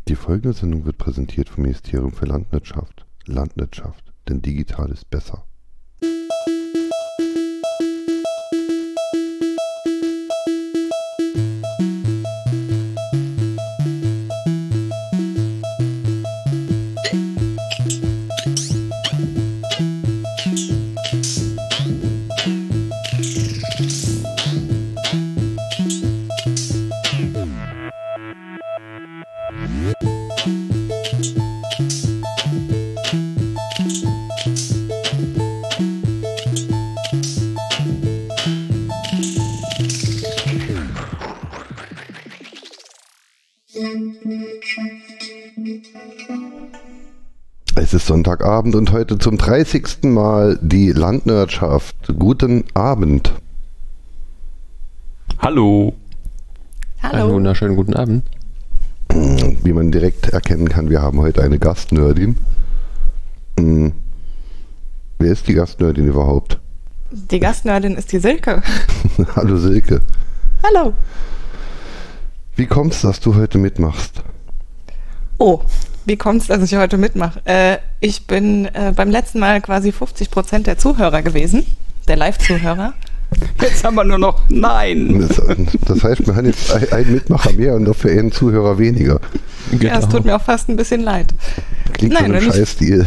Die folgende Sendung wird präsentiert vom Ministerium für Landwirtschaft. Landwirtschaft, denn digital ist besser. Es ist Sonntagabend und heute zum 30. Mal die Landwirtschaft. Guten Abend. Hallo. Hallo. Einen wunderschönen guten Abend. Wie man direkt erkennen kann, wir haben heute eine Gastnerdin. Wer ist die Gastnerdin überhaupt? Die Gastnerdin ist die Silke. Hallo Silke. Hallo. Wie kommt's, dass du heute mitmachst? Oh, wie kommt's, dass ich heute mitmache? Ich bin beim letzten Mal quasi 50% der Zuhörer gewesen, der Live-Zuhörer. Jetzt haben wir nur noch Nein. Das heißt, wir haben jetzt einen Mitmacher mehr und dafür einen Zuhörer weniger. Ja, es tut mir auch fast ein bisschen leid. Klingt Nein, so ein Scheiß-Deal.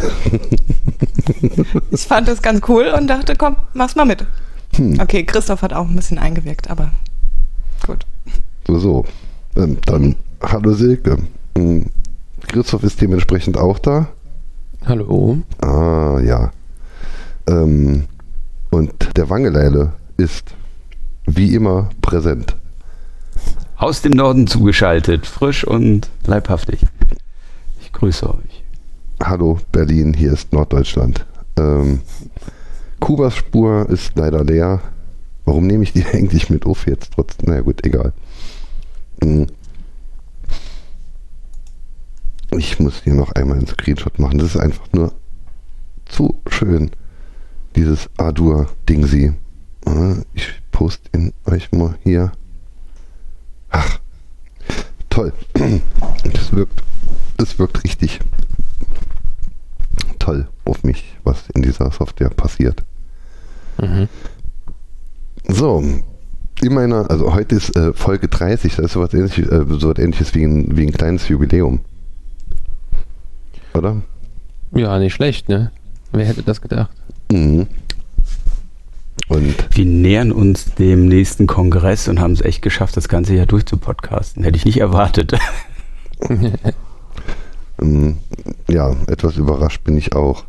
Ich fand das ganz cool und dachte, komm, mach's mal mit. Okay, Christoph hat auch ein bisschen eingewirkt, aber gut. So. Dann hallo Silke. Christoph ist dementsprechend auch da. Hallo. Ah, ja. Und der Wangeleile ist wie immer präsent. Aus dem Norden zugeschaltet, frisch und leibhaftig. Ich grüße euch. Hallo Berlin, hier ist Norddeutschland. Kubas Spur ist leider leer. Warum nehme ich die eigentlich mit auf jetzt trotzdem? Naja gut, egal. Ich muss hier noch einmal einen Screenshot machen. Das ist einfach nur zu schön. Dieses Adur-Dingsi. Ich poste ihn euch mal hier. Ach, toll. Das wirkt richtig toll auf mich, was in dieser Software passiert. Mhm. So, also heute ist Folge 30, das ist sowas ähnliches wie ein kleines Jubiläum. Oder? Ja, nicht schlecht, ne? Wer hätte das gedacht? Mhm. Und wir nähern uns dem nächsten Kongress und haben es echt geschafft, das Ganze hier durchzupodcasten. Hätte ich nicht erwartet. Ja, etwas überrascht bin ich auch.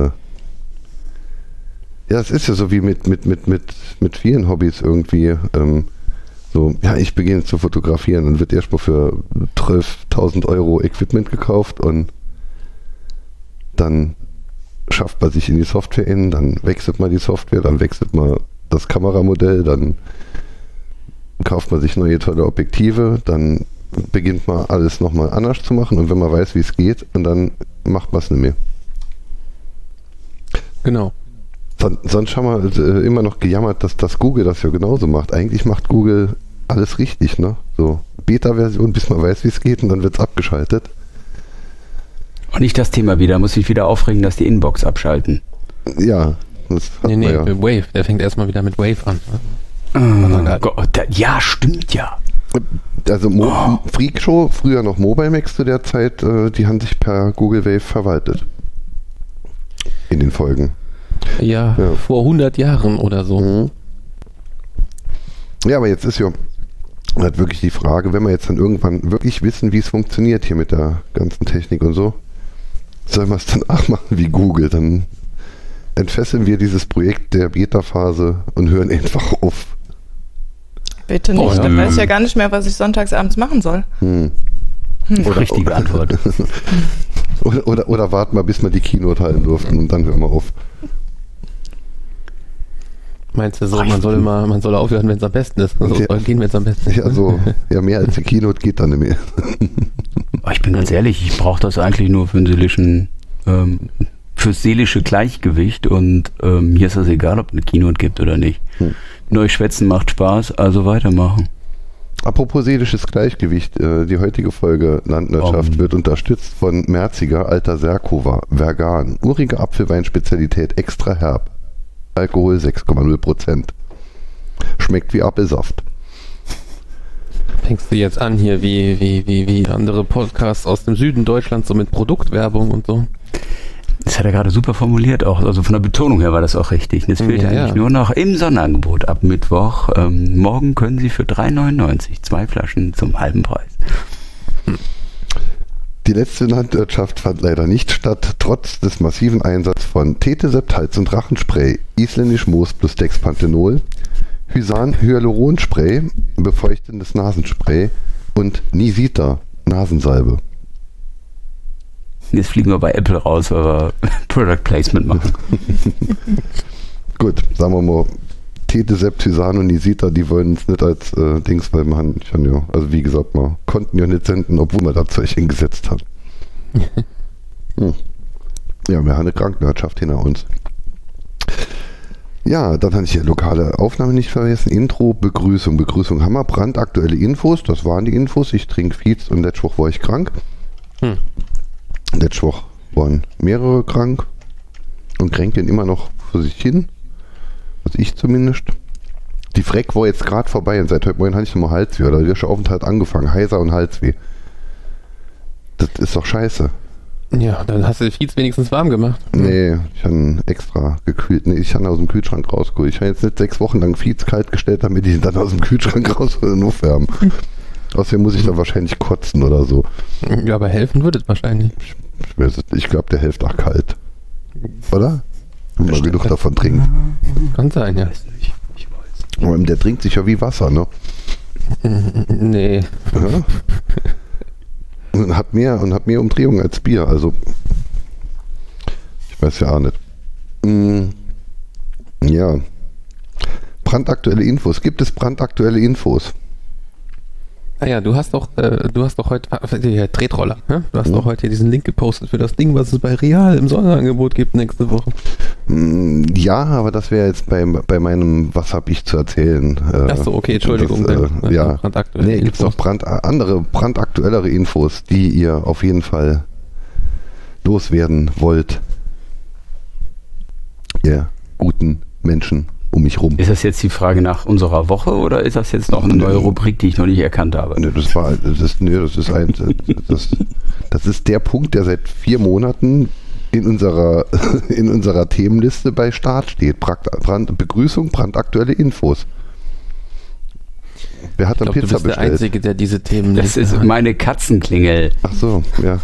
Ja, es ist ja so wie mit vielen Hobbys irgendwie. So, ja, ich beginne zu fotografieren, dann wird erstmal für 12.000 Euro Equipment gekauft und dann schafft man sich in die Software in, dann wechselt man die Software, dann wechselt man das Kameramodell, dann kauft man sich neue tolle Objektive, dann beginnt man alles nochmal anders zu machen und wenn man weiß, wie es geht, und dann macht man es nicht mehr. Genau. Sonst haben wir immer noch gejammert, dass Google das ja genauso macht. Eigentlich macht Google alles richtig, ne? So Beta-Version, bis man weiß, wie es geht und dann wird es abgeschaltet. Und nicht das Thema wieder, muss ich wieder aufregen, dass die Inbox abschalten. Ja. Das Nee, ja. Wave. Der fängt erstmal wieder mit Wave an. Oh Gott, ja, stimmt ja. Also Freakshow, früher noch Mobile-Max zu der Zeit, die haben sich per Google Wave verwaltet. In den Folgen. Ja, vor 100 Jahren oder so. Mhm. Ja, aber jetzt ist ja halt wirklich die Frage, wenn wir jetzt dann irgendwann wirklich wissen, wie es funktioniert hier mit der ganzen Technik und so, sollen wir es dann auch machen wie Google? Dann entfesseln wir dieses Projekt der Beta-Phase und hören einfach auf. Bitte nicht, dann weiß ich ja gar nicht mehr, was ich sonntagsabends machen soll. Richtige Antwort. Oder warten wir, bis wir die Keynote halten durften und dann hören wir auf. Meinst du so, man soll aufhören, wenn es am besten ist? Also Ja. gehen, wenn es am besten ist. Ja, so. Ja, mehr als die Keynote geht dann nicht mehr. Aber ich bin ganz ehrlich, ich brauche das eigentlich nur für fürs seelische Gleichgewicht und mir ist das egal, ob eine Keynote gibt oder nicht. Neu schwätzen macht Spaß, also weitermachen. Apropos seelisches Gleichgewicht, die heutige Folge Landwirtschaft wird unterstützt von Merziger Alter Serkova, Vegan, urige Apfelwein-Spezialität, extra herb, Alkohol 6,0%. Schmeckt wie Apfelsaft. Fängst du jetzt an hier wie andere Podcasts aus dem Süden Deutschlands, so mit Produktwerbung und so? Das hat er gerade super formuliert auch, also von der Betonung her war das auch richtig. Das fehlt eigentlich nur noch im Sonderangebot ab Mittwoch. Morgen können Sie für 3,99 2 Flaschen zum halben Preis. Die letzte Landwirtschaft fand leider nicht statt, trotz des massiven Einsatzes von Tetesept Hals- und Rachenspray, isländisch Moos plus Dexpanthenol, Hyaluronspray, befeuchtendes Nasenspray und Nisita Nasensalbe. Jetzt fliegen wir bei Apple raus, weil wir Product Placement machen. Gut, sagen wir mal, Tetesept, Hysan und Nisita, die wollen es nicht als Dings, weil man ja, also wie gesagt, wir konnten ja nicht senden, obwohl wir da Zeug hingesetzt haben. Ja, wir haben eine Krankenwirtschaft hinter uns. Ja, dann hatte ich ja lokale Aufnahme nicht vergessen. Intro, Begrüßung. Begrüßung haben wir, brandaktuelle Infos, das waren die Infos. Ich trinke Fietz und letzte Woche war ich krank. Letzte Woche waren mehrere krank und kränkeln immer noch vor sich hin. Also ich zumindest. Die Freck war jetzt gerade vorbei und seit heute Morgen hatte ich nochmal Halsweh. Oder der Aufenthalt angefangen. Heiser und Halsweh. Das ist doch scheiße. Ja, dann hast du Fietz wenigstens warm gemacht. Nee, ich habe ihn extra gekühlt. Nee, ich habe ihn aus dem Kühlschrank rausgeholt. Ich habe jetzt nicht 6 Wochen lang Fietz kalt gestellt, damit ich ihn dann aus dem Kühlschrank raushole und aufwärmen. Außerdem muss ich dann wahrscheinlich kotzen oder so. Ja, aber helfen würde es wahrscheinlich. Ich glaube, der hilft auch kalt. Oder? Wenn man genug davon trinkt. Kann sein, ja. Ich weiß. Aber der trinkt sich ja wie Wasser, ne? Nee. Ja. Und hat mehr Umdrehungen als Bier, also ich weiß ja auch nicht. Ja. Brandaktuelle Infos. Gibt es brandaktuelle Infos? Naja, du hast doch heute, Tretroller, ne? Du hast doch heute hier diesen Link gepostet für das Ding, was es bei Real im Sonderangebot gibt nächste Woche. Ja, aber das wäre jetzt bei meinem, was habe ich zu erzählen? Achso, okay, Entschuldigung. Ja, nee, gibt es noch andere brandaktuellere Infos, die ihr auf jeden Fall loswerden wollt. Ihr guten Menschen um mich rum. Ist das jetzt die Frage nach unserer Woche oder ist das jetzt noch eine neue Rubrik, die ich noch nicht erkannt habe? Nee, das ist der Punkt, der seit 4 Monaten in unserer Themenliste bei Start steht. Begrüßung, brandaktuelle Infos. Wer hat dann Pizza bestellt? Du bist der Einzige, der diese Themen Das ist meine Katzenklingel. Ach so, ja.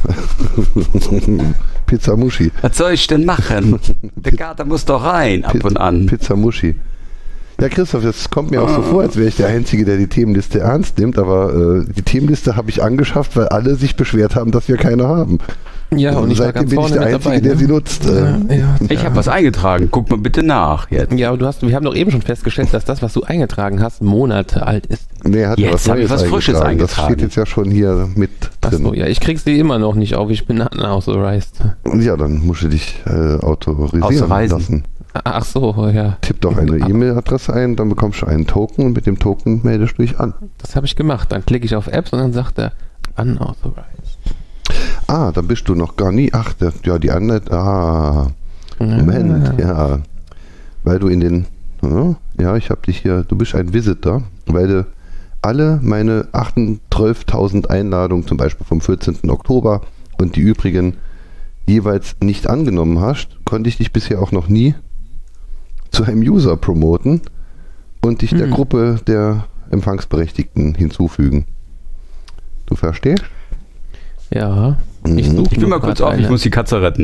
Pizza Muschi. Was soll ich denn machen? Der Kater muss doch rein, ab und an. Pizza Muschi. Ja, Christoph, das kommt mir auch so vor, als wäre ich der Einzige, der die Themenliste ernst nimmt, aber die Themenliste habe ich angeschafft, weil alle sich beschwert haben, dass wir keine haben. Ja, und ich war ganz bin ich vorne der mit Einzige, dabei, der ne? sie nutzt. Ich habe was eingetragen. Guck mal bitte nach jetzt. Ja, aber wir haben doch eben schon festgestellt, dass das, was du eingetragen hast, Monate alt ist. Nee, hat Jetzt habe ich was Frisches Das eingetragen. steht jetzt ja schon hier mit drin. Achso, ja, ich krieg's dir immer noch nicht auf. Ich bin unauthorized. Ja, dann musst du dich autorisieren Ausreisen. lassen. Ach so, ja. Tipp doch eine E-Mail-Adresse ein, dann bekommst du einen Token und mit dem Token meldest du dich an. Das habe ich gemacht. Dann klicke ich auf Apps und dann sagt er unauthorized. Ah, dann bist du noch gar nie. Ach, die andere. Moment, ja. Weil du ja, ich habe dich hier, du bist ein Visitor, weil du alle meine 12.000 Einladungen, zum Beispiel vom 14. Oktober und die übrigen jeweils nicht angenommen hast, konnte ich dich bisher auch noch nie zu einem User promoten und dich der Gruppe der Empfangsberechtigten hinzufügen. Du verstehst? Ja. Ich bin mal kurz auf, ich muss die Katze retten.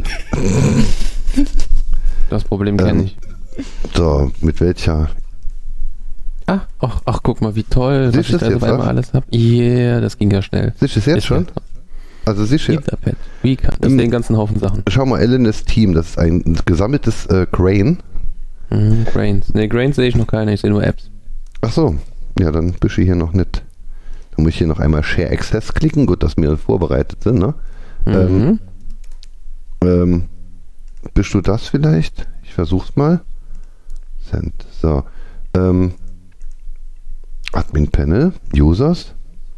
Das Problem kenne ich. So, mit welcher? Ach, guck mal, wie toll, Siehst was ich da jetzt, so einmal alles habe. Yeah, das ging ja schnell. Siehst du es jetzt schon? Also sicher. Etherpad, Weaker, das ist den ganzen Haufen Sachen. Schau mal, LNS Team, das ist ein gesammeltes Grain. Grains. Ne, Grains sehe ich noch keine, ich sehe nur Apps. Ach so, ja, dann bist du hier noch nicht. Dann muss ich hier noch einmal Share Access klicken. Gut, dass wir vorbereitet sind, ne? Bist du das vielleicht? Ich versuch's mal. Send. So. Admin Panel, Users.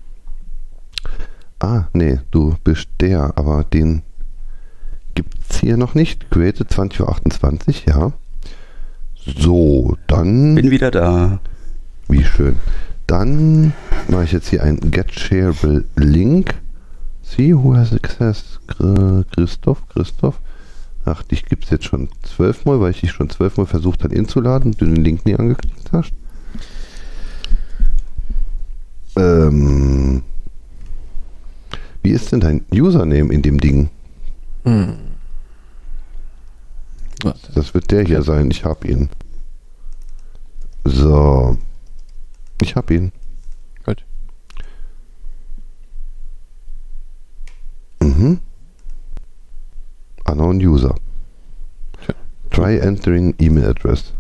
Nee, du bist der, aber den gibt's hier noch nicht. Created 20.28 Uhr, ja. So, dann... Bin wieder da. Wie schön. Dann mache ich jetzt hier ein Get Shareable Link. See who has access. Christoph. Ach, dich gibt es jetzt schon 12 Mal, weil ich dich schon 12 Mal versucht habe einzuladen und du den Link nie angeklickt hast. Wie ist denn dein Username in dem Ding? Das wird der hier sein. Ich habe ihn. So. Ich habe ihn. Gut. Unknown User. Tja. Try entering email address.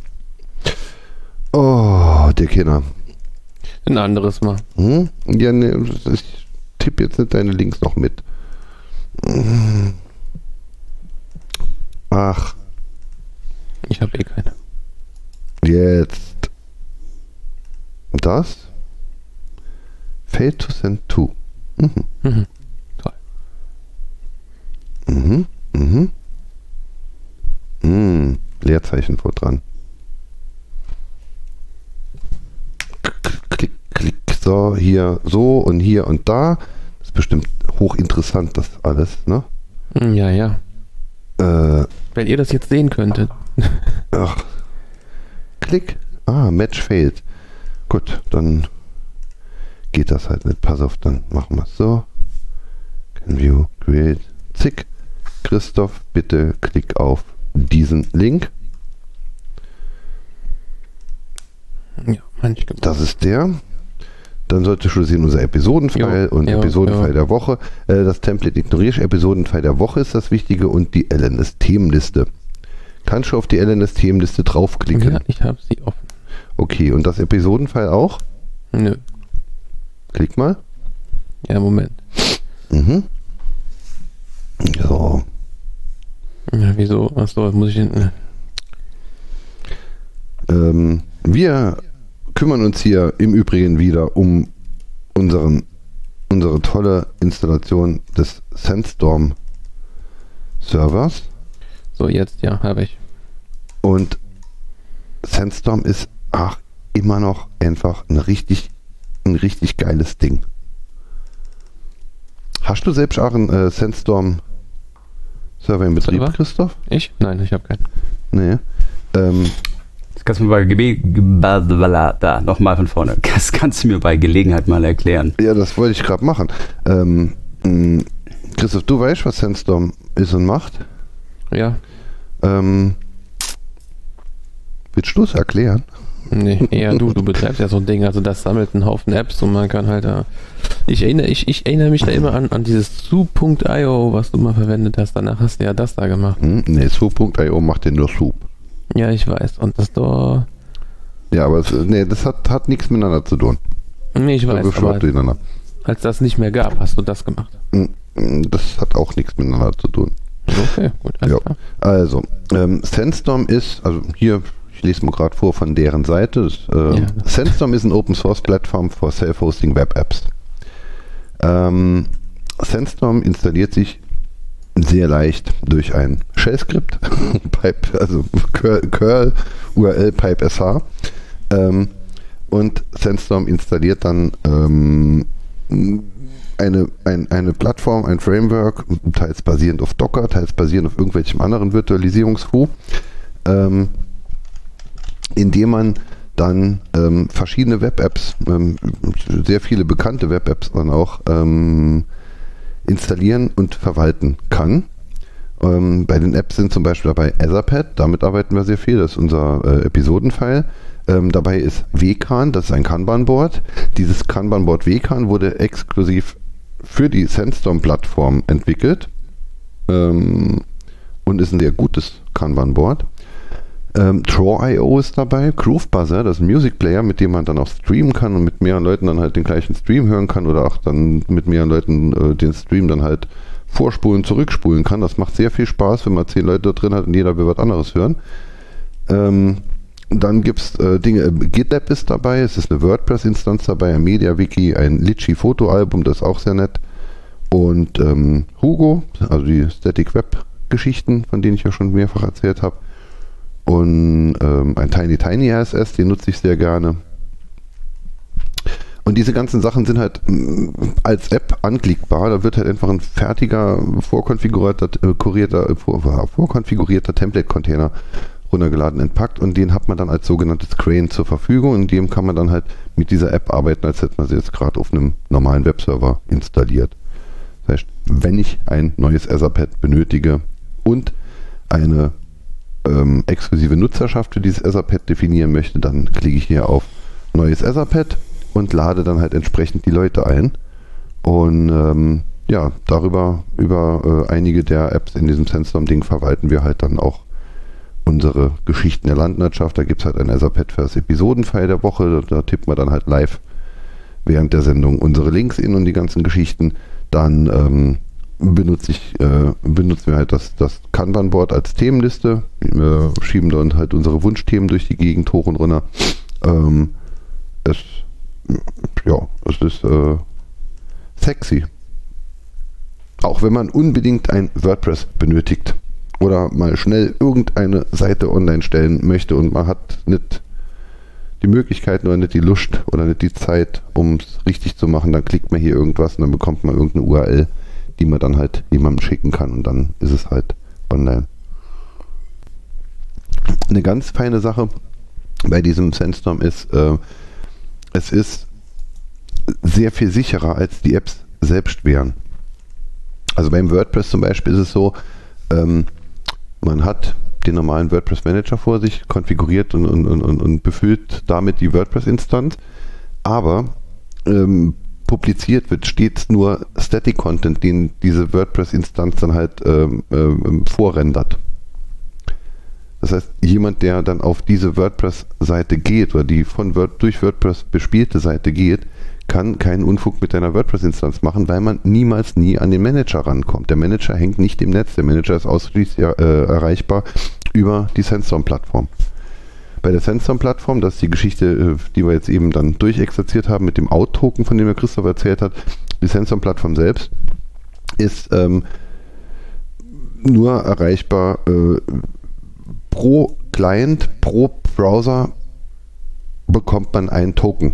Oh, der Kinder. Ein anderes Mal. Ja, ne, ich tippe jetzt nicht deine Links noch mit. Ach. Ich habe keine. Jetzt. Das. Fail to send to. Toll. Leerzeichen vor dran. Klick. So, hier so und hier und da. Das ist bestimmt hochinteressant, das alles, ne? Ja. Wenn ihr das jetzt sehen könntet. Ach. Klick. Match failed. Gut, dann geht das halt nicht. Pass auf, dann machen wir es so. Can view, create. Zick. Christoph, bitte klick auf diesen Link. Ja, manchmal. Das ist der. Dann sollte schon sehen unser Episodenfile und Episodenfile der Woche. Das Template ignoriere ich. Episodenfile der Woche ist das Wichtige und die LNS-Themenliste. Kannst du auf die LNS-Themenliste draufklicken? Ja, ich habe sie offen. Okay, und das Episodenfile auch? Nö. Klick mal. Ja, Moment. So. Ja, wieso? Achso, muss ich hin. Wir kümmern uns hier im Übrigen wieder um unsere tolle Installation des Sandstorm Servers. So, jetzt, ja, habe ich. Und Sandstorm ist immer noch einfach ein richtig geiles Ding. Hast du selbst auch einen Sandstorm Server in Betrieb, Server? Christoph? Ich? Nein, ich habe keinen. Nee. Das kannst du mir nochmal von vorne. Das kannst du mir bei Gelegenheit mal erklären. Ja, das wollte ich gerade machen. Christoph, du weißt, was Sandstorm ist und macht? Ja. Willst du es erklären? Nee, eher du betreibst ja so ein Ding, also das sammelt einen Haufen Apps und man kann halt da. Ich erinnere mich da immer an dieses Soup.io, was du mal verwendet hast. Danach hast du ja das da gemacht. Nee, Soup.io macht den nur Soup. Ja, ich weiß. Und das da. Ja, aber das hat nichts miteinander zu tun. Nee, ich weiß. Aber als das nicht mehr gab, hast du das gemacht. Das hat auch nichts miteinander zu tun. Okay, gut. Ja. Also, Sandstorm ist, also hier, ich lese mal gerade vor von deren Seite. Sandstorm ist eine Open-Source-Plattform für Self-Hosting Web-Apps. Sandstorm installiert sich sehr leicht durch ein Shell-Skript, also curl URL pipe sh, und Sandstorm installiert dann eine Plattform, ein Framework, teils basierend auf Docker, teils basierend auf irgendwelchem anderen Virtualisierungsfu, indem man dann verschiedene Web-Apps, sehr viele bekannte Web-Apps dann auch installieren und verwalten kann. Bei den Apps sind zum Beispiel dabei Etherpad, damit arbeiten wir sehr viel, das ist unser Episodenfile. Dabei ist WCAN, das ist ein Kanban-Board. Dieses Kanban-Board WCAN wurde exklusiv für die Sandstorm-Plattform entwickelt und ist ein sehr gutes Kanban-Board. Draw.io ist dabei, Groovebuzzer, das ist ein Music Player, mit dem man dann auch streamen kann und mit mehreren Leuten dann halt den gleichen Stream hören kann oder auch dann mit mehreren Leuten den Stream dann halt vorspulen, zurückspulen kann. Das macht sehr viel Spaß, wenn man 10 Leute da drin hat und jeder will was anderes hören. Dann gibt es Dinge, GitLab ist dabei, es ist eine WordPress-Instanz dabei, ein MediaWiki, ein Litchi-Fotoalbum, das ist auch sehr nett. Und Hugo, also die Static Web-Geschichten, von denen ich ja schon mehrfach erzählt habe. Und ein Tiny RSS, den nutze ich sehr gerne. Und diese ganzen Sachen sind halt als App anklickbar. Da wird halt einfach ein fertiger, vorkonfigurierter Template-Container runtergeladen, entpackt und den hat man dann als sogenanntes Crane zur Verfügung. In dem kann man dann halt mit dieser App arbeiten, als hätte man sie jetzt gerade auf einem normalen Webserver installiert. Das heißt, wenn ich ein neues Etherpad benötige und eine exklusive Nutzerschaft für dieses Etherpad definieren möchte, dann klicke ich hier auf neues Etherpad und lade dann halt entsprechend die Leute ein. Und über einige der Apps in diesem Sandstorm-Ding verwalten wir halt dann auch unsere Geschichten der Landwirtschaft. Da gibt es halt ein Etherpad für das Episodenfile der Woche. Da tippt man dann halt live während der Sendung unsere Links in und die ganzen Geschichten. Dann benutzen wir halt das Kanban-Board als Themenliste. Wir schieben dann halt unsere Wunschthemen durch die Gegend hoch und runter. Es ist sexy. Auch wenn man unbedingt ein WordPress benötigt oder mal schnell irgendeine Seite online stellen möchte und man hat nicht die Möglichkeiten oder nicht die Lust oder nicht die Zeit, um es richtig zu machen, dann klickt man hier irgendwas und dann bekommt man irgendeine URL, die man dann halt jemandem schicken kann und dann ist es halt online. Eine ganz feine Sache bei diesem Sandstorm ist, es ist sehr viel sicherer, als die Apps selbst wären. Also beim WordPress zum Beispiel ist es so, man hat den normalen WordPress-Manager vor sich, konfiguriert und befüllt damit die WordPress-Instanz, aber publiziert wird stets nur Static-Content, den diese WordPress-Instanz dann halt vorrendert. Das heißt, jemand, der dann auf diese WordPress-Seite geht oder die durch WordPress bespielte Seite geht, kann keinen Unfug mit einer WordPress-Instanz machen, weil man niemals an den Manager rankommt. Der Manager hängt nicht im Netz, der Manager ist ausschließlich erreichbar über die Sandstorm-Plattform. Bei der Sandstorm-Plattform, das ist die Geschichte, die wir jetzt eben dann durchexerziert haben mit dem Out-Token, von dem der Christoph erzählt hat. Die Sandstorm-Plattform selbst ist nur erreichbar pro Client, pro Browser bekommt man einen Token.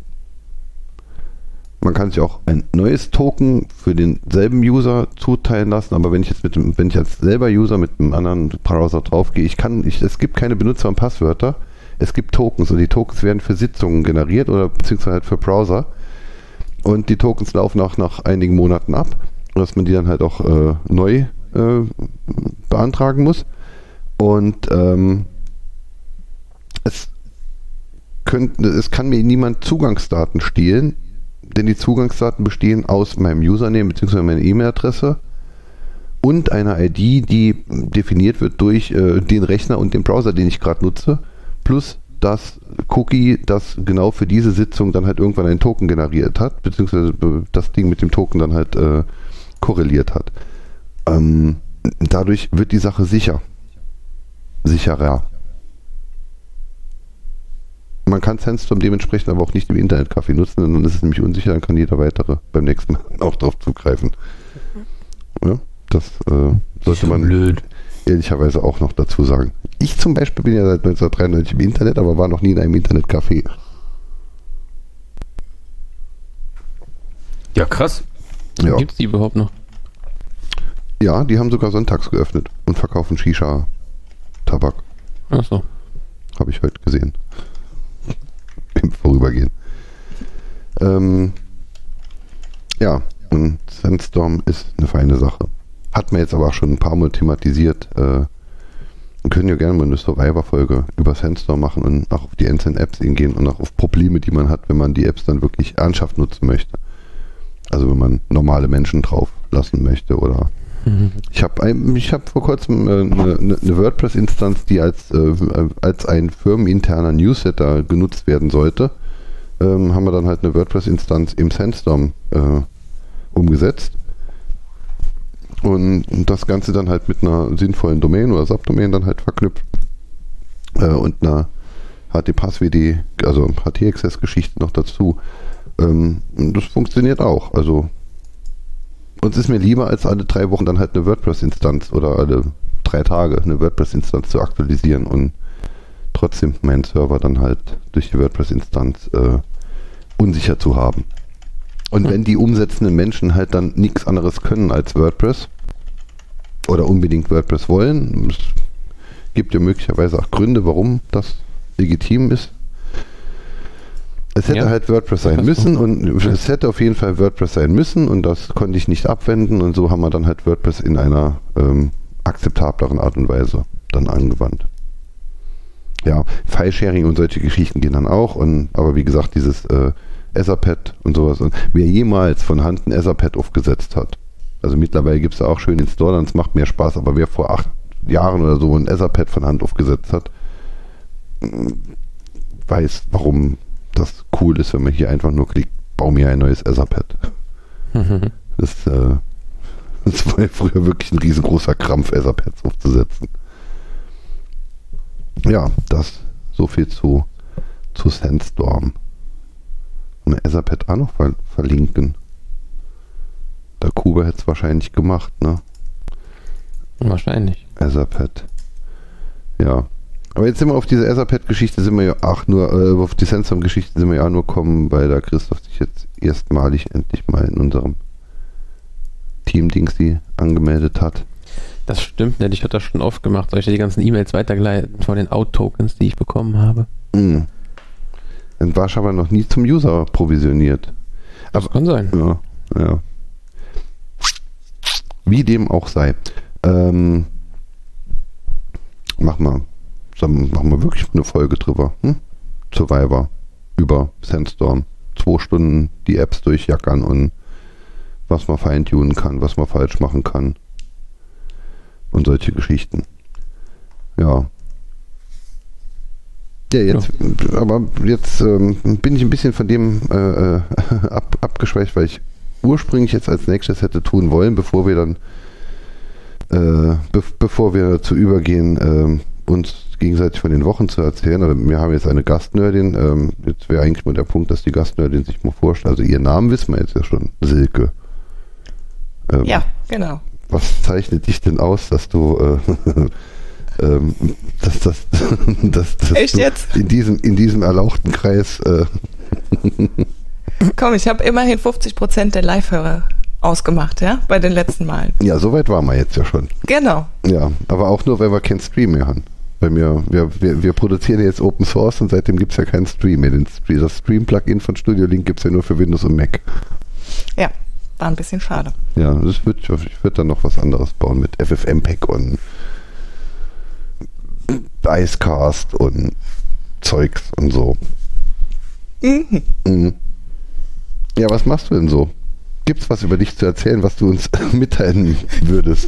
Man kann sich auch ein neues Token für denselben User zuteilen lassen, aber wenn ich als selber User mit einem anderen Browser draufgehe, es gibt keine Benutzer- und Passwörter, es gibt Tokens und die Tokens werden für Sitzungen generiert oder beziehungsweise halt für Browser und die Tokens laufen auch nach einigen Monaten ab, dass man die dann halt auch neu beantragen muss und es kann mir niemand Zugangsdaten stehlen, denn die Zugangsdaten bestehen aus meinem Username bzw. meiner E-Mail-Adresse und einer ID, die definiert wird durch den Rechner und den Browser, den ich gerade nutze, plus das Cookie, das genau für diese Sitzung dann halt irgendwann einen Token generiert hat, beziehungsweise das Ding mit dem Token dann halt korreliert hat. Dadurch wird die Sache sicherer. Man kann Sandstorm dementsprechend aber auch nicht im Internetcafé nutzen, denn dann ist es nämlich unsicher, dann kann jeder weitere beim nächsten Mal auch drauf zugreifen. Ja, das sollte man ehrlicherweise auch noch dazu sagen. Ich zum Beispiel bin ja seit 1993 im Internet, aber war noch nie in einem Internetcafé. Ja, krass. Ja. Gibt es die überhaupt noch? Ja, die haben sogar sonntags geöffnet und verkaufen Shisha-Tabak. Ach so. Habe ich heute gesehen. Im Vorübergehen. Ja, und Sandstorm ist eine feine Sache. Hat man jetzt aber auch schon ein paar Mal thematisiert. Wir können ja gerne mal eine Survivor-Folge über Sandstorm machen und auch auf die einzelnen Apps hingehen und auch auf Probleme, die man hat, wenn man die Apps dann wirklich ernsthaft nutzen möchte. Also wenn man normale Menschen drauf lassen möchte oder Ich habe vor kurzem eine WordPress-Instanz, die als ein firmeninterner Newsletter genutzt werden sollte, haben wir dann halt eine WordPress-Instanz im Sandstorm umgesetzt und das Ganze dann halt mit einer sinnvollen Domain oder Subdomain dann halt verknüpft und einer HT-Pass-WD, also HT-Access-Geschichte noch dazu. Das funktioniert auch. Also uns ist mir lieber, als alle 3 Wochen dann halt eine WordPress-Instanz oder alle 3 Tage eine WordPress-Instanz zu aktualisieren und trotzdem meinen Server dann halt durch die WordPress-Instanz unsicher zu haben. Und wenn die umsetzenden Menschen halt dann nichts anderes können als WordPress oder unbedingt WordPress wollen, es gibt ja möglicherweise auch Gründe, warum das legitim ist. Es hätte halt WordPress sein müssen und es hätte auf jeden Fall WordPress sein müssen und das konnte ich nicht abwenden und so haben wir dann halt WordPress in einer akzeptableren Art und Weise dann angewandt. Ja, File-Sharing und solche Geschichten gehen dann auch, aber wie gesagt, dieses Etherpad und sowas. Und wer jemals von Hand ein Etherpad aufgesetzt hat, also mittlerweile gibt es da auch schön Installer und es macht mehr Spaß, aber wer vor 8 Jahren oder so ein Etherpad von Hand aufgesetzt hat, weiß, warum das cool ist, wenn man hier einfach nur klickt, bau mir ein neues Etherpad. Das war ja früher wirklich ein riesengroßer Krampf, Etherpads aufzusetzen. Ja, das so viel zu Sandstorm. Und Etherpad auch noch verlinken. Der Kuba hätte es wahrscheinlich gemacht, ne? Wahrscheinlich. Etherpad. Ja. Aber jetzt sind wir auf diese Etherpad-Geschichte, auf die Sandstorm-Geschichte sind wir ja nur kommen, weil der Christoph sich jetzt erstmalig endlich mal in unserem Team-Dingsy angemeldet hat. Das stimmt nicht, ich hatte das schon oft gemacht. Soll ich dir die ganzen E-Mails weiterleiten von den Out-Tokens, die ich bekommen habe? Dann war ich aber noch nie zum User provisioniert. Das kann sein. Ja. Wie dem auch sei. Machen wir wirklich eine Folge drüber. Survivor. Über Sandstorm. 2 Stunden die Apps durchjackern und was man feintunen kann, was man falsch machen kann. Und solche Geschichten. Ja. Ja, jetzt bin ich ein bisschen von dem abgeschweift, weil ich ursprünglich jetzt als nächstes hätte tun wollen, bevor wir dann bevor wir dazu übergehen, uns gegenseitig von den Wochen zu erzählen. Also wir haben jetzt eine Gastnerdin. Jetzt wäre eigentlich mal der Punkt, dass die Gastnerdin sich mal vorstellt. Also ihren Namen wissen wir jetzt ja schon. Silke. Ja, genau. Was zeichnet dich denn aus, dass du dass Echt du jetzt? in diesem erlauchten Kreis Komm, ich habe immerhin 50% der Live-Hörer ausgemacht, ja, bei den letzten Malen. Ja, soweit waren wir jetzt ja schon. Genau. Ja, aber auch nur, weil wir keinen Stream mehr haben. Weil wir produzieren jetzt Open Source und seitdem gibt es ja keinen Stream mehr. Das Stream-Plugin von Studio Link gibt es ja nur für Windows und Mac. Ja, war ein bisschen schade. Ja, ich würde dann noch was anderes bauen mit FFmpeg und Icecast und Zeugs und so. Mhm. Ja, was machst du denn so? Gibt's was über dich zu erzählen, was du uns mitteilen würdest?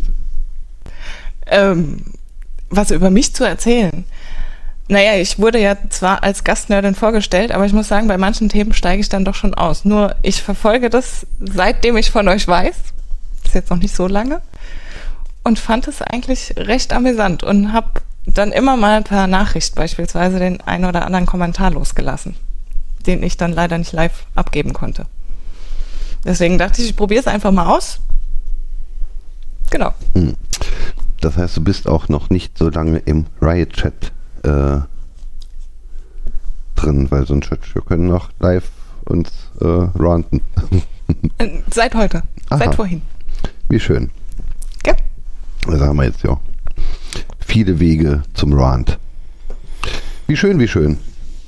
Was über mich zu erzählen? Naja, ich wurde ja zwar als Gastnerdin vorgestellt, aber ich muss sagen, bei manchen Themen steige ich dann doch schon aus. Nur ich verfolge das, seitdem ich von euch weiß, das ist jetzt noch nicht so lange, und fand es eigentlich recht amüsant und habe dann immer mal per Nachricht beispielsweise den einen oder anderen Kommentar losgelassen, den ich dann leider nicht live abgeben konnte. Deswegen dachte ich probiere es einfach mal aus. Genau. Das heißt, du bist auch noch nicht so lange im Riot-Chat drin, weil sonst wir können noch live uns ranten. Seit heute. Aha. Seit vorhin. Wie schön. Ja. Das haben wir jetzt ja. Viele Wege zum Rant. Wie schön, wie schön.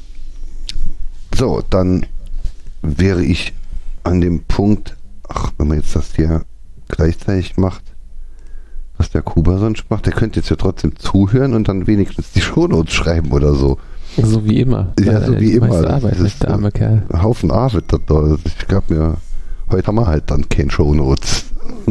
So, dann wäre ich an dem Punkt, wenn man jetzt das hier gleichzeitig macht, was der Kuba sonst macht, der könnte jetzt ja trotzdem zuhören und dann wenigstens die Shownotes schreiben oder so. So wie immer. Ja, so wie immer. Arbeit, das der arme Kerl. Ein Haufen Arbeit. Ich glaube mir, heute haben wir halt dann keine Shownotes.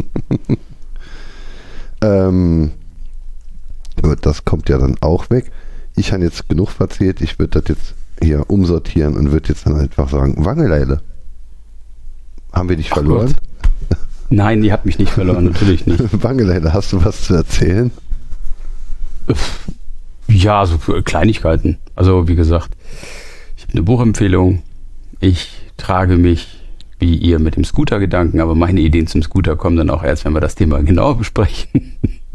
Gut, das kommt ja dann auch weg. Ich habe jetzt genug erzählt, ich würde das jetzt hier umsortieren und würde jetzt dann einfach sagen, Wangeleile. Haben wir dich verloren? Nein, ihr habt mich nicht verloren, natürlich nicht. Wangeleile, hast du was zu erzählen? Ja, so Kleinigkeiten. Also wie gesagt, Ich habe eine Buchempfehlung. Ich trage mich wie ihr mit dem Scooter-Gedanken, aber meine Ideen zum Scooter kommen dann auch erst, wenn wir das Thema genauer besprechen.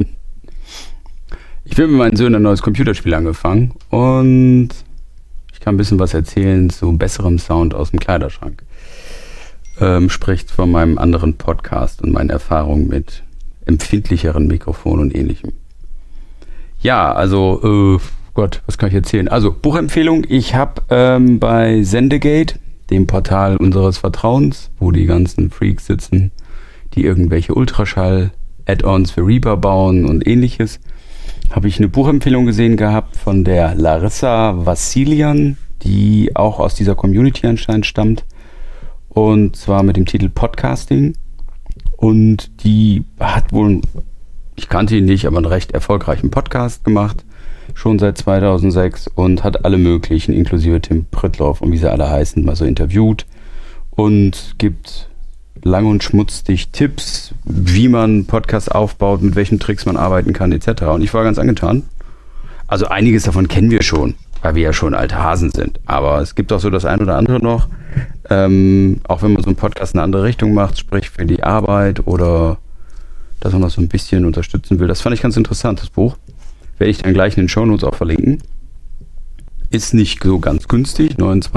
Ich habe mit meinen Söhnen ein neues Computerspiel angefangen und ich kann ein bisschen was erzählen zu besserem Sound aus dem Kleiderschrank. Spricht von meinem anderen Podcast und meinen Erfahrungen mit empfindlicheren Mikrofonen und Ähnlichem. Ja, also, Gott, was kann ich erzählen? Also, Buchempfehlung. Ich habe bei Sendegate, dem Portal unseres Vertrauens, wo die ganzen Freaks sitzen, die irgendwelche Ultraschall-Add-ons für Reaper bauen und Ähnliches, habe ich eine Buchempfehlung gesehen gehabt von der Larissa Vassilian, die auch aus dieser Community anscheinend stammt. Und zwar mit dem Titel Podcasting. Und die hat wohl, ich kannte ihn nicht, aber einen recht erfolgreichen Podcast gemacht. Schon seit 2006 und hat alle möglichen, inklusive Tim Prittloff und wie sie alle heißen, mal so interviewt. Und gibt lang und schmutzig Tipps, wie man Podcasts aufbaut, mit welchen Tricks man arbeiten kann, etc. Und ich war ganz angetan. Also einiges davon kennen wir schon, weil wir ja schon alte Hasen sind. Aber es gibt auch so das ein oder andere noch. Auch wenn man so einen Podcast in eine andere Richtung macht, sprich für die Arbeit oder dass man das so ein bisschen unterstützen will. Das fand ich ganz interessant, das Buch. Werde ich dann gleich in den Shownotes auch verlinken. Ist nicht so ganz günstig,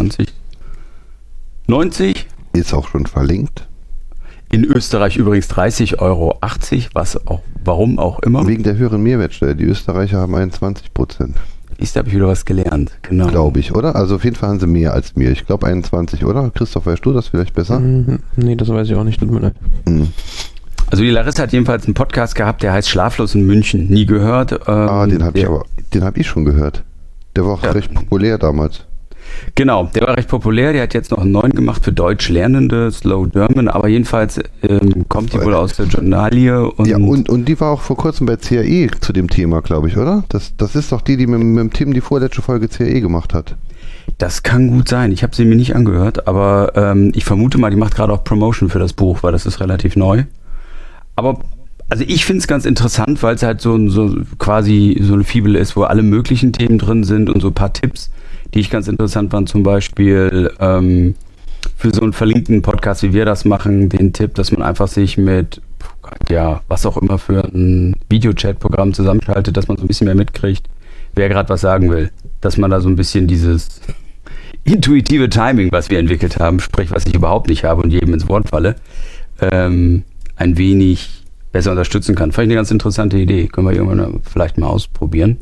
29,90. Ist auch schon verlinkt. In Österreich übrigens 30,80 €, was auch, warum auch immer. Wegen der höheren Mehrwertsteuer. Die Österreicher haben 21%. Da habe ich wieder was gelernt, genau. Glaube ich, oder? Also auf jeden Fall haben sie mehr als mir. Ich glaube 21, oder? Christoph, weißt du das vielleicht besser? Nee, das weiß ich auch nicht, tut mir leid. Also die Larissa hat jedenfalls einen Podcast gehabt, der heißt Schlaflos in München. Nie gehört. Den habe ich schon gehört. Der war auch recht populär damals. Genau, der war recht populär. Der hat jetzt noch einen neuen gemacht für Deutsch Lernende, Slow German. Aber jedenfalls kommt die wohl aus der Journalie. Und die war auch vor kurzem bei CAE zu dem Thema, glaube ich, oder? Das ist doch die mit Tim die vorletzte Folge CAE gemacht hat. Das kann gut sein. Ich habe sie mir nicht angehört, aber ich vermute mal, die macht gerade auch Promotion für das Buch, weil das ist relativ neu. Aber also ich finde es ganz interessant, weil es halt so quasi so eine Fibel ist, wo alle möglichen Themen drin sind und so ein paar Tipps, die ich ganz interessant fand. Zum Beispiel für so einen verlinkten Podcast, wie wir das machen, den Tipp, dass man einfach sich mit, was auch immer für ein Videochat-Programm zusammenschaltet, dass man so ein bisschen mehr mitkriegt, wer gerade was sagen will. Dass man da so ein bisschen dieses intuitive Timing, was wir entwickelt haben, sprich, was ich überhaupt nicht habe und jedem ins Wort falle, ein wenig besser unterstützen kann. Fand ich eine ganz interessante Idee. Können wir irgendwann vielleicht mal ausprobieren.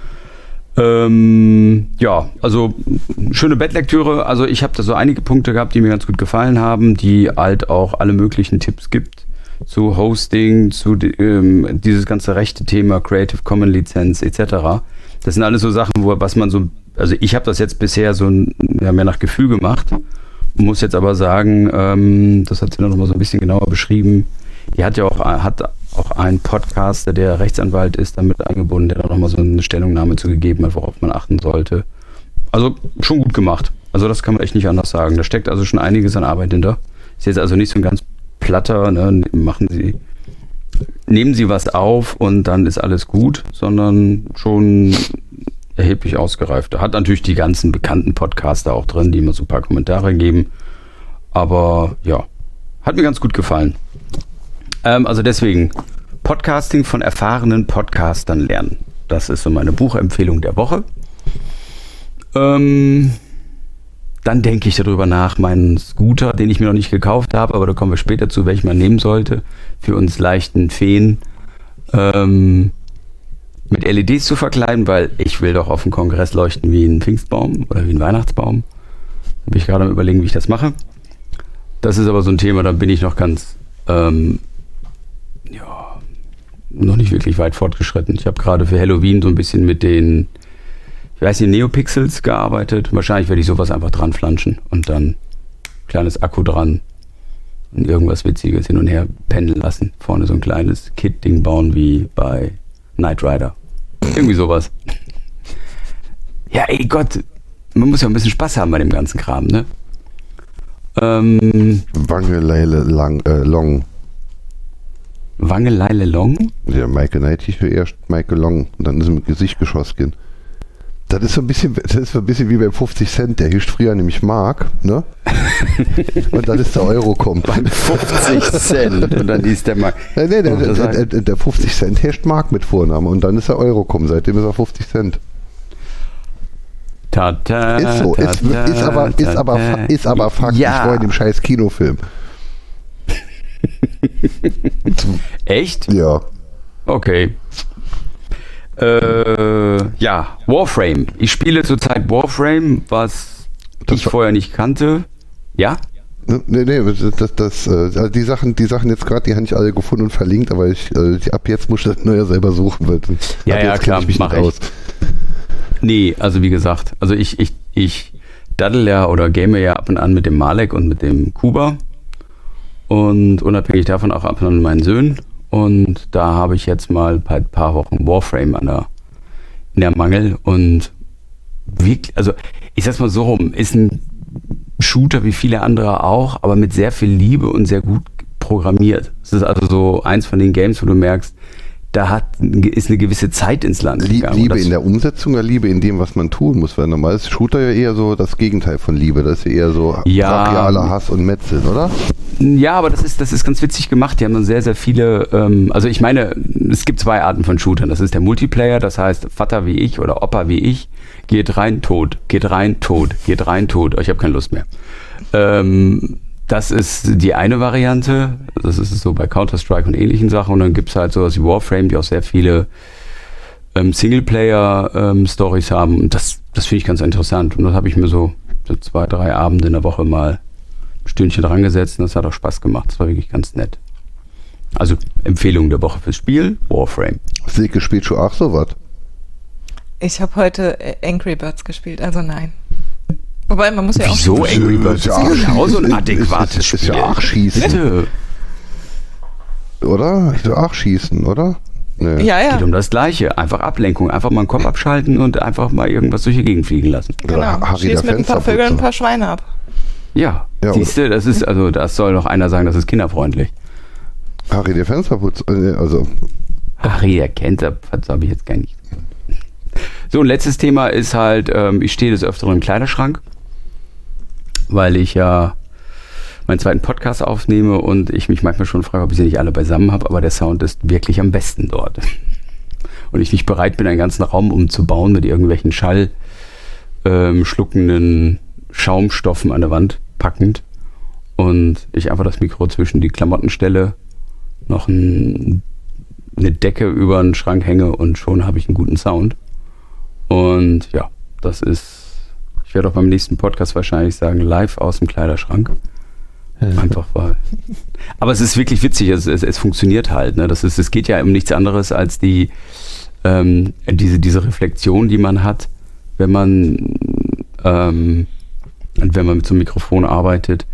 Also schöne Bettlektüre. Also ich habe da so einige Punkte gehabt, die mir ganz gut gefallen haben, die halt auch alle möglichen Tipps gibt zu Hosting, zu dieses ganze rechte Thema, Creative Commons Lizenz etc. Das sind alles so Sachen, was man so, also ich habe das jetzt bisher so mehr nach Gefühl gemacht, muss jetzt aber sagen, das hat sie dann nochmal so ein bisschen genauer beschrieben. Die hat auch einen Podcaster, der Rechtsanwalt ist, damit eingebunden, der da nochmal so eine Stellungnahme zu gegeben hat, worauf man achten sollte. Also schon gut gemacht. Also das kann man echt nicht anders sagen. Da steckt also schon einiges an Arbeit hinter. Ist jetzt also nicht so ein ganz platter, ne, nehmen Sie was auf und dann ist alles gut, sondern schon erheblich ausgereifter. Hat natürlich die ganzen bekannten Podcaster auch drin, die immer so ein paar Kommentare geben. Aber ja, hat mir ganz gut gefallen. Also deswegen, Podcasting von erfahrenen Podcastern lernen. Das ist so meine Buchempfehlung der Woche. Dann denke ich darüber nach, meinen Scooter, den ich mir noch nicht gekauft habe, aber da kommen wir später zu, welchen man nehmen sollte, für uns leichten Feen mit LEDs zu verkleiden, weil ich will doch auf dem Kongress leuchten wie ein Pfingstbaum oder wie ein Weihnachtsbaum. Da bin ich gerade am Überlegen, wie ich das mache. Das ist aber so ein Thema, da bin ich noch ganz noch nicht wirklich weit fortgeschritten. Ich habe gerade für Halloween so ein bisschen mit den, Neopixels gearbeitet. Wahrscheinlich werde ich sowas einfach dran flanschen und dann kleines Akku dran und irgendwas Witziges hin und her pendeln lassen. Vorne so ein kleines Kit-Ding bauen wie bei Knight Rider. Irgendwie sowas. Ja, ey Gott, man muss ja ein bisschen Spaß haben bei dem ganzen Kram, ne? Wangeleile Long. Wangeleile Long? Ja, Michael Knight, ich höre erst Michael Long und dann ist er mit Gesicht geschossen. Das ist so ein bisschen wie bei 50 Cent, der hieß früher nämlich Mark, ne? Und dann ist der Euro kommt. 50 Cent und dann hieß der Mark. Der 50 Cent herrscht Mark mit Vorname und dann ist der Euro kommen, seitdem ist er 50 Cent. Ta-ta, Ist so, ist aber Fakt, ja. ich war in dem scheiß Kinofilm. Echt? Ja. Okay. Ja, Warframe. Ich spiele zurzeit Warframe, was ich vorher nicht kannte. Ja? Nee, also die Sachen jetzt gerade, die habe ich alle gefunden und verlinkt, aber ab jetzt muss ich das nur ja selber suchen, weil Ja, klar, mach ich. Nee, also wie gesagt, also ich daddel ja oder game ja ab und an mit dem Malek und mit dem Kuba und unabhängig davon auch ab und an mit meinen Söhnen. Und da habe ich jetzt mal ein paar Wochen Warframe in der Mangel und wirklich, also ich sag's mal so rum, ist ein Shooter wie viele andere auch, aber mit sehr viel Liebe und sehr gut programmiert. Es ist also so eins von den Games, wo du merkst, ist eine gewisse Zeit ins Land gegangen. Liebe in der Umsetzung oder Liebe in dem, was man tun muss? Weil normal ist Shooter ja eher so das Gegenteil von Liebe. Das ist ja eher so brachialer Hass und Metzeln, oder? Ja, aber das ist ganz witzig gemacht. Die haben dann sehr, sehr viele, also ich meine, es gibt zwei Arten von Shootern. Das ist der Multiplayer, das heißt Vater wie ich oder Opa wie ich, geht rein, tot, geht rein, tot, geht rein, tot. Ich habe keine Lust mehr. Das ist die eine Variante. Das ist so bei Counter-Strike und ähnlichen Sachen. Und dann gibt es halt sowas wie Warframe, die auch sehr viele Singleplayer-Stories haben. Und das finde ich ganz interessant. Und das habe ich mir so 2, 3 Abende in der Woche mal ein Stündchen dran gesetzt. Und das hat auch Spaß gemacht. Das war wirklich ganz nett. Also Empfehlung der Woche fürs Spiel, Warframe. Silke, spielt schon auch sowas? Ich habe heute Angry Birds gespielt, also nein. Wobei, man muss ja auch... Wieso Angry Birds? Ja, ist genau so ein adäquates Spiel. Ist ja auch Schießen. Bitte. Oder? Ist ja auch Schießen, oder? Nee. Ja, Geht um das Gleiche. Einfach Ablenkung. Einfach mal den Kopf abschalten und einfach mal irgendwas durch die Gegend fliegen lassen. Genau. Schieß mit ein paar Vögeln ein paar Schweine ab. Ja, siehst du, das soll doch einer sagen, das ist kinderfreundlich. Harry, der Fenster putzt. Also. Harry, der kennt das, habe ich jetzt gar nicht. So, ein letztes Thema ist halt, ich stehe des Öfteren im Kleiderschrank, weil ich ja meinen zweiten Podcast aufnehme und ich mich manchmal schon frage, ob ich sie nicht alle beisammen habe, aber der Sound ist wirklich am besten dort. Und ich nicht bereit bin, einen ganzen Raum umzubauen mit irgendwelchen schallschluckenden Schaumstoffen an der Wand packend und ich einfach das Mikro zwischen die Klamotten stelle, noch eine Decke über den Schrank hänge und schon habe ich einen guten Sound. Und ja, ich werde auch beim nächsten Podcast wahrscheinlich sagen, live aus dem Kleiderschrank. Einfach weil. Aber es ist wirklich witzig, es funktioniert halt. Ne? Es geht ja um nichts anderes als diese Reflexion, die man hat, wenn man mit so einem Mikrofon arbeitet,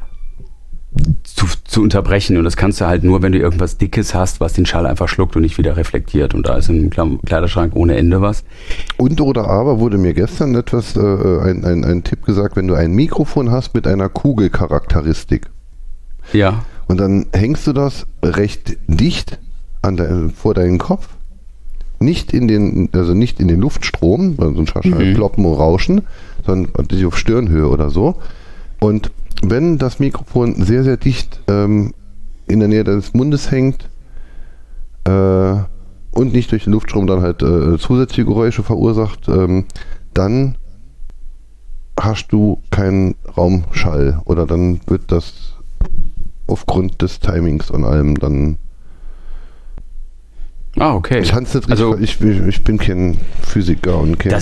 zu unterbrechen. Und das kannst du halt nur, wenn du irgendwas Dickes hast, was den Schall einfach schluckt und nicht wieder reflektiert. Und da ist im Kleiderschrank ohne Ende was. Und oder aber wurde mir gestern ein Tipp gesagt, wenn du ein Mikrofon hast mit einer Kugelcharakteristik. Ja. Und dann hängst du das recht dicht vor deinen Kopf. Nicht in den Luftstrom, also sonst hast du halt Ploppen und Rauschen, sondern auf Stirnhöhe oder so. Und wenn das Mikrofon sehr, sehr dicht in der Nähe deines Mundes hängt und nicht durch den Luftstrom dann halt zusätzliche Geräusche verursacht, dann hast du keinen Raumschall oder dann wird das aufgrund des Timings und allem dann... Ah, okay. Ich bin kein Physiker und kein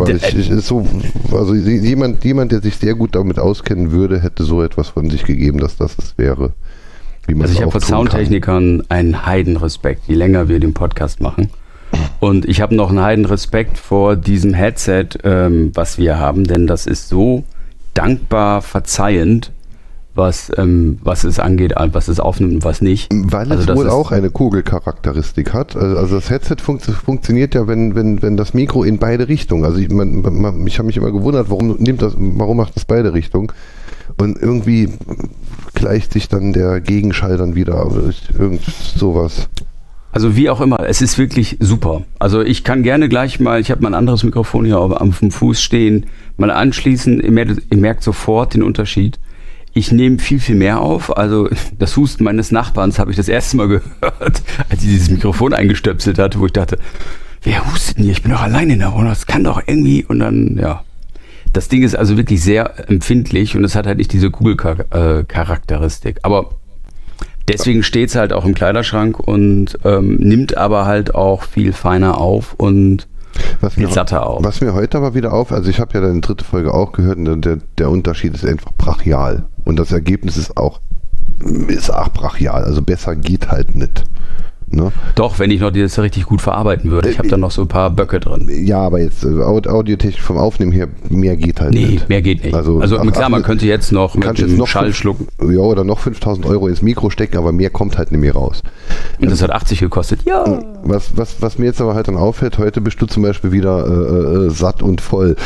jemand, der sich sehr gut damit auskennen würde, hätte so etwas von sich gegeben, dass das es wäre. Also ich habe von Soundtechnikern einen Heidenrespekt, je länger wir den Podcast machen. Und ich habe noch einen Heidenrespekt vor diesem Headset, was wir haben, denn das ist so dankbar verzeihend, was es angeht, was es aufnimmt und was nicht. Weil es wohl auch eine Kugelcharakteristik hat. Also das Headset funktioniert ja, wenn das Mikro in beide Richtungen. Also ich habe mich immer gewundert, warum macht das beide Richtungen? Und irgendwie gleicht sich dann der Gegenschall dann wieder. Irgend sowas. Also wie auch immer, es ist wirklich super. Also ich kann gerne gleich mal, ich habe mal ein anderes Mikrofon hier am Fuß stehen, mal anschließen. Ihr merkt sofort den Unterschied. Ich nehme viel, viel mehr auf. Also das Husten meines Nachbarns habe ich das erste Mal gehört, als ich dieses Mikrofon eingestöpselt hatte, wo ich dachte, wer hustet denn hier? Ich bin doch alleine in der Wohnung, das kann doch irgendwie. Und dann, ja. Das Ding ist also wirklich sehr empfindlich und es hat halt nicht diese Kugelcharakteristik. Aber deswegen steht es halt auch im Kleiderschrank und nimmt aber halt auch viel feiner auf und viel satter auf. Was mir heute aber wieder also ich habe ja deine dritte Folge auch gehört und der Unterschied ist einfach brachial. Und das Ergebnis ist auch brachial. Also besser geht halt nicht. Ne? Doch, wenn ich noch das richtig gut verarbeiten würde. Ich habe da noch so ein paar Böcke drin. Ja, aber jetzt audiotechnisch vom Aufnehmen her, mehr geht halt nicht. Nee, mehr geht nicht. Also klar, man könnte jetzt noch mit dem Schallschluck... Ja, oder noch 5.000 Euro ins Mikro stecken, aber mehr kommt halt nicht mehr raus. Und das hat 80 gekostet, ja. Was mir jetzt aber halt dann auffällt, heute bist du zum Beispiel wieder satt und voll.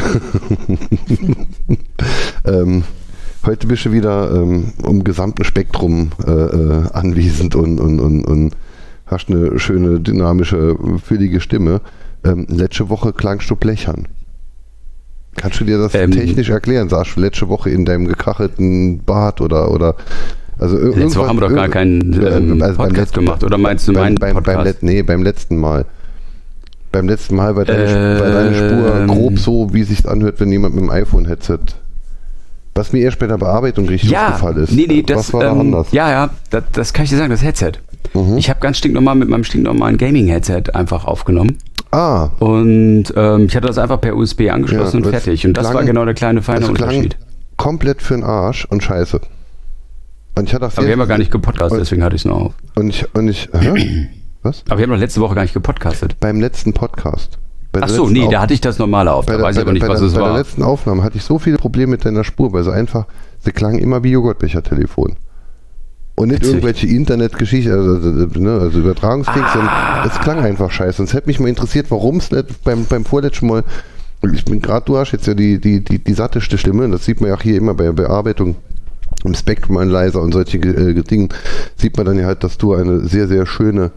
Heute bist du wieder im gesamten Spektrum anwesend und hast eine schöne, dynamische, füllige Stimme. Letzte Woche klangst du blechern. Kannst du dir das technisch erklären? Saßt du letzte Woche in deinem gekachelten Bad oder also letzte Woche haben wir doch gar keinen Podcast gemacht, oder meinst du meinen Podcast? Beim letzten Mal. Beim letzten Mal war deine Spur grob so, wie es sich anhört, wenn jemand mit dem iPhone-Headset... Was mir erst bei der Bearbeitung richtig aufgefallen ist. Nee, das war da anders. Ja, das kann ich dir sagen, das Headset. Mhm. Ich habe ganz stinknormal mit meinem stinknormalen Gaming-Headset einfach aufgenommen. Und ich hatte das einfach per USB angeschlossen und fertig. Und das war genau der kleine feine Unterschied. Komplett für den Arsch und scheiße. Und ich hatte auch aber wir haben ja gar nicht gepodcastet, deswegen hatte ich es noch auf. Was? Aber wir haben doch letzte Woche gar nicht gepodcastet. Beim letzten Podcast. Ach so, nee, da hatte ich das normale auf. Da weiß ich aber nicht, was es war. Bei der letzten Aufnahme hatte ich so viele Probleme mit deiner Spur, weil sie klang immer wie Joghurtbecher-Telefon. Und nicht irgendwelche Internetgeschichten, also Übertragungsdings, sondern es klang einfach scheiße. Und es hätte mich mal interessiert, warum es nicht beim vorletzten Mal, du hast jetzt ja die satteste Stimme, das sieht man ja auch hier immer bei Bearbeitung im Spektrum Analyzer und solche Dinge, sieht man dann ja halt, dass du eine sehr, sehr schöne,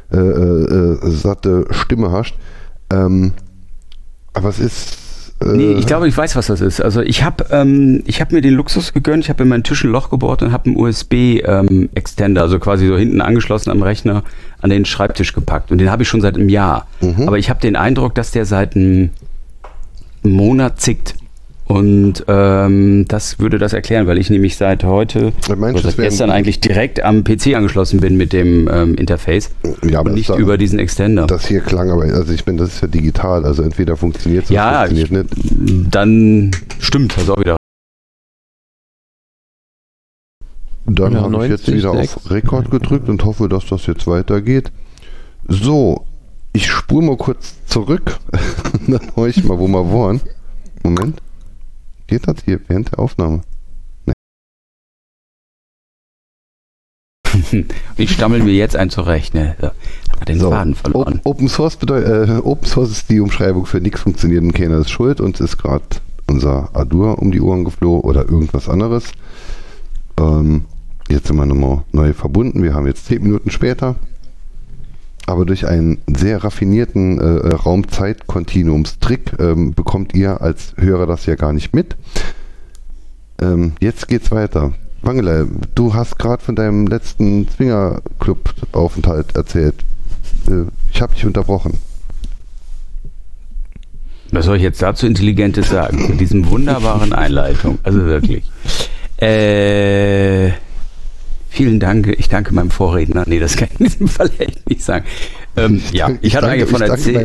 satte Stimme hast. Aber es ist... nee, ich glaube, ich weiß, was das ist. Also ich habe mir den Luxus gegönnt, ich habe in meinen Tisch ein Loch gebohrt und habe einen USB-Extender, also quasi so hinten angeschlossen am Rechner, an den Schreibtisch gepackt. Und den habe ich schon seit einem Jahr. Aber ich habe den Eindruck, dass der seit einem Monat zickt. Und das würde das erklären, weil ich nämlich seit heute, seit gestern eigentlich direkt am PC angeschlossen bin mit dem Interface und nicht über diesen Extender. Das hier klang aber, also ich meine, das ist ja digital, also entweder funktioniert es oder funktioniert nicht. Dann stimmt das auch wieder. Dann habe ich jetzt wieder auf Rekord gedrückt und hoffe, dass das jetzt weitergeht. So, ich spule mal kurz zurück, dann höre ich mal, wo wir waren. Moment. Geht das hier während der Aufnahme? Nee. Ich stammel mir jetzt ein zurecht, ne? Hat den Faden verloren. Open Source ist die Umschreibung für nichts funktioniert und keiner ist schuld. Uns ist gerade unser Adur um die Ohren geflogen oder irgendwas anderes. Jetzt sind wir nochmal neu verbunden. Wir haben jetzt 10 Minuten später. Aber durch einen sehr raffinierten Raum-Zeit-Kontinuums-Trick bekommt ihr als Hörer das ja gar nicht mit. Jetzt geht's weiter. Wangele, du hast gerade von deinem letzten Swingerclub-Aufenthalt erzählt. Ich habe dich unterbrochen. Was soll ich jetzt dazu Intelligentes sagen? Mit diesem wunderbaren Einleitung. Also wirklich. Vielen Dank, ich danke meinem Vorredner. Nee, das kann ich in diesem Fall echt nicht sagen. Ich hatte eigentlich von erzählt.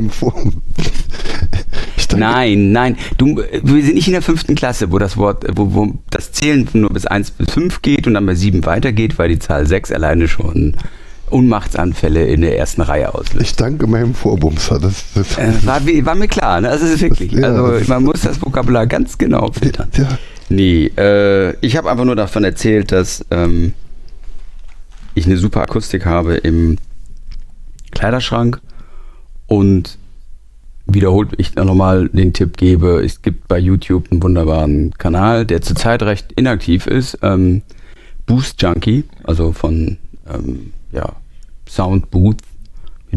Nein, wir sind nicht in der 5. Klasse, wo das Wort, wo das Zählen nur bis 1 bis 5 geht und dann bei 7 weitergeht, weil die Zahl 6 alleine schon Ohnmachtsanfälle in der ersten Reihe auslöst. Ich danke meinem Vorbumser. War mir klar, ne? Also es ist wirklich. Man muss das Vokabular ganz genau filtern. Ja. Nee, ich habe einfach nur davon erzählt, dass ich eine super Akustik habe im Kleiderschrank und wiederholt ich nochmal den Tipp gebe, es gibt bei YouTube einen wunderbaren Kanal, der zurzeit recht inaktiv ist, Boost Junkie, also von Sound Booth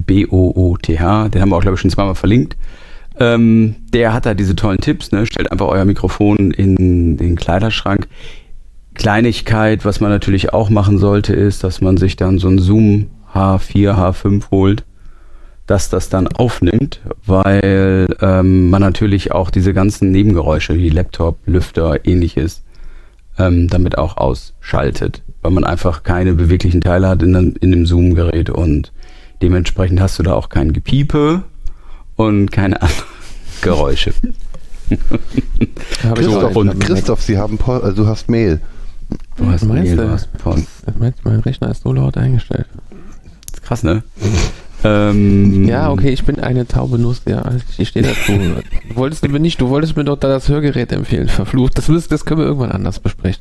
Booth, den haben wir auch, glaube ich, schon zweimal verlinkt. Der hat da diese tollen Tipps, ne? Stellt einfach euer Mikrofon in den Kleiderschrank. Kleinigkeit, was man natürlich auch machen sollte, ist, dass man sich dann so ein Zoom H4, H5 holt, dass das dann aufnimmt, weil man natürlich auch diese ganzen Nebengeräusche wie Laptop, Lüfter, ähnliches damit auch ausschaltet, weil man einfach keine beweglichen Teile hat in dem Zoom-Gerät und dementsprechend hast du da auch kein Gepiepe und keine anderen Geräusche. Christoph, Sie haben du hast Mail. Du hast Mail, du hast Post. Mein Rechner ist so laut eingestellt. Das ist krass, ne? Ja, okay, ich bin eine taube Nuss, ja, ich stehe dazu. Du wolltest mir doch da das Hörgerät empfehlen, verflucht. Das können wir irgendwann anders besprechen.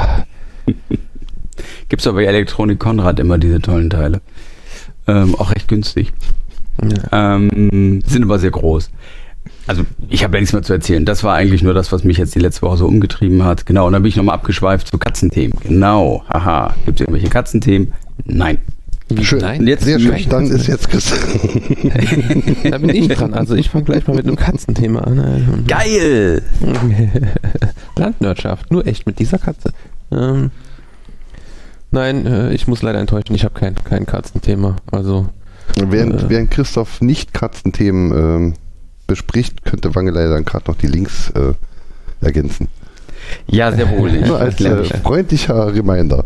Gibt's aber bei Elektronik Konrad immer diese tollen Teile. Auch recht günstig. Ja. Sind aber sehr groß. Also ich habe ja nichts mehr zu erzählen. Das war eigentlich nur das, was mich jetzt die letzte Woche so umgetrieben hat. Genau, und dann bin ich nochmal abgeschweift zu Katzenthemen. Genau, haha. Gibt es irgendwelche Katzenthemen? Nein. Schön. Nein, jetzt sehr schön. Dann ist jetzt Christoph. Da bin ich dran. Also ich fange gleich mal mit einem Katzenthema an. Geil! Landwirtschaft, nur echt mit dieser Katze. Nein, ich muss leider enttäuschen, ich habe kein Katzenthema. Also während Christoph nicht Katzenthemen bespricht, könnte Wangelei dann gerade noch die Links ergänzen. Ja, sehr wohl. Nur als freundlicher Reminder.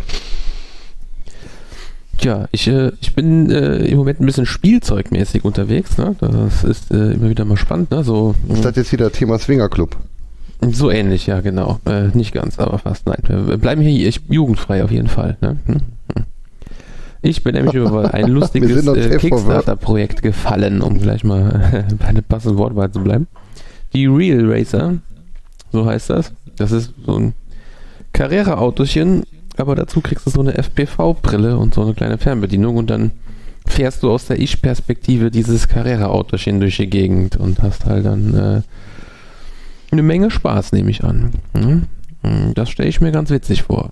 Tja, ich bin im Moment ein bisschen spielzeugmäßig unterwegs. Ne? Das ist immer wieder mal spannend. Ne? So, ist das jetzt wieder Thema Swingerclub? So ähnlich, ja, genau. Nicht ganz, aber fast. Nein, wir bleiben hier jugendfrei auf jeden Fall. Ne? Ich bin nämlich über ein lustiges Kickstarter-Projekt gefallen, um gleich mal bei einem passenden Wortwahl zu bleiben. Die Real Racer, so heißt das. Das ist so ein Carrera-Autochen, aber dazu kriegst du so eine FPV-Brille und so eine kleine Fernbedienung und dann fährst du aus der Ich-Perspektive dieses Carrera-Autochen durch die Gegend und hast halt dann eine Menge Spaß, nehme ich an. Das stelle ich mir ganz witzig vor.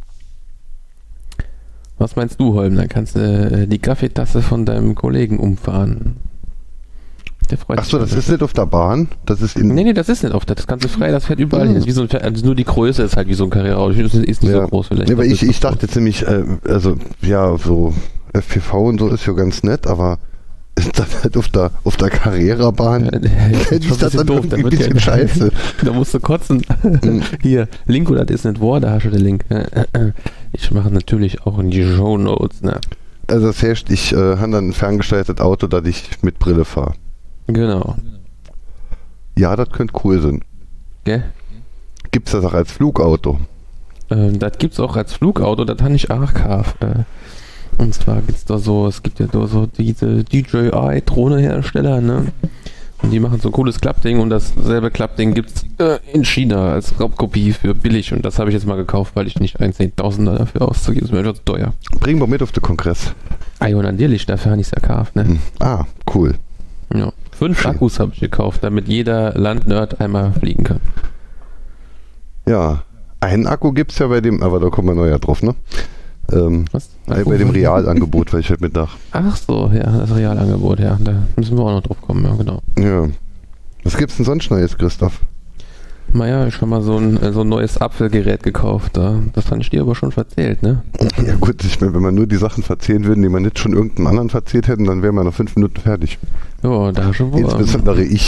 Was meinst du, Holm? Dann kannst du die Kaffeetasse von deinem Kollegen umfahren. Der freut sich. Achso, das ist nicht auf der Bahn? Das ist Nee, das ist nicht auf der. Das kannst du frei, das fährt überall hin. Das ist wie so also nur die Größe ist halt wie so ein Carrera-Auto. Das ist nicht so groß vielleicht. Nee, aber ich dachte jetzt nämlich, also ja, so FPV und so ist ja ganz nett, aber ist das halt auf der Carrera-Bahn? Ist das dann doof, ein bisschen scheiße. Da musst du kotzen. Hier, Link oder das ist nicht wahr, da hast du den Link. Ich mache natürlich auch in die Shownotes. Ne? Also das heißt, ich habe dann ein ferngesteuertes Auto, das ich mit Brille fahre. Genau. Ja, das könnte cool sein. Gell? Gibt's das auch als Flugauto? Das gibt's auch als Flugauto, das habe ich auch gekauft. Und zwar gibt's da so, es gibt ja da so diese DJI-Drohne-Hersteller, ne? Und die machen so ein cooles Klappding und dasselbe Klappding gibt's in China als Raubkopie für billig und das habe ich jetzt mal gekauft, weil ich nicht 10.000 dafür auszugeben, ist mir etwas teuer. Bringen wir mit auf den Kongress. Und natürlich, dafür habe ich es gekauft, ne? Cool. Ja. 5 Akkus habe ich gekauft, damit jeder Landnerd einmal fliegen kann. Ja, einen Akku gibt's ja bei dem, aber da kommen wir noch ja drauf, ne? Was? Bei dem Realangebot, weil ich halt mit nach. Ach so, ja, das Realangebot, ja, da müssen wir auch noch drauf kommen, ja, genau. Ja. Was gibt's denn sonst Neues, Christoph? Naja, ich habe mal so ein neues Apfelgerät gekauft, das habe ich dir aber schon verzählt, ne? Ja gut, ich meine, wenn man nur die Sachen verzählen würden, die man nicht schon irgendeinen anderen verzählt hätten, dann wären wir nach 5 Minuten fertig. Ja, da schon wohl. Insbesondere ich.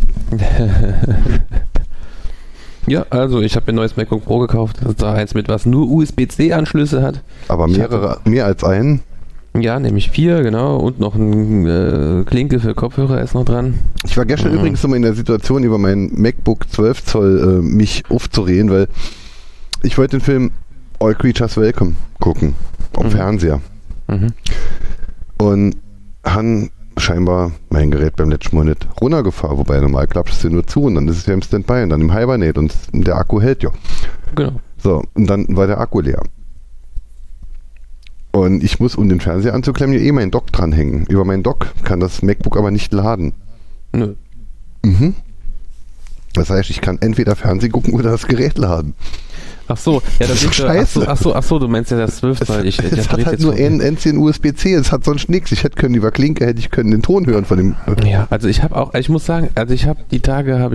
Ja, also ich habe mir ein neues MacBook Pro gekauft, das ist eins mit was nur USB-C-Anschlüsse hat. Aber mehr als einen? Ja, nämlich 4, genau, und noch ein Klinke für Kopfhörer ist noch dran. Ich war gestern übrigens immer in der Situation, über mein MacBook 12 Zoll mich aufzureden, weil ich wollte den Film All Creatures Welcome gucken, am Fernseher. Und han scheinbar mein Gerät beim letzten Mal nicht runtergefahren, wobei normal klappst du nur zu und dann ist es ja im Standby und dann im Hibernate und der Akku hält ja. Genau. So, und dann war der Akku leer. Und ich muss, um den Fernseher anzuklemmen, ja meinen Dock dranhängen. Über meinen Dock kann das MacBook aber nicht laden. Nö. Das heißt, ich kann entweder Fernsehen gucken oder das Gerät laden. Ach so, ja, das ist scheiße. Ach so, du meinst ja das 12, weil ich es hat halt nur NC und USB-C, es hat sonst nichts. Ich hätte können über Klinke, hätte ich können den Ton hören von dem. Ja, also ich muss sagen, ich habe die Tage,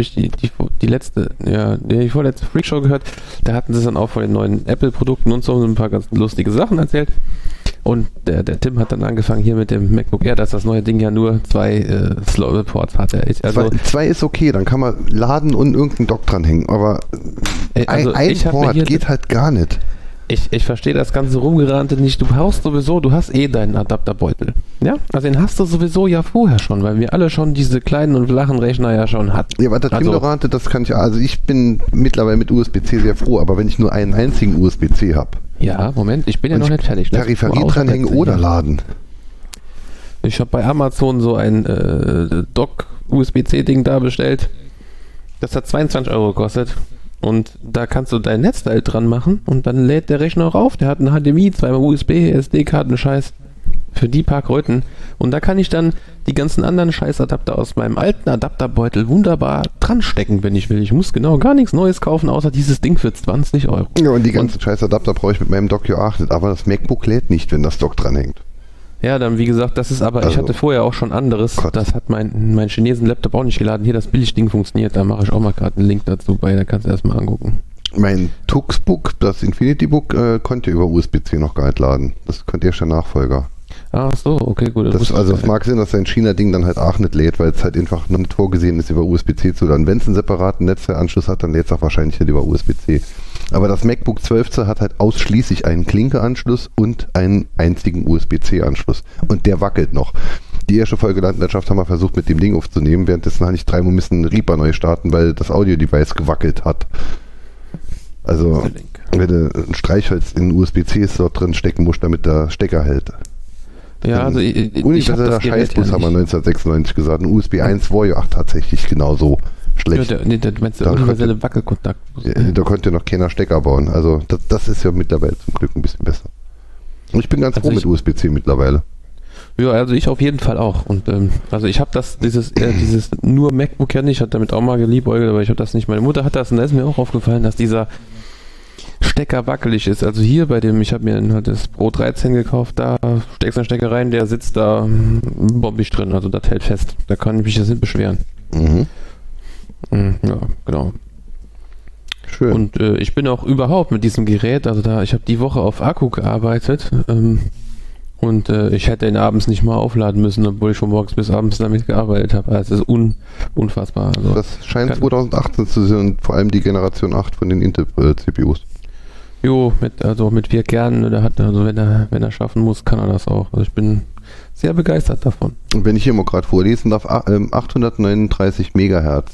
die vorletzte Freakshow gehört, da hatten sie dann auch von den neuen Apple-Produkten und so ein paar ganz lustige Sachen erzählt. Und der Tim hat dann angefangen hier mit dem MacBook Air, dass das neue Ding ja nur 2 Ports hat. Also 2 ist okay, dann kann man laden und irgendeinen Dock dranhängen, aber ein Port geht halt gar nicht. Ich verstehe das ganze Rumgerannte nicht. Du hast deinen Adapterbeutel. Ja? Also den hast du sowieso ja vorher schon, weil wir alle schon diese kleinen und flachen Rechner ja schon hatten. Ja, aber das Ignorante, das kann ich, also ich bin mittlerweile mit USB-C sehr froh, aber wenn ich nur einen einzigen USB-C habe. Ja, Moment, ich bin ja noch nicht fertig. Peripherie dranhängen oder laden. Ich habe bei Amazon so ein Dock-USB-C-Ding da bestellt. Das hat 22 € gekostet. Und da kannst du dein Netzteil dran machen und dann lädt der Rechner auch auf. Der hat einen HDMI, 2 USB, SD-Karten, Scheiß. Für die paar Kröten. Und da kann ich dann die ganzen anderen Scheißadapter aus meinem alten Adapterbeutel wunderbar dran stecken, wenn ich will. Ich muss genau gar nichts Neues kaufen, außer dieses Ding für 20 €. Ja, und die ganzen Scheißadapter brauche ich mit meinem Dock ja auch nicht. Aber das MacBook lädt nicht, wenn das Dock dranhängt. Ja, dann wie gesagt, das ist aber, ich hatte vorher auch schon anderes. Gott. Das hat mein Chinesen-Laptop auch nicht geladen. Hier, das Billigding funktioniert. Da mache ich auch mal gerade einen Link dazu bei. Da kannst du erstmal angucken. Mein Tuxbook, das Infinity Book, konnte über USB-C noch gar nicht laden. Das könnte erst der Nachfolger. Ach so, okay, gut. Es mag sein, dass sein China-Ding dann halt auch nicht lädt, weil es halt einfach noch nicht vorgesehen ist, über USB-C zu laden. Wenn es einen separaten Netzwerkanschluss hat, dann lädt es auch wahrscheinlich nicht über USB-C. Aber das MacBook 12 hat halt ausschließlich einen Klinke-Anschluss und einen einzigen USB-C-Anschluss. Und der wackelt noch. Die erste Folge Landwirtschaft haben wir versucht, mit dem Ding aufzunehmen. Währenddessen habe ich 3 Mal müssen Reaper neu starten, weil das Audio-Device gewackelt hat. Also, wenn du ein Streichholz in USB-C-Slot drin stecken musst, damit der Stecker hält. Ja, also ich habe das Scheißbus, haben wir 1996 gesagt. Ein USB 1 war ja auch tatsächlich genauso schlecht. Ja, du meinst der universelle Wackelkontakt. Da konnte ja noch keiner Stecker bauen. Also das ist ja mittlerweile zum Glück ein bisschen besser. Und ich bin ganz froh mit USB-C mittlerweile. Ja, also ich auf jeden Fall auch. Und also ich habe dieses nur MacBook ja nicht, ich hatte damit auch mal geliebäugelt, aber ich habe das nicht. Meine Mutter hat das und da ist mir auch aufgefallen, dass dieser Stecker wackelig ist. Also hier bei dem, ich habe mir halt das Pro 13 gekauft, da steckst du einen Stecker rein, der sitzt da bombig drin, also das hält fest. Da kann ich mich jetzt nicht beschweren. Mhm. Ja, genau. Schön. Und ich bin auch überhaupt mit diesem Gerät, also ich habe die Woche auf Akku gearbeitet und ich hätte ihn abends nicht mal aufladen müssen, obwohl ich schon morgens bis abends damit gearbeitet habe. Also es ist unfassbar. Also das scheint 2018 zu sein, vor allem die Generation 8 von den Intel-CPUs. Jo, mit 4 Kernen, wenn er schaffen muss, kann er das auch. Also ich bin sehr begeistert davon. Und wenn ich hier mal gerade vorlesen darf, 839 Megahertz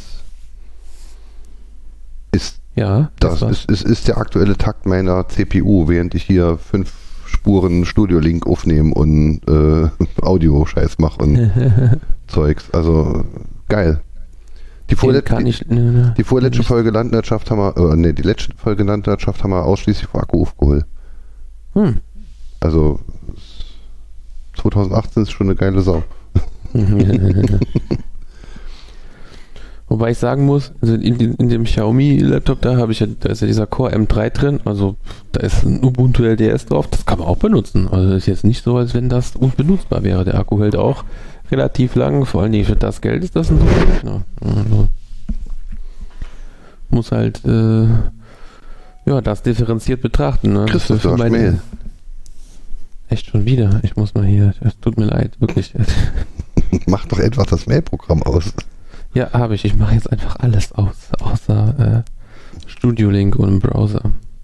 ist ist der aktuelle Takt meiner CPU, während ich hier 5 Spuren Studio Link aufnehmen und Audio-Scheiß mache und Zeugs. Also geil. Die vorletzte Folge Landwirtschaft haben wir, die letzte Folge Landwirtschaft haben wir ausschließlich vor Akku aufgeholt. Also 2018 ist schon eine geile Sau. Wobei ich sagen muss, also in dem Xiaomi-Laptop da ist ja dieser Core M3 drin, also da ist ein Ubuntu LDS drauf, das kann man auch benutzen. Also ist jetzt nicht so, als wenn das unbenutzbar wäre. Der Akku hält auch relativ lang, vor allem für das Geld ist das ein super Rechner. Also muss halt das differenziert betrachten. Ne? Christoph, du hast Mail. Echt schon wieder? Ich muss mal hier, es tut mir leid, wirklich. Mach doch etwas das Mail-Programm aus. Ja, habe ich. Ich mache jetzt einfach alles aus, außer Studio Link und im Browser.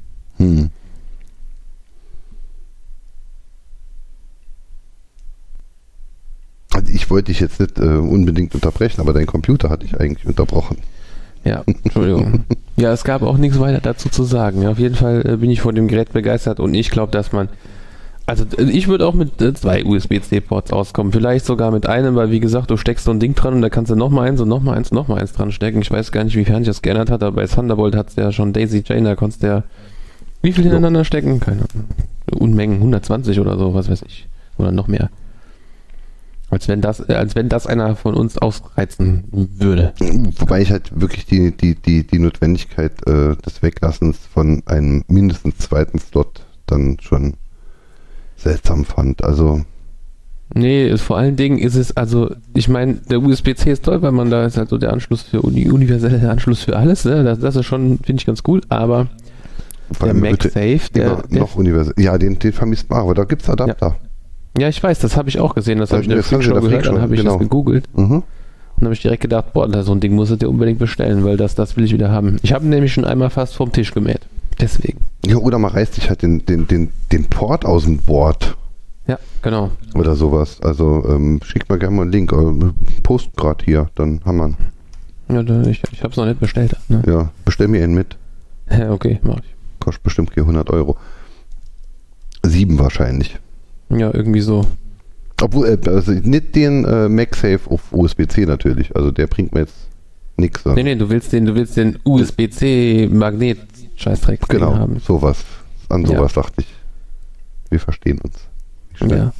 Also ich wollte dich jetzt nicht unbedingt unterbrechen, aber dein Computer hatte ich eigentlich unterbrochen. Ja, Entschuldigung. Ja, es gab auch nichts weiter dazu zu sagen. Ja, auf jeden Fall bin ich von dem Gerät begeistert und ich glaube, dass man ich würde auch mit 2 USB-C-Ports auskommen. Vielleicht sogar mit einem, weil wie gesagt, du steckst so ein Ding dran und da kannst du nochmal eins und nochmal eins und nochmal eins dran stecken. Ich weiß gar nicht, wiefern ich das geändert hat, aber bei Thunderbolt hat es ja schon Daisy Chain, da konntest du ja wie viel hintereinander stecken? Keine Ahnung. Unmengen, 120 oder so, was weiß ich. Oder noch mehr. Als wenn das einer von uns ausreizen würde. Wobei ich halt wirklich die Notwendigkeit des Weglassens von einem mindestens zweiten Slot dann schon seltsam fand. Also Nee, vor allen Dingen ist es, also ich meine, der USB-C ist toll, weil man da ist halt so der Anschluss für universelle Anschluss für alles, ne? Das ist schon, finde ich ganz cool, aber der MagSafe, der noch universell. Ja, den vermisst man, aber da gibt es Adapter. Ja, ich weiß, das habe ich auch gesehen, das habe ich in der Freakshow gehört, dann habe ich das gegoogelt. Und habe ich direkt gedacht, boah, so ein Ding musst du dir unbedingt bestellen, weil das will ich wieder haben. Ich habe nämlich schon einmal fast vom Tisch gemäht. Deswegen. Ja, oder man reißt sich halt den Port aus dem Board. Ja, genau. Oder sowas. Also schickt mal gerne mal einen Link. Post gerade hier, dann haben wir ihn. Ja, ich habe es noch nicht bestellt. Ne? Ja, bestell mir einen mit. Ja, okay, mach ich. Kostet bestimmt 100 €. 7 wahrscheinlich. Ja, irgendwie so. Obwohl, also nicht den MagSafe auf USB-C natürlich. Also der bringt mir jetzt nichts. Nee, du willst den USB-C-Magnet-Scheißdreck genau, haben. Sowas. An sowas dachte ich. Wir verstehen uns. Ja.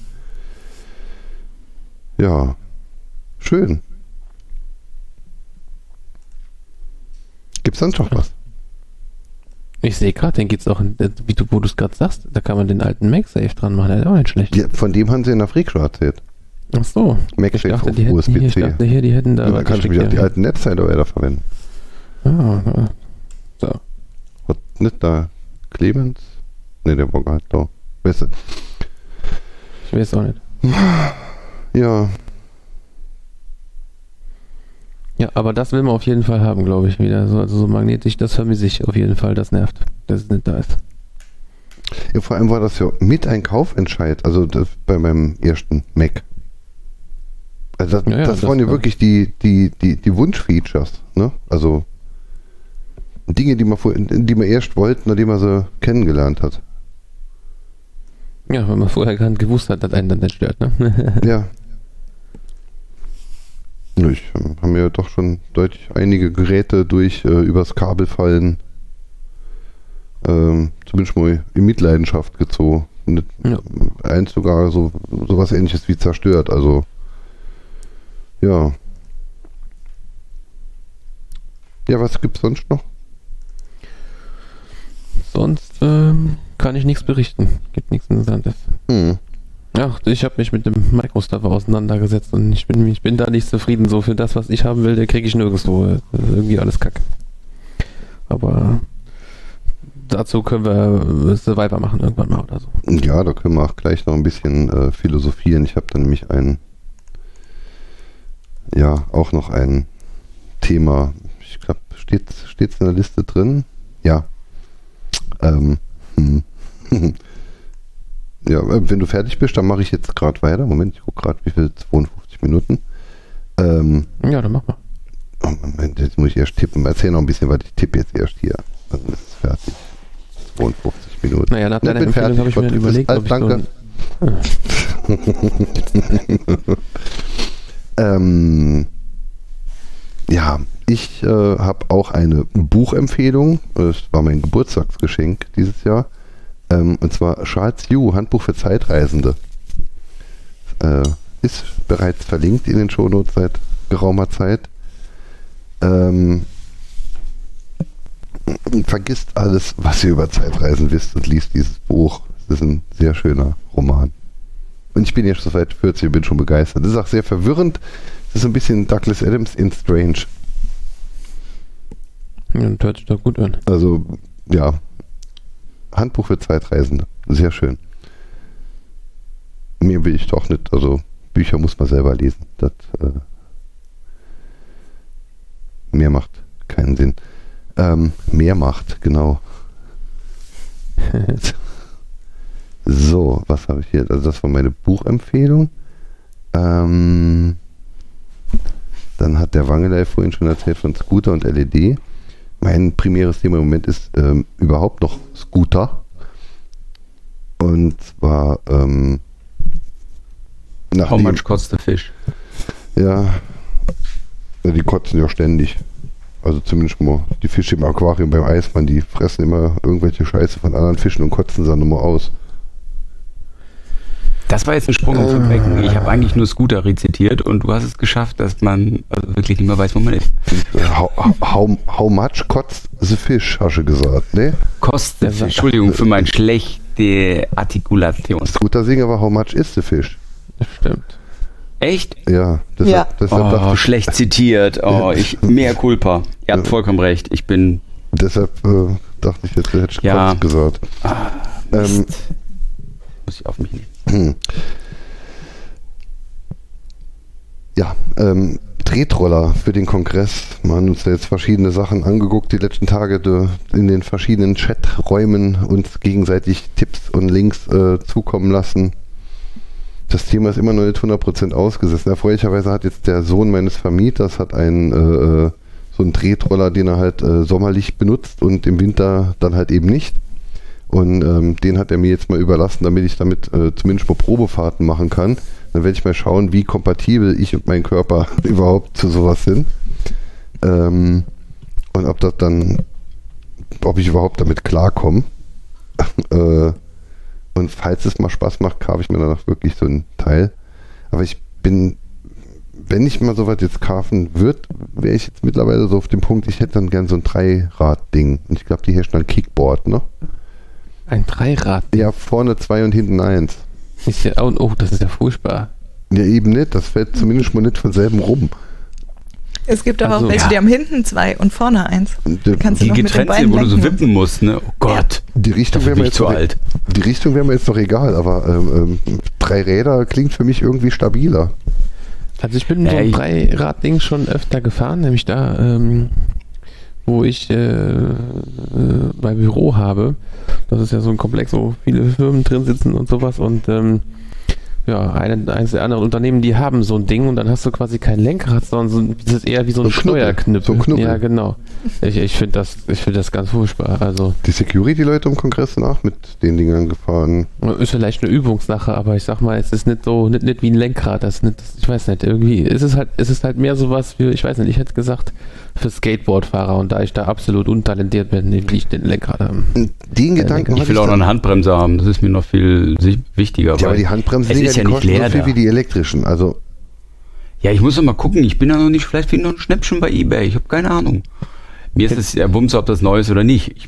Ja. Schön. Gibt's sonst noch was? Ich sehe gerade, den geht's auch, wo du es gerade sagst, da kann man den alten MagSafe dran machen, der ist auch nicht schlecht. Ja, von dem haben sie in der Freakshow erzählt. Ach so. MagSafe auf USB-C. Ich dachte, die hätten da. Ja, dann kannst du wieder die alten Netzteile weiter verwenden. Ah, so. Hat nicht da Clemens? Ne, der war halt da. Weißt du? Ich weiß auch nicht. Ja. Ja, aber das will man auf jeden Fall haben, glaube ich, wieder. Also so magnetisch, das vermisse ich auf jeden Fall, das nervt, dass es nicht da ist. Ja, vor allem war das ja mit ein Kaufentscheid, also das bei meinem ersten Mac. Also das waren ja wirklich die Wunschfeatures, ne? Also Dinge, die man erst wollten, nachdem man sie kennengelernt hat. Ja, wenn man vorher gar nicht gewusst hat, dass einen dann nicht stört, ne? Ja. Ich habe mir doch schon deutlich einige Geräte durch übers Kabelfallen zumindest mal in Mitleidenschaft gezogen. Ja. Eins sogar sowas Ähnliches wie zerstört. Also ja. Ja, was gibt's sonst noch? Sonst kann ich nichts berichten. Gibt nichts Interessantes. Ach, ich habe mich mit dem Microstuff auseinandergesetzt und ich bin da nicht zufrieden. So für das, was ich haben will, kriege ich nirgendwo. Das ist irgendwie alles Kacke. Aber dazu können wir es weitermachen irgendwann mal oder so. Ja, da können wir auch gleich noch ein bisschen philosophieren. Ich habe da nämlich auch noch ein Thema. Ich glaube, steht's in der Liste drin? Ja. Ja, wenn du fertig bist, dann mache ich jetzt gerade weiter. Moment, ich gucke gerade, wie viel? 52 Minuten. Ja, dann mach mal. Oh Moment, jetzt muss ich erst tippen. Erzähl noch ein bisschen, was ich tippe jetzt erst hier. Dann ist es fertig. 52 Minuten. Naja, nach deiner Empfehlung habe ich mir überlegt, ob ich danke. Ja, ich habe auch eine Buchempfehlung. Das war mein Geburtstagsgeschenk dieses Jahr. Und zwar Charles Yu, Handbuch für Zeitreisende. Ist bereits verlinkt in den Shownotes seit geraumer Zeit. Vergisst alles, was ihr über Zeitreisen wisst und liest dieses Buch. Es ist ein sehr schöner Roman. Und ich bin jetzt seit 40 und bin schon begeistert. Das ist auch sehr verwirrend. Das ist ein bisschen Douglas Adams in Strange. Ja, das hört sich doch gut an. Also, ja. Handbuch für Zeitreisende. Sehr schön. Mehr will ich doch nicht. Also, Bücher muss man selber lesen. Das mehr macht keinen Sinn. Mehr macht, genau. So, was habe ich hier? Also das war meine Buchempfehlung. Dann hat der Wangelei vorhin schon erzählt von Scooter und LED. Mein primäres Thema im Moment ist überhaupt noch Scooter. Und zwar How much costs the fish? Ja, die kotzen ja ständig. Also zumindest mal die Fische im Aquarium beim Eismann, die fressen immer irgendwelche Scheiße von anderen Fischen und kotzen sie dann immer aus. Das war jetzt ein Sprung um 5 Ecken. Ich habe eigentlich nur Scooter rezitiert und du hast es geschafft, dass man also wirklich nicht mehr weiß, wo man ist. How much costs the fish, hast du gesagt, ne? Kostet, Entschuldigung für meine schlechte Artikulation. Scooter-Singen, aber how much is the fish? Das stimmt. Echt? Ja. Deshalb dachte ich, schlecht zitiert. Mehr Culpa. Ihr habt vollkommen recht. Ich bin... Deshalb dachte ich jetzt, du hättest Kotz gesagt. Muss ich auf mich nehmen. Ja, Tretroller für den Kongress. Wir haben uns jetzt verschiedene Sachen angeguckt, die letzten Tage in den verschiedenen Chaträumen uns gegenseitig Tipps und Links zukommen lassen. Das Thema ist immer noch nicht 100% ausgesessen. Erfreulicherweise hat jetzt der Sohn meines Vermieters so einen Tretroller, den er halt sommerlich benutzt und im Winter dann halt eben nicht. Und den hat er mir jetzt mal überlassen, damit ich damit zumindest mal Probefahrten machen kann. Dann werde ich mal schauen, wie kompatibel ich und mein Körper überhaupt zu sowas sind. Und ob ich überhaupt damit klarkomme. Und falls es mal Spaß macht, kaufe ich mir danach wirklich so ein Teil. Aber wenn ich mal sowas jetzt kaufen würde, wäre ich jetzt mittlerweile so auf dem Punkt, ich hätte dann gern so ein Dreirad-Ding. Und ich glaube, die herstellen ein Kickboard, ne? Ein Dreirad? Ja, vorne 2 und hinten 1. Das ist ja furchtbar. Ja, eben nicht. Das fällt zumindest mal nicht von selben rum. Es gibt aber auch welche, die haben hinten 2 und vorne 1. Die getrennt sind, wo du so wippen musst, ne? Oh Gott. Die Richtung wäre mir jetzt alt. Die Richtung wäre mir jetzt doch egal, aber 3 Räder klingt für mich irgendwie stabiler. Also ich bin so ein Dreirad-Ding schon öfter gefahren, nämlich da, wo ich mein Büro habe. Das ist ja so ein Komplex, wo viele Firmen drin sitzen und sowas und eines der anderen Unternehmen, die haben so ein Ding und dann hast du quasi kein Lenkrad, sondern das ist eher wie so ein Steuerknüppel. So ein Knubbel. Ja, genau. Ich finde das ganz furchtbar. Also die Security-Leute im Kongress sind auch mit den Dingern gefahren. Ist vielleicht eine Übungssache, aber ich sag mal, es ist nicht so, nicht wie ein Lenkrad. Ich weiß nicht, irgendwie es ist halt mehr sowas wie, ich weiß nicht, ich hätte gesagt, für Skateboardfahrer und da ich da absolut untalentiert bin, will ich den Lenkrad haben. Den Gedanken ich will auch noch eine Handbremse haben, das ist mir noch viel wichtiger. Ja, aber die Handbremsen die kosten so viel wie die elektrischen, also. Ja, ich muss doch mal gucken, ich bin ja noch nicht, vielleicht finde ich noch ein Schnäppchen bei eBay, ich habe keine Ahnung. Mir ist es ja Wumms, ob das neu ist oder nicht.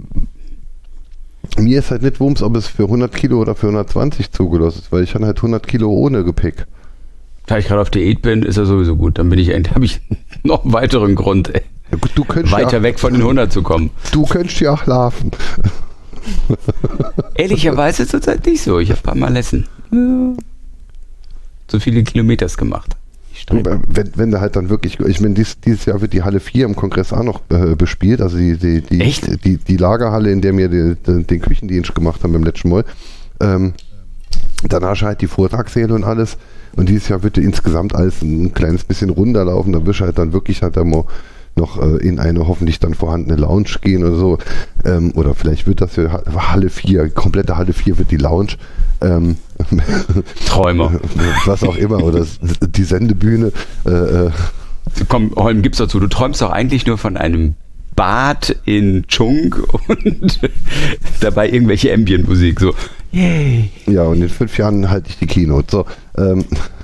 Mir ist halt nicht Wumms, ob es für 100 Kilo oder für 120 zugelassen ist, weil ich habe halt 100 Kilo ohne Gepäck. Da ich gerade auf Diät bin, ist er sowieso gut. Dann habe ich noch einen weiteren Grund, ey. Ja, gut, du weiter weg von den 100 zu kommen. Du könntest ja auch laufen. Ehrlicherweise ist es zurzeit nicht so. Ich habe ein paar Mal Lessen. So viele Kilometers gemacht. Wenn du halt dann wirklich, ich meine, dieses Jahr wird die Halle 4 im Kongress auch noch bespielt, also die Lagerhalle, in der wir den Küchendienst gemacht haben beim letzten Mal. Danach halt die Vortragssäle und alles. Und dieses Jahr wird insgesamt alles ein kleines bisschen runterlaufen. Da wirst du halt dann wirklich einmal noch in eine hoffentlich dann vorhandene Lounge gehen oder so. Oder vielleicht wird das ja Halle 4, komplette Halle 4 wird die Lounge. Träumer. Was auch immer. Oder die Sendebühne. Komm, Holm, gib's dazu. Du träumst doch eigentlich nur von einem Bad in Chung und dabei irgendwelche Ambient-Musik. So, yay. Ja, und in 5 Jahren halte ich die Keynote. So,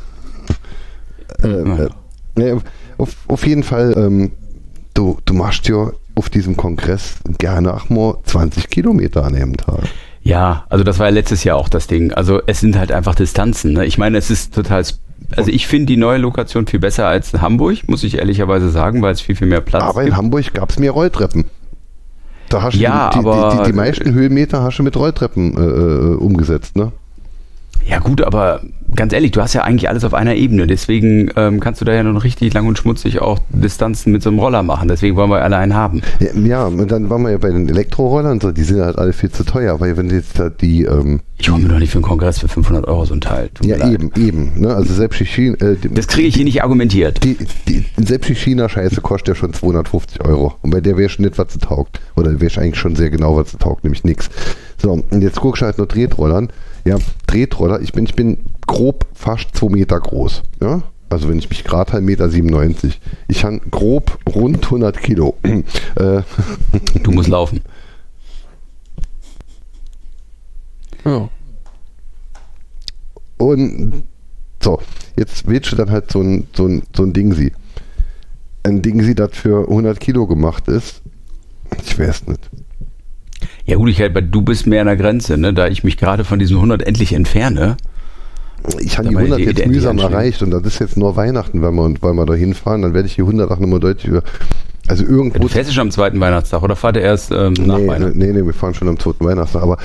auf jeden Fall, du machst ja auf diesem Kongress gerne auch mal 20 Kilometer an einem Tag. Ja, also das war ja letztes Jahr auch das Ding. Also es sind halt einfach Distanzen. Ne? Ich meine, es ist total... Also ich finde die neue Lokation viel besser als in Hamburg, muss ich ehrlicherweise sagen, weil es viel, viel mehr Platz gibt. Aber in Hamburg gab es mehr Rolltreppen. Da hast du die meisten Höhenmeter hast du mit Rolltreppen umgesetzt, ne? Ja gut, aber ganz ehrlich, du hast ja eigentlich alles auf einer Ebene, deswegen kannst du da ja noch richtig lang und schmutzig auch Distanzen mit so einem Roller machen, deswegen wollen wir alle einen haben. Ja, und dann waren wir ja bei den Elektrorollern, so, die sind halt alle viel zu teuer, weil wenn jetzt da die... ich hole mir doch nicht für einen Kongress für 500 € so ein Teil. Ja, eben, ne? Also selbst die China... das kriege ich hier nicht argumentiert. Selbst die China-Scheiße kostet ja schon 250 € und bei der wäre schon nicht, was sie taugt. Oder wäre eigentlich schon sehr genau, was sie taugt, nämlich nichts. So, und jetzt guckst du halt nur Tretrollern. Ja, Tretroller, ich bin grob fast 2 Meter groß. Ja? Also wenn ich mich gerade halt 1,97 Meter. Ich habe grob rund 100 Kilo. Du musst laufen. Ja. Und so, jetzt willst du dann halt so ein Dingsi. Ein Dingsi, das für 100 Kilo gemacht ist. Ich weiß nicht. Ja gut, du bist mehr an der Grenze, ne? Da ich mich gerade von diesen 100 endlich entferne. Ich habe die 100 jetzt mühsam erreicht und das ist jetzt nur Weihnachten, weil wir da hinfahren, dann werde ich die 100 auch nochmal deutlich über. Also irgendwo. Du fährst ja schon am zweiten Weihnachtstag oder fahrt ihr erst nach Weihnachten? Nee, wir fahren schon am zweiten Weihnachtstag, aber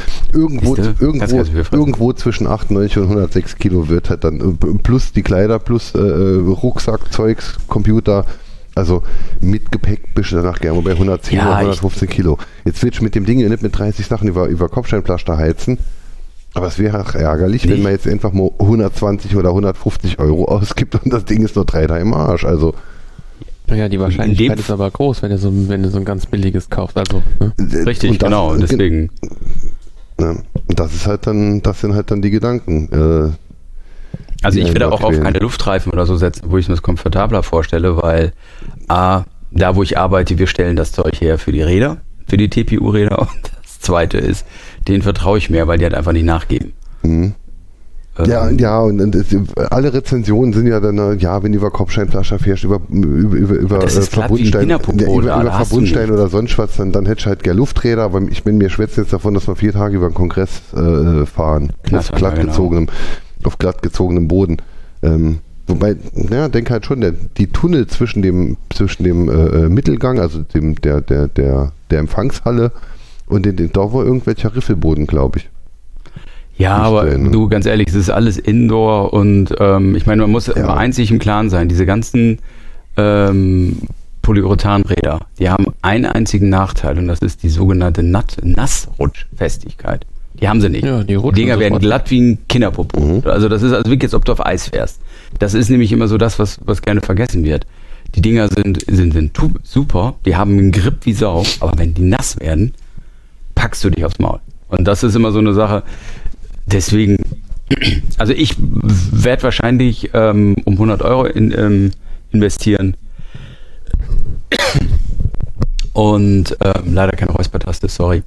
irgendwo zwischen 98 und 106 Kilo wird halt dann, plus die Kleider, plus Rucksack, Zeugs, Computer, also mit Gepäck bist du danach gerne bei 110 oder 115 Kilo. Jetzt willst du mit dem Ding nicht mit 30 Sachen über Kopfsteinpflaster heizen, aber es wäre auch ärgerlich, wenn man jetzt einfach mal 120 oder 150 Euro ausgibt und das Ding ist nur 3 da im Arsch, also. Ja, die Wahrscheinlichkeit ist aber groß, wenn du so ein ganz billiges kaufst. Also, ne? Richtig, genau, deswegen. Das sind halt dann die Gedanken. Also ich werde auch auf keine Luftreifen oder so setzen, wo ich mir das komfortabler vorstelle, weil da wo ich arbeite, wir stellen das Zeug her für die Räder, für die TPU-Räder, und das Zweite ist, denen vertraue ich mehr, weil die halt einfach nicht nachgeben. Mhm. Ja, und alle Rezensionen sind ja dann, wenn du über Kopfsteinpflaster fährst, über Verbundstein, über Verbundstein oder sonst was, dann hättest du halt gerne Lufträder, aber ich bin mir schwätzt jetzt davon, dass wir 4 Tage über den Kongress fahren, auf glatt gezogenem Boden. Wobei, denke halt schon, die Tunnel zwischen dem Mittelgang, also der Empfangshalle und da war irgendwelcher Riffelboden, glaube ich. Ja, aber du, ganz ehrlich, es ist alles Indoor und ich meine, man muss immer einzig im Klaren sein, diese ganzen Polyurethanräder, die haben einen einzigen Nachteil und das ist die sogenannte Nassrutschfestigkeit. Die haben sie nicht. Ja, die Dinger werden glatt wie ein Kinderpopo. Mhm. Also das ist also wirklich, als ob du auf Eis fährst. Das ist nämlich immer so das, was gerne vergessen wird. Die Dinger sind super, die haben einen Grip wie Sau, aber wenn die nass werden, packst du dich aufs Maul. Und das ist immer so eine Sache. Deswegen, also ich werde wahrscheinlich um 100 Euro investieren und leider keine Räuspertaste, sorry.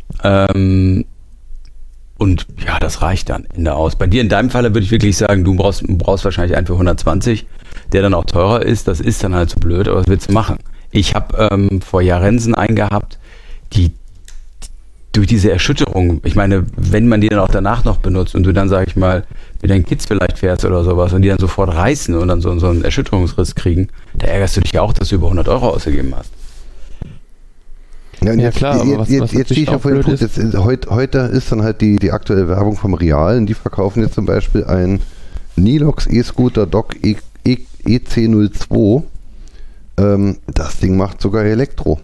Und ja, das reicht dann Ende aus. Bei dir in deinem Falle würde ich wirklich sagen, du brauchst wahrscheinlich einen für 120, der dann auch teurer ist. Das ist dann halt so blöd, aber was willst du machen? Ich habe vor Jahren einen gehabt, die durch diese Erschütterung, ich meine, wenn man die dann auch danach noch benutzt und du dann, sag ich mal, mit deinen Kids vielleicht fährst oder sowas und die dann sofort reißen und dann so einen Erschütterungsriss kriegen, da ärgerst du dich ja auch, dass du über 100 Euro ausgegeben hast. Ja, klar, aber jetzt stehe ich auf den Punkt. Heute ist dann halt die aktuelle Werbung vom Real und die verkaufen jetzt zum Beispiel einen Nilox E-Scooter Dock EC02. Das Ding macht sogar Elektro.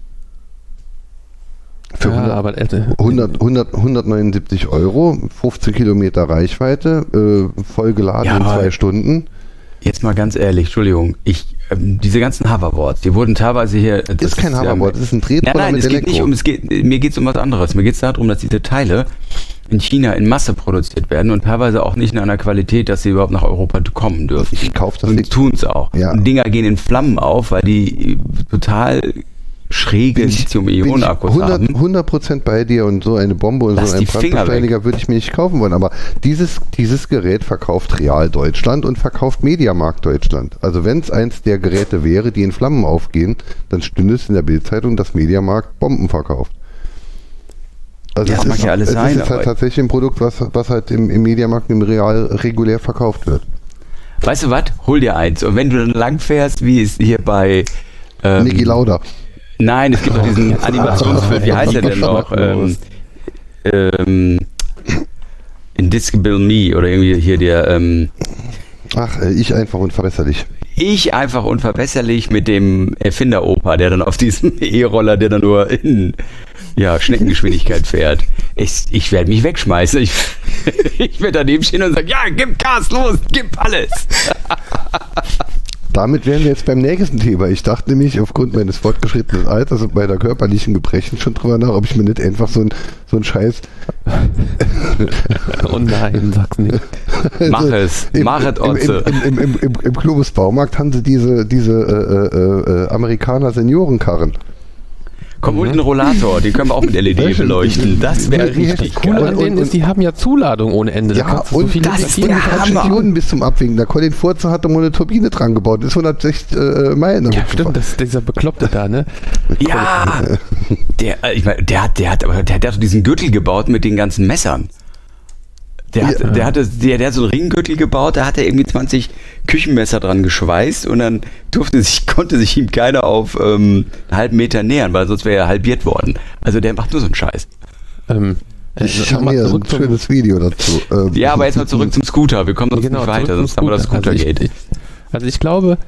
Für 179 Euro, 15 Kilometer Reichweite, voll geladen in 2 Stunden. Jetzt mal ganz ehrlich, Entschuldigung, diese ganzen Hoverboards, die wurden teilweise hier... Das ist kein Hoverboard, das ist ein Tretroller mit Elektro. Mir geht es um was anderes. Mir geht es darum, dass diese Teile in China in Masse produziert werden und teilweise auch nicht in einer Qualität, dass sie überhaupt nach Europa kommen dürfen. Ich kaufe das nicht. Und tun es auch. Ja. Und Dinger gehen in Flammen auf, weil die total schräge Lithium-Ionen-Akkus haben. 100% bei dir und so eine Bombe und so einen Brandbeschleuniger würde ich mir nicht kaufen wollen. Aber dieses Gerät verkauft Real Deutschland und verkauft Mediamarkt Deutschland. Also wenn es eins der Geräte wäre, die in Flammen aufgehen, dann stünde es in der Bildzeitung, dass Mediamarkt Bomben verkauft. Also das mag ja alles sein. Es ist halt tatsächlich ein Produkt, was halt im Mediamarkt im Real regulär verkauft wird. Weißt du was? Hol dir eins. Und wenn du dann lang fährst, wie es hier bei Niki Lauda. Nein, es gibt doch diesen Animationsfilm, wie heißt der denn noch? Indiscible Me oder irgendwie hier der... ich einfach unverbesserlich. Ich einfach unverbesserlich mit dem Erfinder-Opa, der dann auf diesem E-Roller, der dann nur in Schneckengeschwindigkeit fährt. Ich werde mich wegschmeißen. Ich werde daneben stehen und sagen, ja, gib Gas, los, gib alles. Damit wären wir jetzt beim nächsten Thema. Ich dachte nämlich aufgrund meines fortgeschrittenen Alters und meiner körperlichen Gebrechen schon drüber nach, ob ich mir nicht einfach so ein Scheiß... Oh nein, sag's nicht. Mach es, Otze. Im Globus Baumarkt haben sie diese Amerikaner Seniorenkarren. Komm, und einen Rollator, den können wir auch mit LED beleuchten. Das wäre richtig cool. An denen ist, die haben ja Zuladung ohne Ende. Ja, da und so das ist der Hammer. Bis zum Abwinken. Der Colin Furze hatte mal eine Turbine dran gebaut. Das ist 160 Meilen damit. Ja, stimmt, das ist dieser Bekloppte da, ne? Ja, der hat diesen Gürtel gebaut mit den ganzen Messern. Der hat so einen Ringgürtel gebaut, da hat er irgendwie 20 Küchenmesser dran geschweißt und dann konnte sich ihm keiner auf einen halben Meter nähern, weil sonst wäre er halbiert worden. Also der macht nur so einen Scheiß. Ich habe hier ein schönes Video dazu. Ja, aber jetzt mal zurück zum Scooter. Wir kommen sonst nicht weiter, sonst haben wir das Scooter-Gate. Also ich glaube,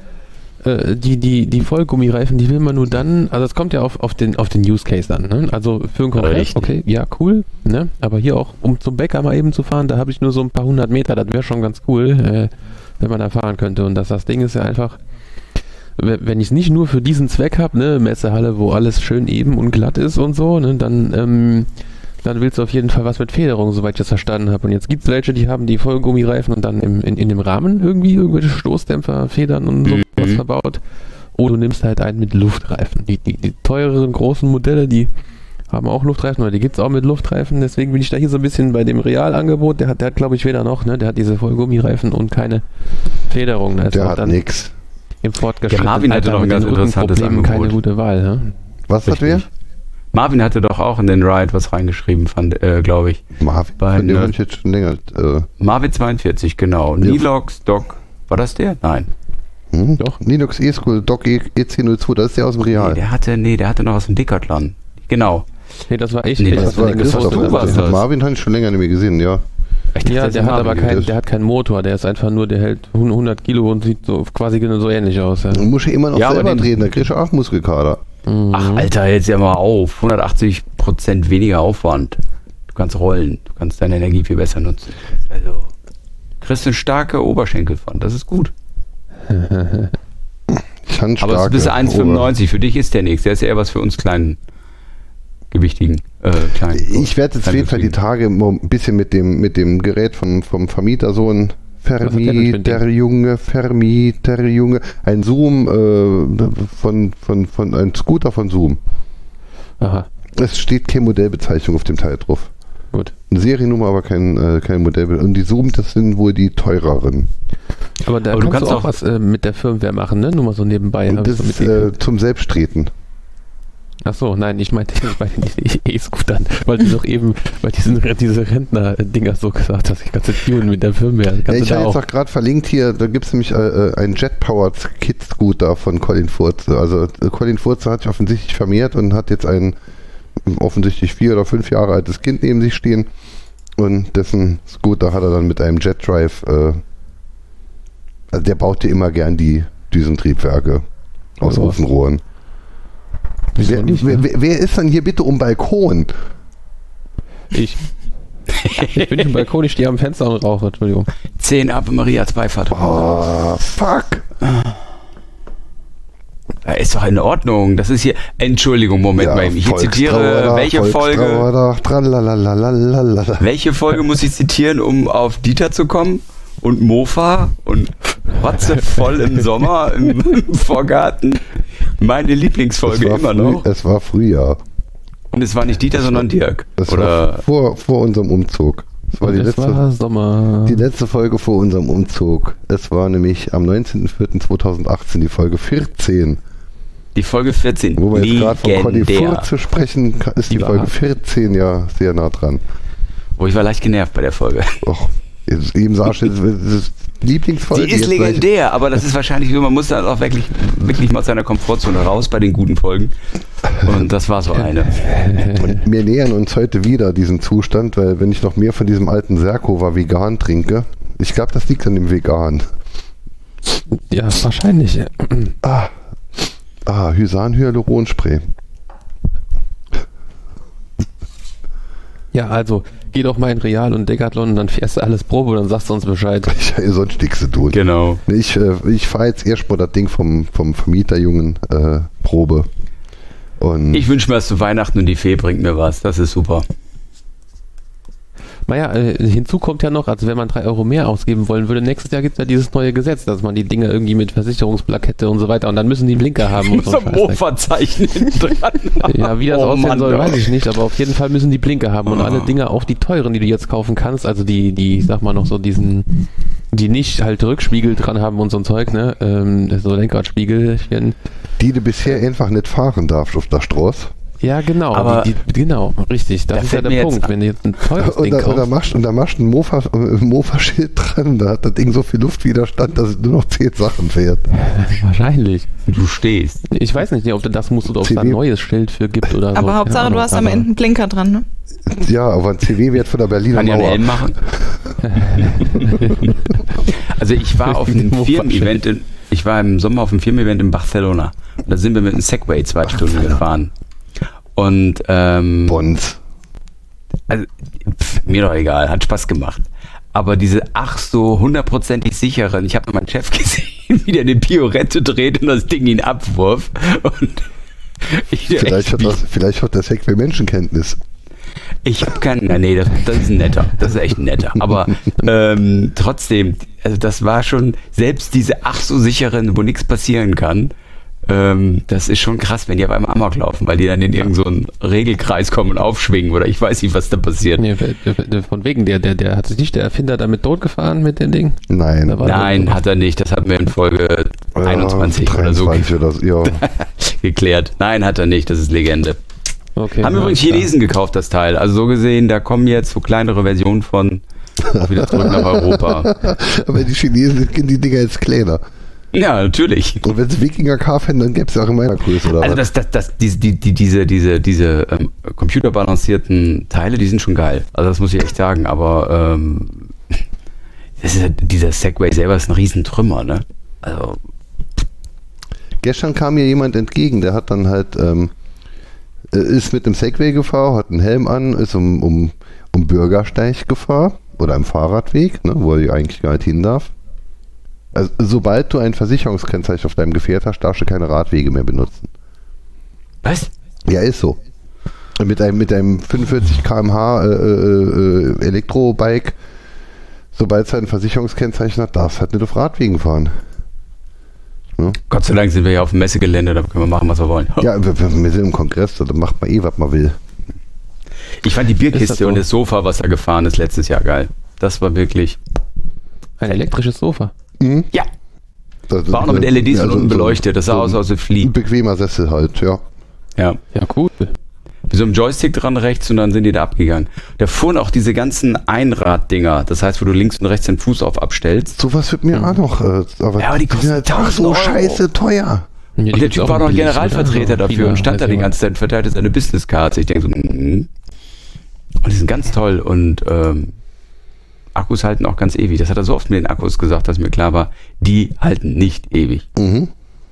die Vollgummireifen, die will man nur dann, also es kommt ja auf den Use Case an, ne? Also für einen Kongress, okay, ja, cool, ne? Aber hier auch, um zum Bäcker mal eben zu fahren, da habe ich nur so ein paar 100 Meter, das wäre schon ganz cool, wenn man da fahren könnte. Und das Ding ist ja einfach, wenn ich es nicht nur für diesen Zweck habe, ne, Messehalle, wo alles schön eben und glatt ist und so, ne, dann willst du auf jeden Fall was mit Federung, soweit ich das verstanden habe. Und jetzt gibt es welche, die haben die Vollgummireifen und dann in dem Rahmen irgendwie irgendwelche Stoßdämpfer, Federn und sowas verbaut. Oder du nimmst halt einen mit Luftreifen. Die teureren, großen Modelle, die haben auch Luftreifen, oder die gibt es auch mit Luftreifen. Deswegen bin ich da hier so ein bisschen bei dem Realangebot. Der hat glaube ich, weder noch, ne? Der hat diese Vollgummireifen und keine Federung. Da der hat nix. Im fortgeschrittenen Marvin hatte noch ein ganz interessantes Angebot. Keine gute Wahl. Ne? Was hat wer? Marvin hatte doch auch in den Ride was reingeschrieben, glaube ich. Marvin, von dem habe ich jetzt schon länger. Marvin 42, genau. Ja. Nilox Doc, war das der? Nein. Doch. Nilox E-School Doc EC02, das ist der aus dem Real. Der hatte noch was im Decathlon. Genau. Nee, das war ich. Nee, das war Marvin habe ich schon länger nicht mehr gesehen, ja. Ja, der hat aber keinen Motor, der ist einfach nur, der hält 100 Kilo und sieht so quasi so ähnlich aus. Ja. Du musst ja immer noch selber drehen, da kriegst du auch Muskelkater. Ach, Alter, jetzt ja mal auf. 180% weniger Aufwand. Du kannst rollen. Du kannst deine Energie viel besser nutzen. Also, kriegst eine starke Oberschenkel von. Das ist gut. Aber es ist bis 1,95. Für dich ist der nichts. Der ist ja eher was für uns kleinen, gewichtigen. Ich werde jetzt auf jeden Fall die Tage ein bisschen mit dem Gerät vom Vermietersohn Vermieterjunge, ein Zoom von ein Scooter von Zoom. Aha. Es steht keine Modellbezeichnung auf dem Teil drauf. Gut. Eine Seriennummer, aber kein Modell. Und die Zoom, das sind wohl die teureren. Aber da kannst du auch was mit der Firmware machen, ne? Nur mal so nebenbei. Und das ist zum Selbsttreten. Ach so, nein, ich meinte die E-Scootern, weil diese Rentner-Dinger so gesagt hast, ich kann es tunen mit der Firmware. Ja, ich habe jetzt auch gerade verlinkt hier, da gibt es nämlich einen Jet-Powered Kid-Scooter von Colin Furze. Also Colin Furze hat sich offensichtlich vermehrt und hat jetzt ein offensichtlich 4 oder 5 Jahre altes Kind neben sich stehen und dessen Scooter hat er dann mit einem Jet Drive, also der baute immer gern die Düsentriebwerke aus Ofenrohren. Wer ist denn hier bitte um Balkon? Ich bin nicht im Balkon, ich stehe am Fenster und rauche, Entschuldigung. 10 Ave Maria, 2 Vater. Oh, fuck. Ja, ist doch in Ordnung. Das ist hier. Entschuldigung, Moment mal. Ich zitiere, welche Folge. Welche Folge muss ich zitieren, um auf Dieter zu kommen? Und Mofa und Rotze voll im Sommer im Vorgarten. Meine Lieblingsfolge immer noch. Es war Frühjahr. Und es war nicht Dieter, sondern Dirk. Das war vor unserem Umzug. Das war die letzte Folge vor unserem Umzug. Es war nämlich am 19.04.2018 die Folge 14. Die Folge 14. Wo wir jetzt gerade von Conny Furze sprechen, ist die Folge 14 ja sehr nah dran. Oh, ich war leicht genervt bei der Folge. Och, eben sagst du, das ist Lieblingsfolge. Die ist legendär, aber das ist wahrscheinlich so, man muss dann auch wirklich mal aus seiner Komfortzone raus bei den guten Folgen. Und das war so eine. Und wir nähern uns heute wieder diesem Zustand, weil wenn ich noch mehr von diesem alten Serkova vegan trinke, ich glaube, das liegt an dem Vegan. Ja, wahrscheinlich. Hysan-Hyaluronspray. Ja, also geh doch mal in Real und Decathlon und dann fährst du alles Probe und dann sagst du uns Bescheid. Ich habe sonst nichts zu tun. Genau. Ich fahre jetzt erstmal das Ding vom Vermieterjungen Probe. Und ich wünsche mir was zu Weihnachten und die Fee bringt mir was. Das ist super. Naja, hinzu kommt ja noch, also wenn man 3 Euro mehr ausgeben wollen würde, nächstes Jahr gibt es ja dieses neue Gesetz, dass man die Dinge irgendwie mit Versicherungsplakette und so weiter und dann müssen die einen Blinker haben. Und so ein Mofa-Zeichen dran. Ja, wie das aussehen soll, weiß ich nicht, aber auf jeden Fall müssen die Blinker haben und alle Dinge, auch die teuren, die du jetzt kaufen kannst, also die sag mal noch so die nicht halt Rückspiegel dran haben und so ein Zeug, ne, so Lenkradspiegelchen. Die du bisher einfach nicht fahren darfst auf der Straße. Ja, genau, aber genau, richtig. Das ist ja der Punkt. Wenn du jetzt ein teures Ding kaufst. Und da machst du ein Mofa-Schild dran, da hat das Ding so viel Luftwiderstand, dass es nur noch 10 Sachen fährt. Wahrscheinlich. Du stehst. Ich weiß nicht, ob du das musst oder ob es da ein neues Schild für gibt oder so. Aber Hauptsache, du hast am Ende einen Blinker dran, ne? Ja, aber ein CW-Wert von der Berliner Mauer. Kann ja einen machen. Also ich war auf einem Firmen-Event, ich war im Sommer auf einem Firmen-Event in Barcelona. Da sind wir mit einem Segway 2 Stunden gefahren. Und Bons. Also, mir doch egal, hat Spaß gemacht. Aber diese so 100%ig sicheren, ich habe meinen Chef gesehen, wie der eine Piorette dreht und das Ding ihn abwurf. Und vielleicht hat der Segway Menschenkenntnis. Ich habe keinen, nee, das ist ein netter, das ist echt ein netter. Aber trotzdem, also das war schon, selbst diese so sicheren, wo nichts passieren kann, das ist schon krass, wenn die auf einmal Amok laufen, weil die dann in irgendeinen so einen Regelkreis kommen und aufschwingen oder ich weiß nicht, was da passiert. Nee, von wegen, der hat sich nicht der Erfinder damit totgefahren mit dem Ding? Nein. Nein, hat er nicht. Das hatten wir in Folge 21 oder so geklärt. Nein, hat er nicht. Das ist Legende. Okay, haben übrigens Chinesen gekauft, das Teil. Also so gesehen, da kommen jetzt so kleinere Versionen von auch wieder zurück nach Europa. Aber die Chinesen kennen die Dinger jetzt kleiner. Ja, natürlich. Und wenn es Wikinger-Car fänden, dann gäbe es ja auch in meiner Größe, oder? Also diese computerbalancierten Teile, die sind schon geil. Also das muss ich echt sagen. Aber dieser Segway selber ist ein Riesentrümmer, ne? Also. Gestern kam mir jemand entgegen, der hat dann halt ist mit dem Segway gefahren, hat einen Helm an, ist um Bürgersteig gefahren oder am Fahrradweg, ne, wo er eigentlich gar nicht hin darf. Also, sobald du ein Versicherungskennzeichen auf deinem Gefährt hast, darfst du keine Radwege mehr benutzen. Was? Ja, ist so. Mit einem 45 km/h Elektrobike, sobald es ein Versicherungskennzeichen hat, darfst du halt nicht auf Radwegen fahren. Ja? Gott sei Dank sind wir ja auf dem Messegelände, da können wir machen, was wir wollen. Ja, wir sind im Kongress, da macht man was man will. Ich fand die Bierkiste und das Sofa, was da gefahren ist, letztes Jahr geil. Das war wirklich... Ein elektrisches Sofa. Mhm. Ja. Das war auch noch mit LEDs von unten beleuchtet. Das sah aus, als Flieh. Ein bequemer Sessel halt, ja. Ja, cool. Wie so ein Joystick dran rechts und dann sind die da abgegangen. Da fuhren auch diese ganzen Einraddinger. Das heißt, wo du links und rechts den Fuß auf abstellst. Sowas wird mir auch noch. Aber die kosten halt auch so scheiße teuer. Ja, und der Typ war noch ein Generalvertreter dafür und stand da die ganze Zeit und verteilte seine Business-Cards. Ich denke so, und die sind ganz toll und Akkus halten auch ganz ewig. Das hat er so oft mit den Akkus gesagt, dass mir klar war, die halten nicht ewig. Mhm.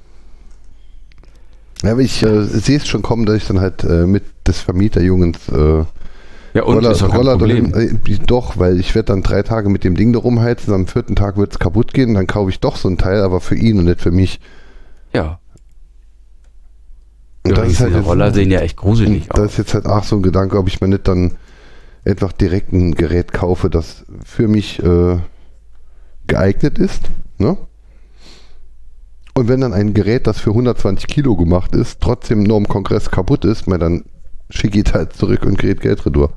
Ja, aber ich sehe es schon kommen, dass ich dann halt mit des Vermieterjungens Roller dahin, doch, weil ich werde dann 3 Tage mit dem Ding da rumheizen, am 4. Tag wird es kaputt gehen, dann kaufe ich doch so ein Teil, aber für ihn und nicht für mich. Ja. Und das ist halt diese Roller sehen ja echt gruselig aus. Das ist jetzt halt auch so ein Gedanke, ob ich mir nicht dann einfach direkt ein Gerät kaufe, das für mich geeignet ist, ne? Und wenn dann ein Gerät, das für 120 Kilo gemacht ist, trotzdem nur im Kongress kaputt ist, dann schicke ich es halt zurück und kriege Geld retour.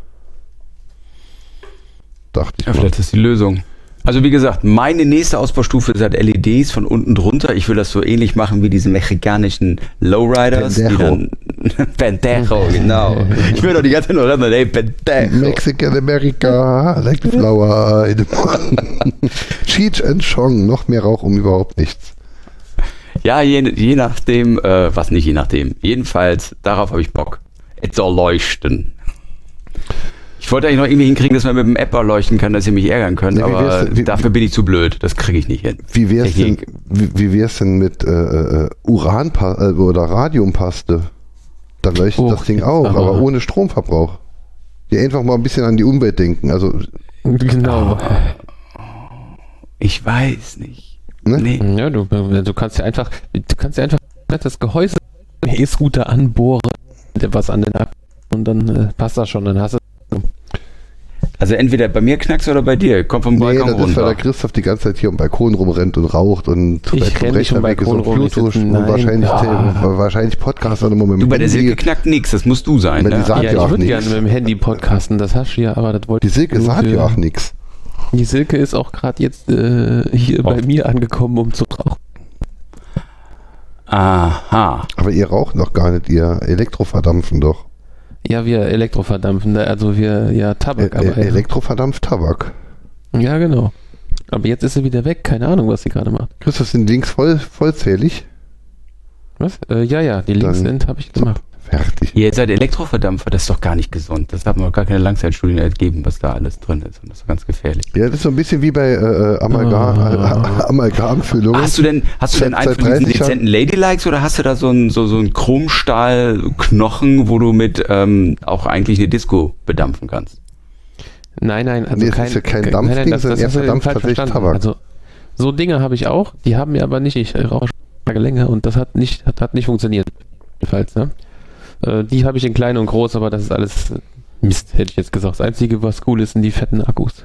Dachte ich. Ja, vielleicht ist die Lösung. Also wie gesagt, meine nächste Ausbaustufe ist halt LEDs von unten drunter. Ich will das so ähnlich machen wie diese mexikanischen Lowriders. Pendejo, genau. Ich will doch die ganze Zeit nur reden, ey, Pendejo. Mexican America, like the flower. Cheech and Chong, noch mehr Rauch überhaupt nichts. Ja, je nachdem, was nicht je nachdem. Jedenfalls, darauf habe ich Bock. Es soll leuchten. Ich wollte eigentlich noch irgendwie hinkriegen, dass man mit dem App leuchten kann, dass ihr mich ärgern könnt, ja, aber dafür bin ich zu blöd. Das kriege ich nicht hin. Wie wär's denn mit oder Radiumpaste? Dann leuchtet das Ding auch, aber ohne Stromverbrauch. Ja, einfach mal ein bisschen an die Umwelt denken. Also genau. Ich weiß nicht. Ne? Nee. Ja, du kannst ja einfach das Gehäuse E-Scooter anbohren, was an den Akku und dann passt das schon, dann hast du. Also entweder bei mir knackst oder bei dir. Kommt vom Balkon runter. Nee, das ist, weil der Christoph die ganze Zeit hier am Balkon rumrennt und raucht und ich renne nicht am Balkon rum. Bluetooth und wahrscheinlich Podcaster immer mit dem Du, bei der Silke knackt nichts, das musst du sein. Die sagt ich würde gerne mit dem Handy podcasten, das hast du ja, aber das wollte die Silke sagt ja auch nichts. Die Silke ist auch gerade jetzt hier bei mir angekommen, um zu rauchen. Aha. Aber ihr raucht noch gar nicht, ihr Elektroverdampfen doch. Ja, wir Elektroverdampfen, also wir Tabak. Aber Elektroverdampft Tabak. Ja, genau. Aber jetzt ist sie wieder weg, keine Ahnung, was sie gerade macht. Christoph, sind Links vollzählig? Was? Ja, die Links sind, habe ich gemacht. Fertig. Ihr seid Elektroverdampfer, das ist doch gar nicht gesund. Das haben wir noch gar keine Langzeitstudien ergeben, was da alles drin ist. Und das ist doch ganz gefährlich. Ja, das ist so ein bisschen wie bei Amalgamfüllungen. Hast du denn einen von diesen dezenten Ladylikes oder hast du da so einen Chromstahl-Knochen, wo du mit auch eigentlich eine Disco bedampfen kannst? Nein, also nee, das ist ja kein Dampfding, sondern eher verdampft tatsächlich Tabak. Also so Dinge habe ich auch, die haben mir aber nicht, ich rauche schon Tage länger und das hat nicht funktioniert. Jedenfalls, ne? Die habe ich in klein und groß, aber das ist alles Mist, hätte ich jetzt gesagt. Das Einzige, was cool ist, sind die fetten Akkus.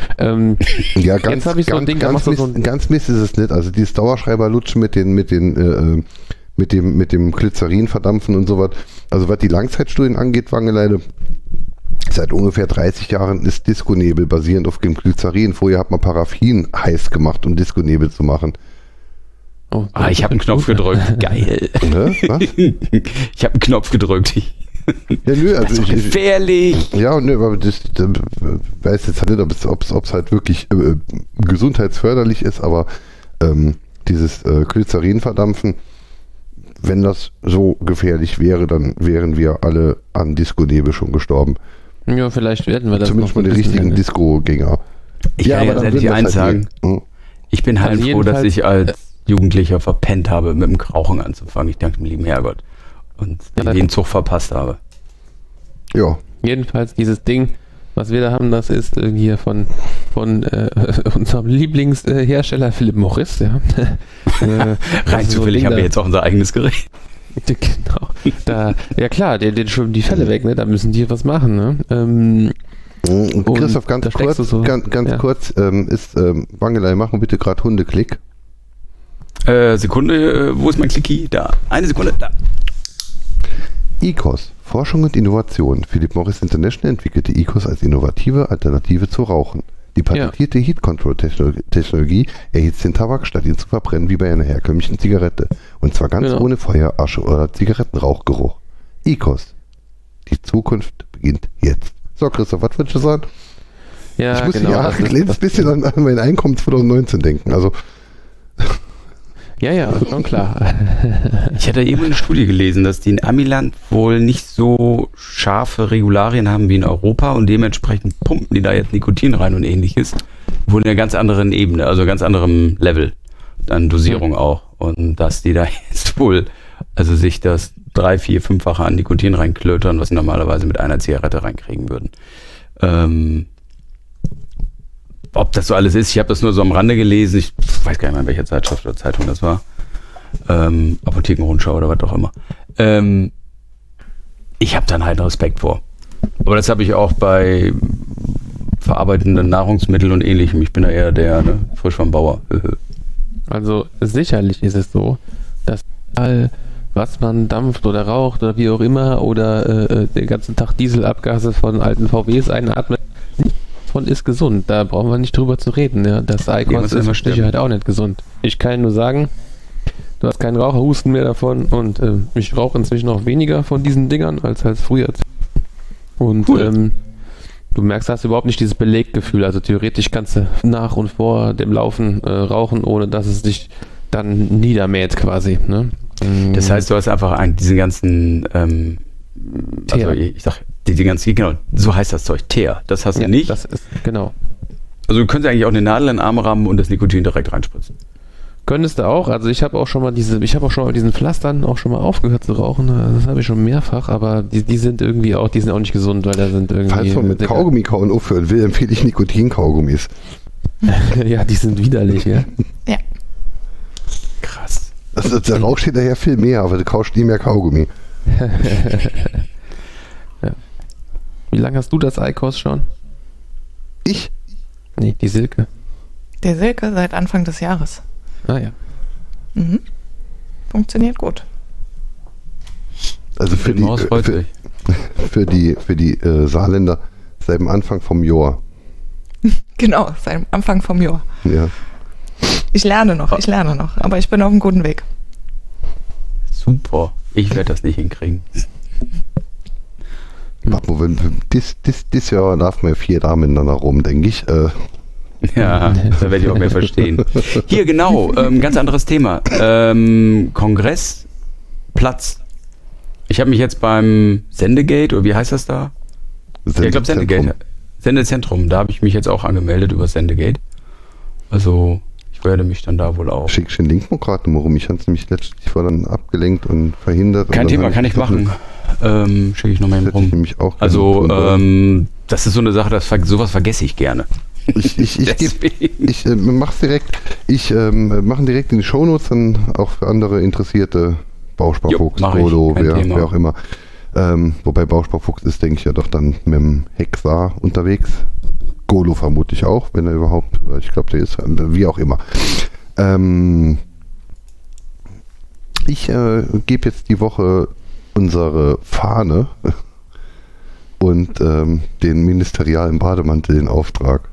Ja, ganz Mist ist es nicht. Also dieses Dauerschreiber-Lutschen mit dem Glycerin verdampfen und sowas. Also was die Langzeitstudien angeht, Wangeleide, seit ungefähr 30 Jahren ist Disco-Nebel basierend auf dem Glycerin. Vorher hat man Paraffin heiß gemacht, um Disco-Nebel zu machen. Oh, ich habe einen Knopf gedrückt. Geil. Ne? Was? Ich habe einen Knopf gedrückt. Ja, nö, also das ist gefährlich. Ja, nö, aber das weiß jetzt halt nicht, ob es halt wirklich gesundheitsförderlich ist, aber dieses Glycerin verdampfen, wenn das so gefährlich wäre, dann wären wir alle an Disco-Nebel schon gestorben. Ja, vielleicht werden wir das zumindest mal die richtigen Disco-Gänger. Ich kann ganz ehrlich eins sagen. Ich bin halt froh, dass ich als Jugendlicher verpennt habe, mit dem Rauchen anzufangen. Ich danke dem lieben Herrgott. Und den Zug verpasst habe. Ja. Jedenfalls dieses Ding, was wir da haben, das ist hier von unserem Lieblingshersteller Philipp Morris. Ja. Rein zufällig haben wir jetzt auch unser eigenes Gerät. Genau. Ja klar, den schwimmen die Fälle weg, ne? Da müssen die was machen. Ne? Christoph, ganz kurz, ist Wangelei, machen bitte gerade Hundeklick. Sekunde, wo ist mein Klicki? Da. Eine Sekunde, da. IQOS, Forschung und Innovation. Philip Morris International entwickelte IQOS als innovative Alternative zu Rauchen. Die patentierte Heat-Control-Technologie erhitzt den Tabak, statt ihn zu verbrennen wie bei einer herkömmlichen Zigarette. Und zwar ganz ohne Feuer, Asche oder Zigarettenrauchgeruch. IQOS. Die Zukunft beginnt jetzt. So, Christoph, was würdest du sagen? Ja, ich muss ein kleines bisschen an mein Einkommen 2019 denken. Also ja, schon klar. Ich hatte eben eine Studie gelesen, dass die in Amiland wohl nicht so scharfe Regularien haben wie in Europa und dementsprechend pumpen die da jetzt Nikotin rein und ähnliches. Wohl in einer ganz anderen Ebene, also ganz anderem Level an Dosierung auch. Und dass die da jetzt wohl, also sich das 3-, 4-, 5-fache an Nikotin reinklötern, was sie normalerweise mit einer Zigarette reinkriegen würden. Ob das so alles ist, ich habe das nur so am Rande gelesen, ich weiß gar nicht mehr, in welcher Zeitschrift oder Zeitung das war. Apothekenrundschau oder was auch immer. Ich habe dann halt Respekt vor. Aber das habe ich auch bei verarbeitenden Nahrungsmitteln und ähnlichem. Ich bin da eher der frisch vom Bauer. Also sicherlich ist es so, dass was man dampft oder raucht oder wie auch immer oder den ganzen Tag Dieselabgase von alten VWs einatmet, von ist gesund. Da brauchen wir nicht drüber zu reden. Ja. Das IQOS ist mit Sicherheit auch nicht gesund. Ich kann nur sagen, du hast keinen Raucherhusten mehr davon und ich rauche inzwischen auch weniger von diesen Dingern als früher. Und cool. Du merkst, hast überhaupt nicht dieses Beleggefühl. Also theoretisch kannst du nach und vor dem Laufen rauchen, ohne dass es dich dann niedermäht quasi. Ne? Das heißt, du hast einfach diesen ganzen also ich sag, die ganzen, genau, so heißt das Zeug, Teer. Das hast du nicht. Das ist, genau. Also du könntest eigentlich auch eine Nadel in den Arm rammen und das Nikotin direkt reinspritzen. Könntest du auch. Also ich habe auch schon mal diesen Pflastern auch schon mal aufgehört zu rauchen. Das habe ich schon mehrfach, aber die sind irgendwie auch, die sind auch nicht gesund, weil da sind irgendwie... Falls man mit Kaugummi kauen aufhören will, empfehle ich Nikotin-Kaugummis. Ja, die sind widerlich, ja. Ja. Krass. Also der Rauch steht daher viel mehr, aber du kaust nie mehr Kaugummi. Ja. Wie lange hast du das IQOS schon? Ich? Nee, die Silke. Der Silke seit Anfang des Jahres. Ah ja. Mhm. Funktioniert gut. Also für die Saarländer seit dem Anfang vom Jahr. Genau, seit dem Anfang vom Jahr. Ja. Ich lerne noch, aber ich bin auf einem guten Weg. Super. Ich werde das nicht hinkriegen. Dieses Jahr darf man 4 Jahre miteinander rum, denke ich. Ja, da werde ich auch mehr verstehen. Hier, genau, ganz anderes Thema. Kongressplatz. Ich habe mich jetzt beim Sendegate, oder wie heißt das da? Ich glaube Sendegate. Sendezentrum, da habe ich mich jetzt auch angemeldet über Sendegate. Also, ich werde mich dann da wohl auch. Schick den Link mal gerade mal rum. Ich hatte nämlich letztlich war dann abgelenkt und verhindert. Kein Thema, kann ich machen. Schicke ich nochmal rum. Nämlich auch also, das ist so eine Sache, sowas vergesse ich gerne. Ich mach's direkt. Ich mache direkt in die Shownotes, dann auch für andere Interessierte. Bausparfuchs, Golo, wer auch immer. Wobei Bausparfuchs ist, denke ich, ja doch dann mit dem Hexar unterwegs. Golo vermute ich auch, wenn er überhaupt, ich glaube, der ist, wie auch immer. Ich gebe jetzt die Woche unsere Fahne und den ministerialen Bademantel in Auftrag.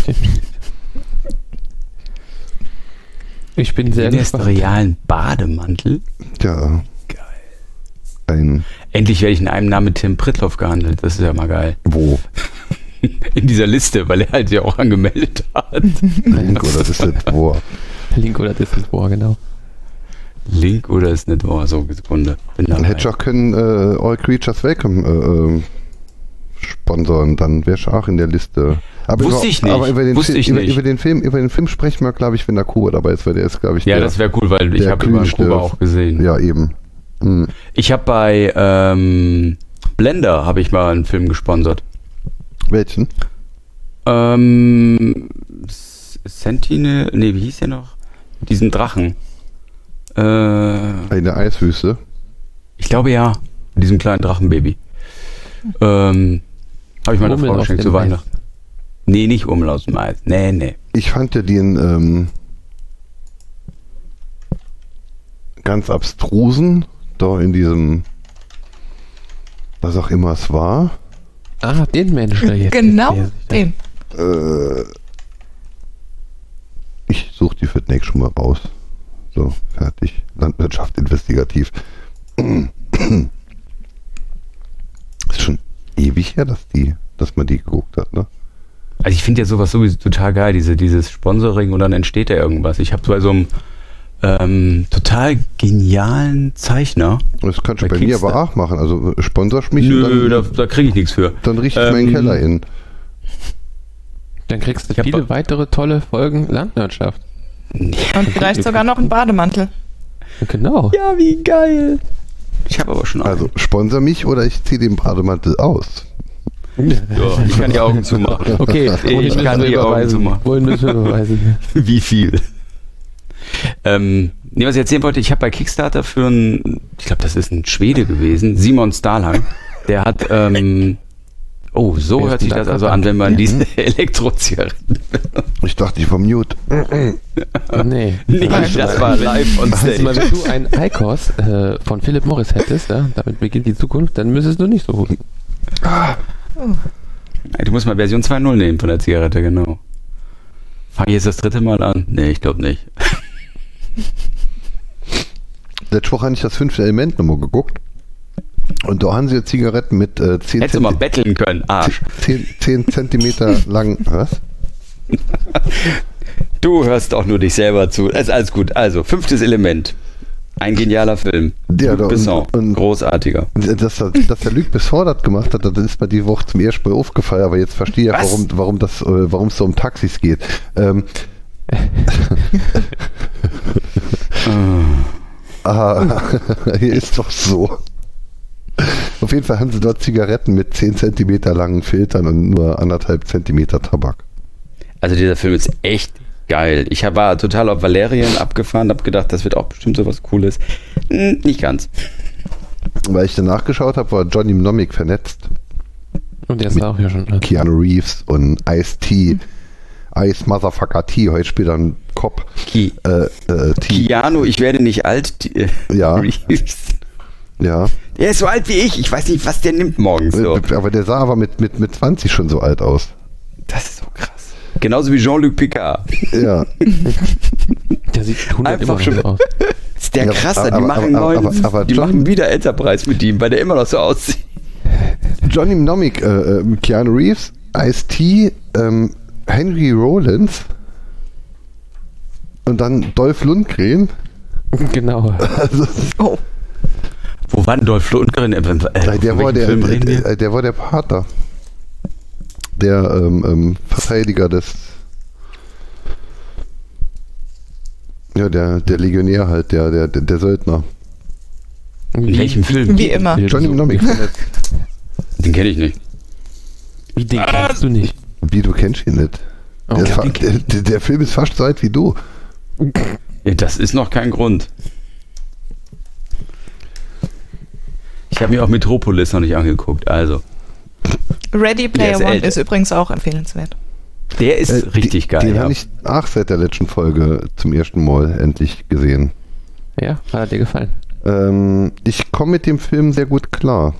Ich bin sehr gespannt. Ministerialen Bademantel? Ja. Geil. Endlich werde ich in einem Namen Tim Prittloff gehandelt. Das ist ja mal geil. Wo? In dieser Liste, weil er halt ja auch angemeldet hat. Link oder ist nicht wahr? Link oder ist nicht wahr, genau. Link oder ist nicht wahr, so Sekunde. Dann hätte ich auch können All Creatures Welcome sponsoren, dann wäre ich auch in der Liste. Aber Wusste ich nicht. Aber über den Film sprechen wir, glaube ich, wenn der Kuba dabei ist, weil der ist, glaube ich, ja, das wäre cool, weil ich habe über Kuba auch gesehen. Ja, eben. Mhm. Ich habe bei Blender habe ich mal einen Film gesponsert. Welchen? Sentinel, wie hieß der noch? Diesen Drachen. Eine Eiswüste? Ich glaube ja. Mit diesem kleinen Drachenbaby. Habe ich meiner Frau geschenkt zu Weihnachten. Nee, nicht Urmel aus dem Eis. Nee. Ich fand ja den ganz abstrusen, da in diesem, was auch immer es war. Ah, den Mensch da jetzt. Genau, den. Ich suche die für den nächsten schon mal raus. So, fertig. Landwirtschaft investigativ. Ist schon ewig her, dass man die geguckt hat, ne? Also ich finde ja sowas sowieso total geil, dieses Sponsoring und dann entsteht da irgendwas. Ich habe bei so einem total genialen Zeichner. Das kannst du bei mir aber auch machen. Also sponsorst mich. Nö, da kriege ich nichts für. Dann richte ich meinen Keller in. Dann kriegst du viele weitere tolle Folgen Landwirtschaft. Und vielleicht sogar noch einen Bademantel. Genau. Ja, wie geil. Ich habe aber schon einen. Also sponsor mich oder ich ziehe den Bademantel aus. Ja, ich kann die Augen zumachen. Okay, ich kann die Augen zumachen. Wohin müssen wir beweisen? Wie viel? Was ich erzählen wollte, ich habe bei Kickstarter für ich glaube, das ist ein Schwede gewesen, Simon Stahlhang, der hat, so hört sich das also an, wenn man diese Elektrozigaretten benutzt. Ich dachte, ich war mute. Nee, das war live on stage. Mal, wenn du einen IQOS von Philip Morris hättest, ja, damit beginnt die Zukunft, dann müsstest du nicht so husten. Du musst mal Version 2.0 nehmen von der Zigarette, genau. Fange ich jetzt das 3. Mal an? Nee, ich glaube nicht. Letzte Woche habe ich das 5. Element nochmal geguckt. Und da haben sie Zigaretten mit 10 Hättest du mal betteln können, Arsch. 10 Zentimeter lang. Was? Du hörst auch nur dich selber zu. Das ist alles gut. Also, 5. Element. Ein genialer Film. Ja, Luc Besson. Großartiger. Dass der Luc Besson das gemacht hat, das ist mir die Woche zum ersten Mal aufgefallen, aber jetzt verstehe ich, warum es so um Taxis geht. Hier ist doch so. Auf jeden Fall haben sie dort Zigaretten mit 10 Zentimeter langen Filtern und nur 1,5 Zentimeter Tabak. Also dieser Film ist echt geil. Ich war total auf Valerian abgefahren, habe gedacht, das wird auch bestimmt so was Cooles. Nicht ganz. Weil ich danach geschaut habe, war Johnny Mnemonic vernetzt. Und der ist auch ja schon. Keanu Reeves und Ice-T. Ice Motherfucker T. Heute spielt er einen Cop. Keanu, ich werde nicht alt. Ja. Reeves. Ja. Der ist so alt wie ich. Ich weiß nicht, was der nimmt morgens so. Aber der sah aber mit 20 schon so alt aus. Das ist so krass. Genauso wie Jean-Luc Picard. Ja. Der sieht 100 Einfach immer schon. noch aus. Das ist der krasser. Die machen machen wieder Enterprise mit ihm, weil der immer noch so aussieht. Johnny Mnemonic, Keanu Reeves, Ice-T, Henry Rollins und dann Dolph Lundgren. Genau. Also, Wo war denn Dolph Lundgren? der war der Pater. Der Verteidiger des. Ja, der Legionär halt, der Söldner. In welchem Film? Wie immer. Johnny Mnemonic. Den kenne ich nicht. Wie, den kennst du nicht? Wie, du kennst ihn nicht? Oh, Der Film ist fast so alt wie du. Ja, das ist noch kein Grund. Ich habe mir auch Metropolis noch nicht angeguckt, also. Ready Player ist One älter. ist übrigens auch empfehlenswert. Der ist richtig geil. Den Ja. habe ich seit der letzten Folge zum ersten Mal endlich gesehen. Ja, hat er dir gefallen? Ich komme mit dem Film sehr gut klar.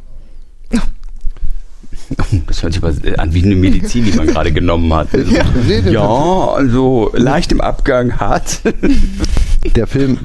Das hört sich aber an wie eine Medizin, die man gerade genommen hat. Ja, also leicht im Abgang, hart. Der Film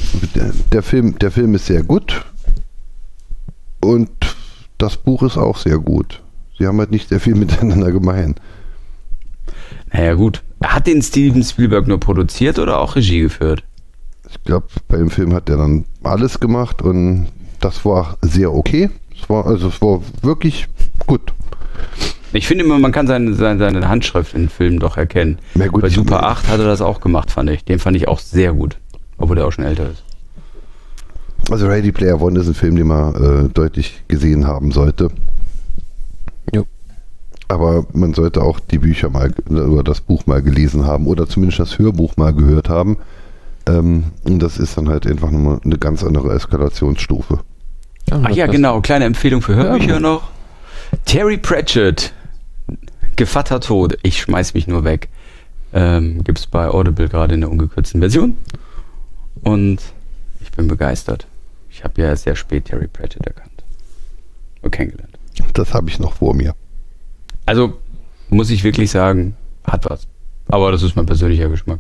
ist sehr gut und das Buch ist auch sehr gut. Sie haben halt nicht sehr viel miteinander gemein. Naja gut, hat den Steven Spielberg nur produziert oder auch Regie geführt? Ich glaube, bei dem Film hat er dann alles gemacht und das war sehr okay. Es war wirklich gut. Ich finde immer, man kann seine Handschrift in Filmen doch erkennen. Ja, gut, Bei Super 8 hat er das auch gemacht, fand ich. Den fand ich auch sehr gut, obwohl der auch schon älter ist. Also Ready Player One ist ein Film, den man deutlich gesehen haben sollte. Jo. Aber man sollte auch die Bücher mal oder das Buch mal gelesen haben oder zumindest das Hörbuch mal gehört haben. Und das ist dann halt einfach nochmal eine ganz andere Eskalationsstufe. Ach ja, genau, kleine Empfehlung für Hörbücher noch. Terry Pratchett, Gevatter Tod, ich schmeiß mich nur weg. Gibt es bei Audible gerade in der ungekürzten Version. Und ich bin begeistert. Ich habe ja sehr spät Terry Pratchett erkannt und kennengelernt. Das habe ich noch vor mir. Also, muss ich wirklich sagen, hat was. Aber das ist mein persönlicher Geschmack.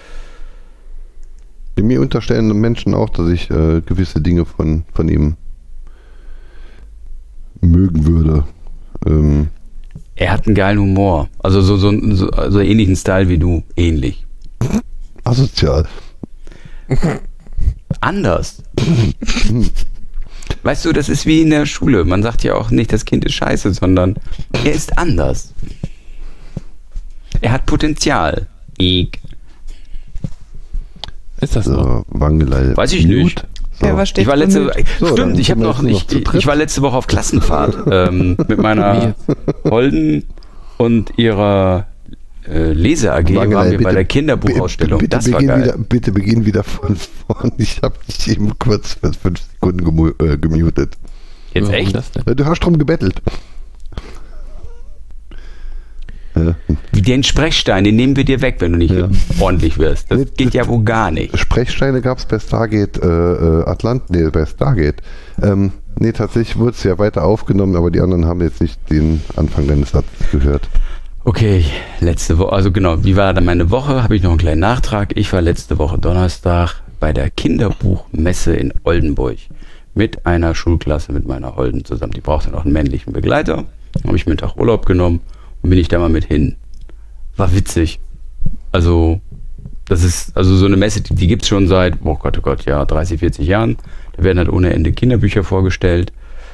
Mir unterstellen Menschen auch, dass ich gewisse Dinge von ihm mögen würde. Er hat einen geilen Humor. Also so ähnlichen Style wie du. Ähnlich. Asozial. Anders. Weißt du, das ist wie in der Schule. Man sagt ja auch nicht, das Kind ist scheiße, sondern er ist anders. Er hat Potenzial. Ist das so? So, Wangelei. Weiß ich nicht. So. Ja, was steht Ich war letzte, bemüht? stimmt, ich war letzte Woche auf Klassenfahrt mit meiner Holden und ihrer Lese-AG waren wir bei der Kinderbuchausstellung. Das war geil. Bitte beginn wieder von vorn. Ich habe dich eben kurz für 5 Sekunden gemutet. Jetzt Warum echt? das denn? Du hast drum gebettelt. Wie den Sprechstein, den nehmen wir dir weg, wenn du nicht ordentlich wirst. Das geht ja wohl gar nicht. Sprechsteine gab es bei Stargate bei Stargate. Tatsächlich wurde es ja weiter aufgenommen, aber die anderen haben jetzt nicht den Anfang deines Satzes gehört. Okay, letzte Woche, also genau, wie war dann meine Woche? Habe ich noch einen kleinen Nachtrag. Ich war letzte Woche Donnerstag bei der Kinderbuchmesse in Oldenburg mit einer Schulklasse, mit meiner Holden zusammen. Die brauchte noch einen männlichen Begleiter. Habe ich mir einen Tag Urlaub genommen und bin ich da mal mit hin. War witzig. Also, das ist, also so eine Messe, die gibt es schon seit, oh Gott, 30, 40 Jahren. Da werden halt ohne Ende Kinderbücher vorgestellt.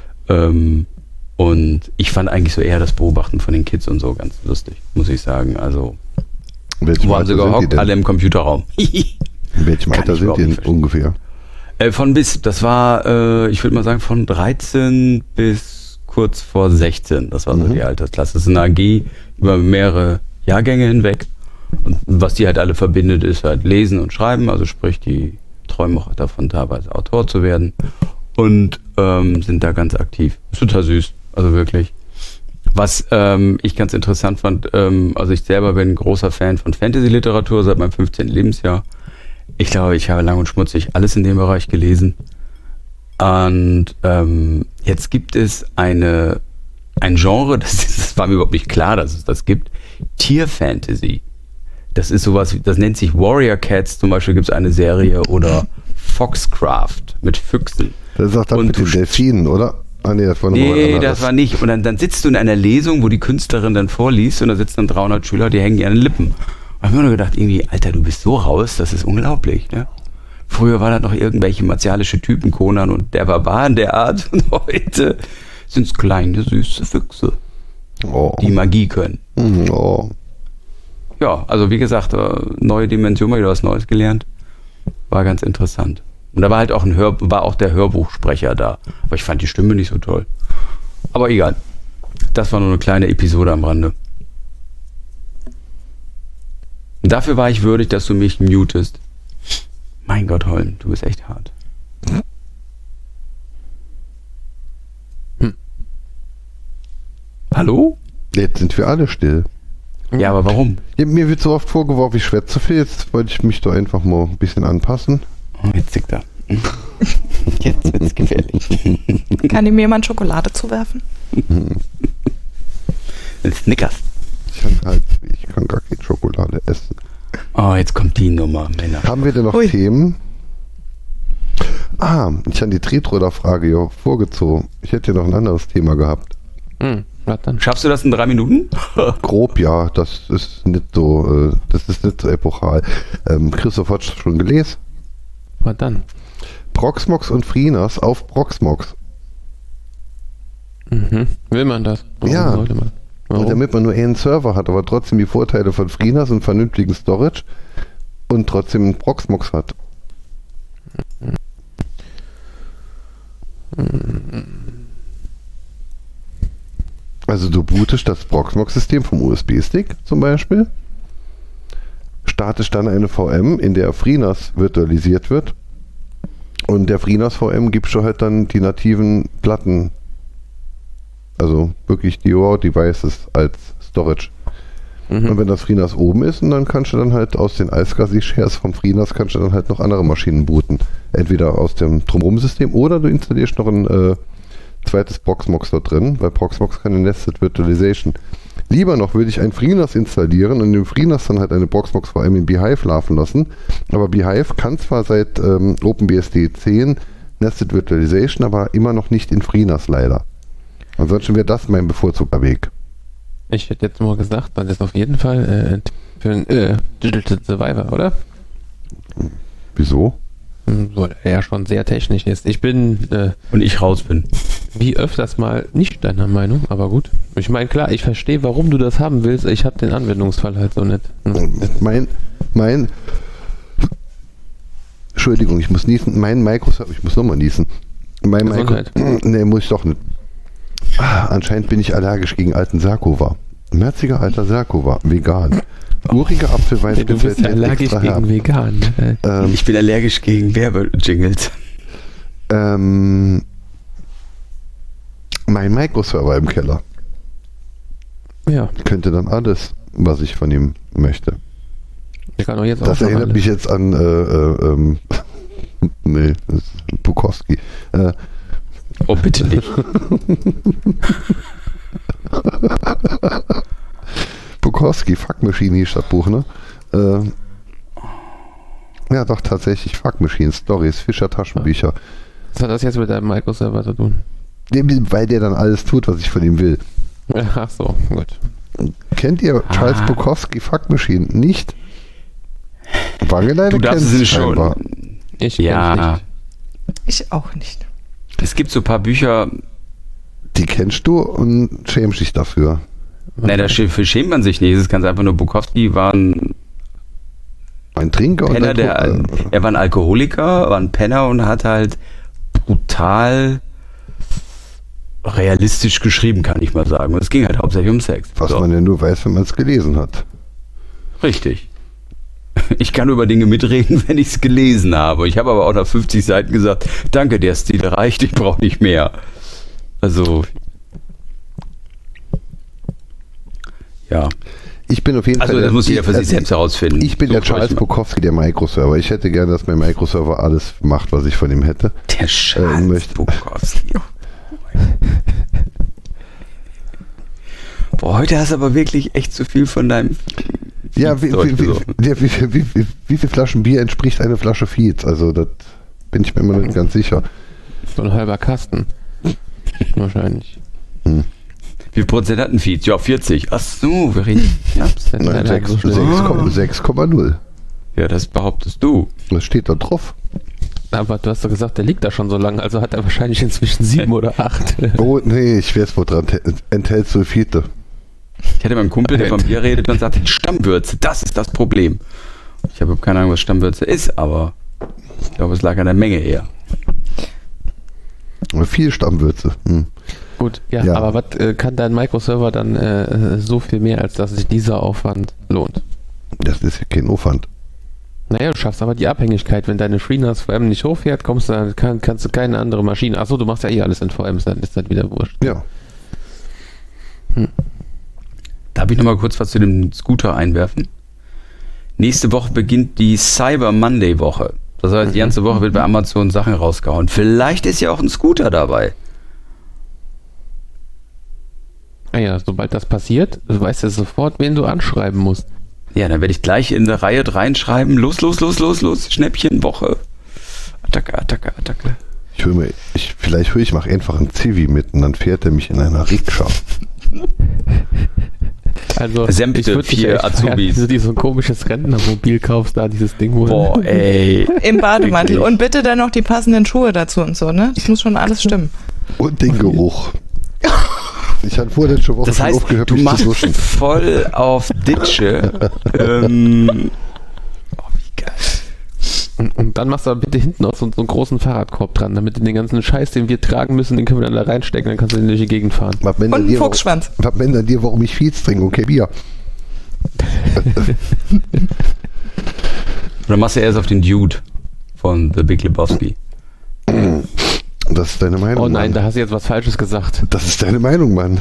Und ich fand eigentlich so eher das Beobachten von den Kids und so ganz lustig, muss ich sagen. Also, wo haben sie gehockt? Alle im Computerraum. In welchem Alter sind die denn ungefähr? Von bis, das war, ich würde mal sagen, von 13 bis kurz vor 16. Das war so die Altersklasse. Das ist eine AG über mehrere Jahrgänge hinweg. Und was die halt alle verbindet, ist halt Lesen und Schreiben. Also sprich, die träumen auch davon, teilweise Autor zu werden. Und sind da ganz aktiv. Ist total süß. Also wirklich. Was ich ganz interessant fand, also ich selber bin ein großer Fan von Fantasy-Literatur seit meinem 15. Lebensjahr. Ich glaube, ich habe lang und schmutzig alles in dem Bereich gelesen. Und jetzt gibt es ein Genre, das war mir überhaupt nicht klar, dass es das gibt, Tier-Fantasy. Das ist sowas, das nennt sich Warrior Cats, zum Beispiel gibt es eine Serie, oder Foxcraft mit Füchsen. Das ist auch das mit den Delfinen, oder? Ah, nee, das war nicht. Und dann sitzt du in einer Lesung, wo die Künstlerin dann vorliest und da sitzen dann 300 Schüler, die hängen ihr an den Lippen. Und ich habe mir nur gedacht, irgendwie, Alter, du bist so raus, das ist unglaublich, ne? Früher war das noch irgendwelche martialische Typen, Conan und der Barbar in der Art, und heute sind es kleine, süße Füchse, die Magie können. Oh. Ja, also wie gesagt, neue Dimension, mal wieder was Neues gelernt. War ganz interessant. Und da war halt auch der Hörbuchsprecher da. Aber ich fand die Stimme nicht so toll. Aber egal. Das war nur eine kleine Episode am Rande. Und dafür war ich würdig, dass du mich mutest. Mein Gott, Holm, du bist echt hart. Hallo? Jetzt sind wir alle still. Ja, aber warum? Ja, mir wird so oft vorgeworfen, ich schwätze zu viel. Jetzt wollte ich mich doch einfach mal ein bisschen anpassen. Oh, jetzt zickt er. Jetzt wird's gefährlich. Kann ihm jemand Schokolade zuwerfen? Snickers. Ich kann gar keine Schokolade essen. Oh, jetzt kommt die Nummer, Männer. Haben wir denn noch Themen? Ich habe die Tretroder-Frage ja vorgezogen. Ich hätte ja noch ein anderes Thema gehabt. Was dann? Schaffst du das in 3 Minuten? Grob, ja. Das ist nicht so epochal. Christoph hat schon gelesen. Was dann? Proxmox und FreeNAS auf Proxmox. Will man das? Ja. Sollte man? Warum? Damit man nur einen Server hat, aber trotzdem die Vorteile von FreeNAS und vernünftigen Storage und trotzdem einen Proxmox hat. Also du bootest das Proxmox-System vom USB-Stick zum Beispiel, startest dann eine VM, in der FreeNAS virtualisiert wird, und der FreeNAS VM gibst du halt dann die nativen Platten, also wirklich die Raw-Devices als Storage. Und wenn das FreeNAS oben ist, und dann kannst du dann halt aus den iSCSI-Shares vom FreeNAS kannst du dann halt noch andere Maschinen booten. Entweder aus dem Drumherum-System oder du installierst noch ein zweites Proxmox dort drin, weil Proxmox keine Nested Virtualization. Lieber noch würde ich ein FreeNAS installieren und im FreeNAS dann halt eine Proxmox VM in Beehive laufen lassen. Aber Beehive kann zwar seit OpenBSD 10 Nested Virtualization, aber immer noch nicht in FreeNAS leider. Ansonsten wäre das mein bevorzugter Weg. Ich hätte jetzt nur gesagt, das ist auf jeden Fall für ein Digital Survivor, oder? Wieso? Weil er ja schon sehr technisch ist. Ich bin und ich raus bin. Wie öfters mal nicht deiner Meinung, aber gut. Ich meine, klar, ich verstehe, warum du das haben willst. Ich habe den Anwendungsfall halt so nicht. Entschuldigung, ich muss niesen. Mein Microsoft, ich muss nochmal niesen. Nee, muss ich doch nicht. Anscheinend bin ich allergisch gegen alten Sarkova. Merziger alter Sarkova, vegan. Uriger Apfelwein. Du bist ja allergisch gegen vegan. Ich bin allergisch gegen Werbejingles. Mein Microserver im Keller. Ja. Könnte dann alles, was ich von ihm möchte. Ich kann auch jetzt das auch erinnert mich jetzt an nee, das ist Bukowski. Oh, bitte nicht. Bukowski, Fuck Machine hieß das Buch, ne? Ja, doch, tatsächlich Fuck Machine, Stories, Fischer Taschenbücher. Was hat das jetzt mit deinem Microserver zu tun? Weil der dann alles tut, was ich von ihm will. Ach so, gut. Kennt ihr Charles Bukowski, Fuck Machine? Nicht? Wangeleine du darfst es schon. Ich nicht. Ich auch nicht. Es gibt so ein paar Bücher. Die kennst du und schämst dich dafür. Nein, dafür schämt man sich nicht. Es ist ganz einfach nur, Bukowski war ein Trinker Penner, er war ein Alkoholiker, war ein Penner und hat halt brutal realistisch geschrieben, kann ich mal sagen. Und es ging halt hauptsächlich um Sex. Was man ja nur weiß, wenn man es gelesen hat. Richtig. Ich kann über Dinge mitreden, wenn ich es gelesen habe. Ich habe aber auch nach 50 Seiten gesagt, danke, der Stil reicht, ich brauche nicht mehr. Also ja. Ich bin auf jeden Fall. Also das muss jeder für sich selbst herausfinden. Ich bin so der Charles Bukowski der Microserver. Ich hätte gerne, dass mein Microserver alles macht, was ich von ihm hätte. Der Charles Bukowski. Boah, heute hast du aber wirklich echt zu viel von deinem... Ja, wie viele Flaschen Bier entspricht eine Flasche Fietz? Also das bin ich mir immer nicht ganz sicher. So ein halber Kasten. Wahrscheinlich. Wie viel Prozent hat ein Fietz? Ja, 40. Ach so, wir reden Schnaps. 6,0. Ja, das behauptest du. Das steht da drauf. Aber du hast doch gesagt, der liegt da schon so lange, also hat er wahrscheinlich inzwischen 7 oder 8. Oh, nee, ich weiß, wo dran enthält Sulfite. Ich hatte meinen Kumpel, der vom Bier redet und sagte, Stammwürze, das ist das Problem. Ich habe keine Ahnung, was Stammwürze ist, aber ich glaube, es lag an der Menge eher. Viel Stammwürze. Gut, ja. Aber was kann dein Microserver dann so viel mehr, als dass sich dieser Aufwand lohnt? Das ist ja kein Aufwand. Naja, du schaffst aber die Abhängigkeit. Wenn deine FreeNAS VM nicht hochfährt, kannst du keine andere Maschine. Achso, du machst ja eh alles in VMs, dann ist das wieder wurscht. Ja. Darf ich nochmal kurz was zu dem Scooter einwerfen? Nächste Woche beginnt die Cyber Monday Woche. Das heißt, die ganze Woche wird bei Amazon Sachen rausgehauen. Vielleicht ist ja auch ein Scooter dabei. Naja, sobald das passiert, du weißt ja sofort, wen du anschreiben musst. Ja, dann werde ich gleich in der Reihe reinschreiben. Los. Schnäppchenwoche. Attacke. Vielleicht höre ich mal einfach einen Zivi mit und dann fährt er mich in einer Rikscha. Also, Sämte 4 Azubis. Wenn du dir so ein komisches Rentnermobil kaufst, da dieses Ding holen. Boah, ey. Im Bademantel. Und bitte dann noch die passenden Schuhe dazu und so, ne? Das muss schon alles stimmen. Und den Geruch. Ich hatte vorletzte Woche das heißt, schon aufgehört, du mich machst zu duschen. voll auf Ditsche. Wie geil. Und dann machst du aber bitte hinten auch so einen großen Fahrradkorb dran, damit du den ganzen Scheiß, den wir tragen müssen, den können wir dann da reinstecken, dann kannst du in die Gegend fahren. Und einen Fuchsschwanz. Was ändert dir, warum ich Fietz trinke? Okay, Bier. Oder machst du erst auf den Dude von The Big Lebowski? Das ist deine Meinung, Oh nein, Mann. Da hast du jetzt was Falsches gesagt. Das ist deine Meinung, Mann.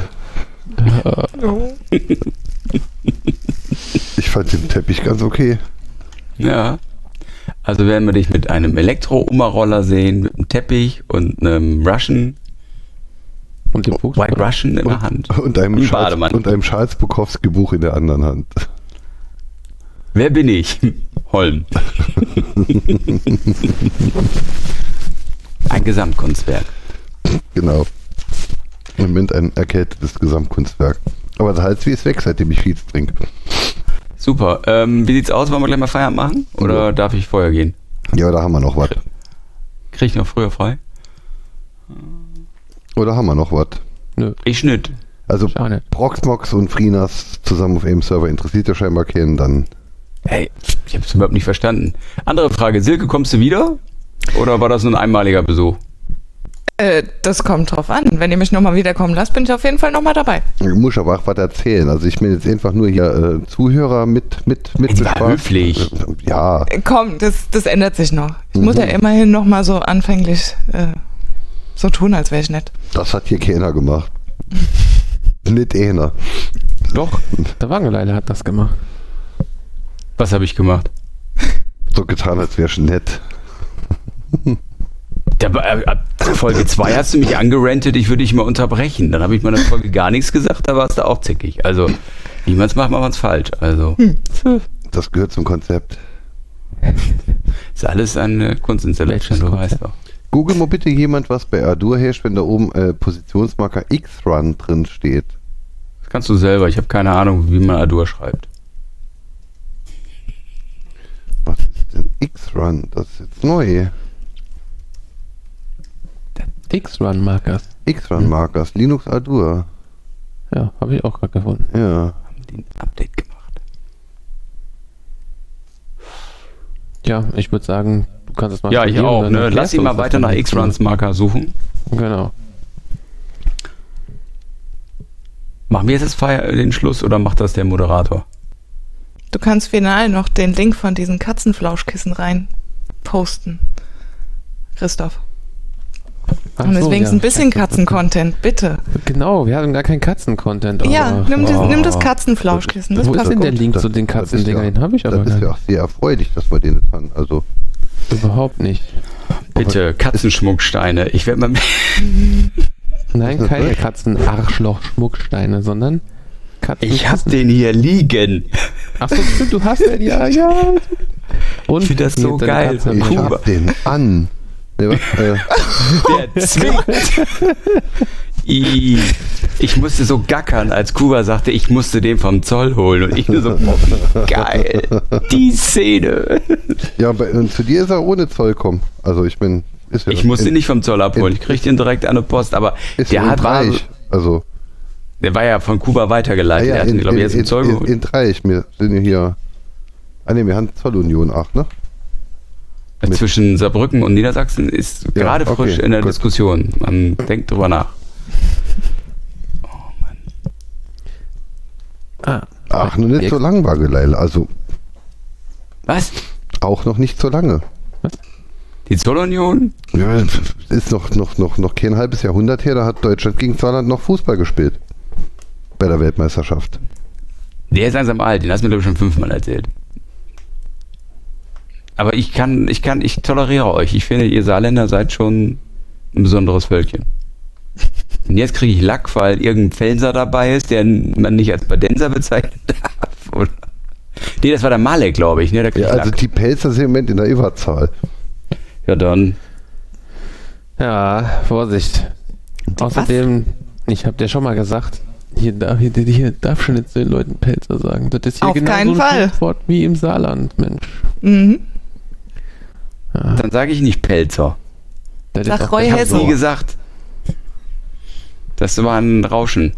Ich fand den Teppich ganz okay. Ja. Also werden wir dich mit einem Elektro-Oma-Roller sehen, mit einem Teppich und einem Russian. Und dem Fuchs? White Russian in der Hand. Und einem Charles Bukowski Buch in der anderen Hand. Wer bin ich? Holm. Ein Gesamtkunstwerk. Genau. Im Moment ein erkältetes Gesamtkunstwerk. Aber der Hals wie ist weg, seitdem ich Fietz trinke. Super. Wie sieht's aus? Wollen wir gleich mal Feierabend machen? Oder darf ich vorher gehen? Ja, da haben wir noch was. Krieg ich noch früher frei? Oder haben wir noch was? Nö. Ich nicht. Also Proxmox und FreeNAS zusammen auf einem Server interessiert ja scheinbar keinen, dann... Hey, ich hab's überhaupt nicht verstanden. Andere Frage. Silke, kommst du wieder? Oder war das nur ein einmaliger Besuch? Das kommt drauf an. Wenn ihr mich nochmal wiederkommen lasst, bin ich auf jeden Fall nochmal dabei. Ich muss aber auch was erzählen. Also ich bin jetzt einfach nur hier Zuhörer mit Die war höflich. Ja. Komm, das ändert sich noch. Ich muss ja immerhin nochmal so anfänglich so tun, als wäre ich nett. Das hat hier keiner gemacht. Nicht einer. Doch, der Wangeleile hat das gemacht. Was habe ich gemacht? So getan, als wäre ich nett. Ab Folge 2 hast du mich angerantet, ich würde dich mal unterbrechen. Dann habe ich mal in der Folge gar nichts gesagt, da warst du auch zickig. Also, wie man es macht, macht man es falsch. Also, Das gehört zum Konzept. Ist alles eine Kunstinstallation, du weißt doch. Google mal bitte jemand, was bei Ardour herrscht, wenn da oben Positionsmarker X-Run drin steht. Das kannst du selber, ich habe keine Ahnung, wie man Ardour schreibt. Was ist denn X-Run? Das ist jetzt neu. X-Run-Markers. X-Run-Markers, Linux Ardour. Ja, habe ich auch gerade gefunden. Ja. Haben die ein Update gemacht? Ja, ich würde sagen, du kannst es mal Ja, ich auch. Ne? Lass ihn mal weiter nach X-Runs-Marker suchen. Genau. Machen wir jetzt den Schluss oder macht das der Moderator? Du kannst final noch den Link von diesen Katzenflauschkissen rein posten. Christoph. Und deswegen ein bisschen Katzen-Content, bitte. Genau, wir haben gar keinen Katzen-Content. Ja, nimm das Katzenflauschkissen. Das Wo passt ist denn gut. der Link zu den Katzendingern? Den habe ich aber Das ist nicht. ja auch sehr erfreulich, dass wir den nicht haben. Also, Überhaupt nicht. Bitte, Katzenschmucksteine. Ich werde mal... Nein, keine Katzen-Arschloch-Schmucksteine, sondern Katzen. Ich hab den hier liegen. Achso, stimmt, du hast den, ja. Und ich finde das so geil. ich hab den an. Nee, was? Der zwingt. Ich musste so gackern, als Kuba sagte, ich musste den vom Zoll holen. Und ich nur so, oh, wie geil. Die Szene. Ja, und zu dir ist er ohne Zoll kommen. Also ich bin... Ich musste ihn nicht vom Zoll abholen. Ich krieg den direkt an der Post. Aber der also der war ja von Kuba weitergeleitet. ja, der hat ihn, glaube ich, jetzt im Zoll geholt. In Dreieich. Wir sind hier... wir haben Zollunion 8, ne? Zwischen Saarbrücken und Niedersachsen ist gerade frisch in der Diskussion. Man denkt drüber nach. Oh Mann. Ach, nur nicht so lang war Geleil. Also Was? auch noch nicht so lange. Die Zollunion? Ja, ist noch kein halbes Jahrhundert her, da hat Deutschland gegen Saarland noch Fußball gespielt. Bei der Weltmeisterschaft. Der ist langsam alt, den hast du mir, glaube ich, schon 5-mal erzählt. Aber ich toleriere euch. Ich finde, ihr Saarländer seid schon ein besonderes Völkchen. Und jetzt kriege ich Lack, weil irgendein Pfälzer dabei ist, der man nicht als Badenser bezeichnen darf. Oder? Nee, das war der Malek, glaube ich. Ne? Der Ja, also Lack. die Pelzer sind im Moment in der Überzahl. Ja, dann. Ja, Vorsicht. Außerdem, ich habe dir schon mal gesagt, hier darf schon jetzt den Leuten Pelzer sagen. Das ist hier Auf genau keinen so ein Fall. Schimpfwort wie im Saarland, Mensch. Mhm. Ja, Dann sage ich nicht Pelzer. das Sag ist auch Roy Ich habe Hessen. nie gesagt. Das war ein Rauschen.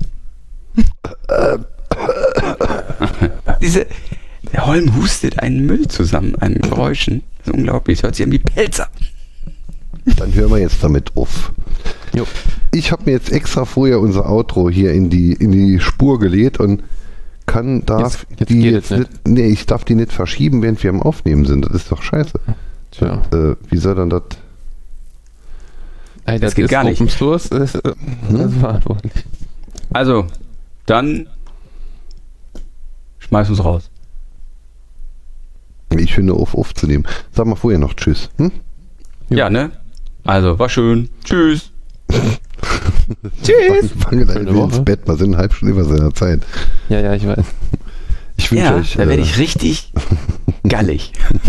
Der Holm hustet einen Müll zusammen, ein Geräuschen. Das ist unglaublich. Das hört sich an wie Pelzer. Dann hören wir jetzt damit auf. Jo. Ich habe mir jetzt extra vorher unser Outro hier in die Spur gelegt und darf Jetzt die geht jetzt es nicht. Nee, ich darf die nicht verschieben, während wir am Aufnehmen sind. Das ist doch scheiße. Tja. Wie soll dann das? Ey, Das geht gar nicht. Open Source ist verantwortlich. Also, dann schmeiß uns raus. Ich finde aufzunehmen. Sag mal vorher noch Tschüss. Hm? Ja, ne? Also, war schön. Tschüss. Tschüss. Fange dann ins Bett. Wir sind eine halbe Stunde über seiner Zeit. Ja, ich weiß. Ich wünsche Ja, euch. da werde ich richtig gallig.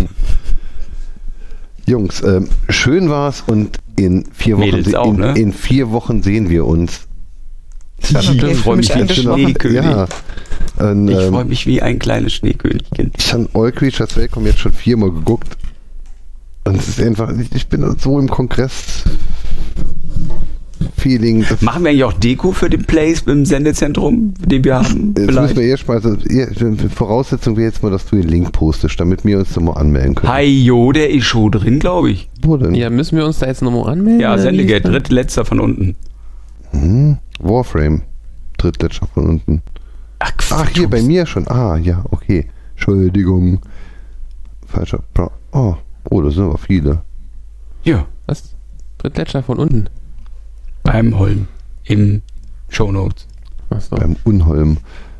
Jungs, schön war's und in 4 Wochen, Mädels auch, ne? in 4 Wochen sehen wir uns. Ich freue mich wie ein Schneekönig. Ja. Und, Ich freue mich wie ein kleines Schneekönigchen. ich habe All Creatures Welcome jetzt schon 4-mal geguckt. Und es ist einfach, ich bin so im Kongress-Feeling. Machen wir eigentlich auch Deko für den Place im Sendezentrum, den wir haben? Jetzt müssen wir erst mal, Voraussetzung wäre jetzt mal, dass du den Link postest, damit wir uns nochmal anmelden können. Hajo, der ist schon drin, glaube ich. Wo denn? Ja, müssen wir uns da jetzt nochmal anmelden? Ja, oder wie Sendegate, ist das? drittletzter von unten. Warframe. Drittletzter von unten. Ach, Ach, hier bei mir schon. Ah, ja, okay. Entschuldigung. Falscher. Oh, da sind aber viele. Ja, Was? Drittletzter von unten. beim Holm. Im Shownotes. Achso. Beim Unholm.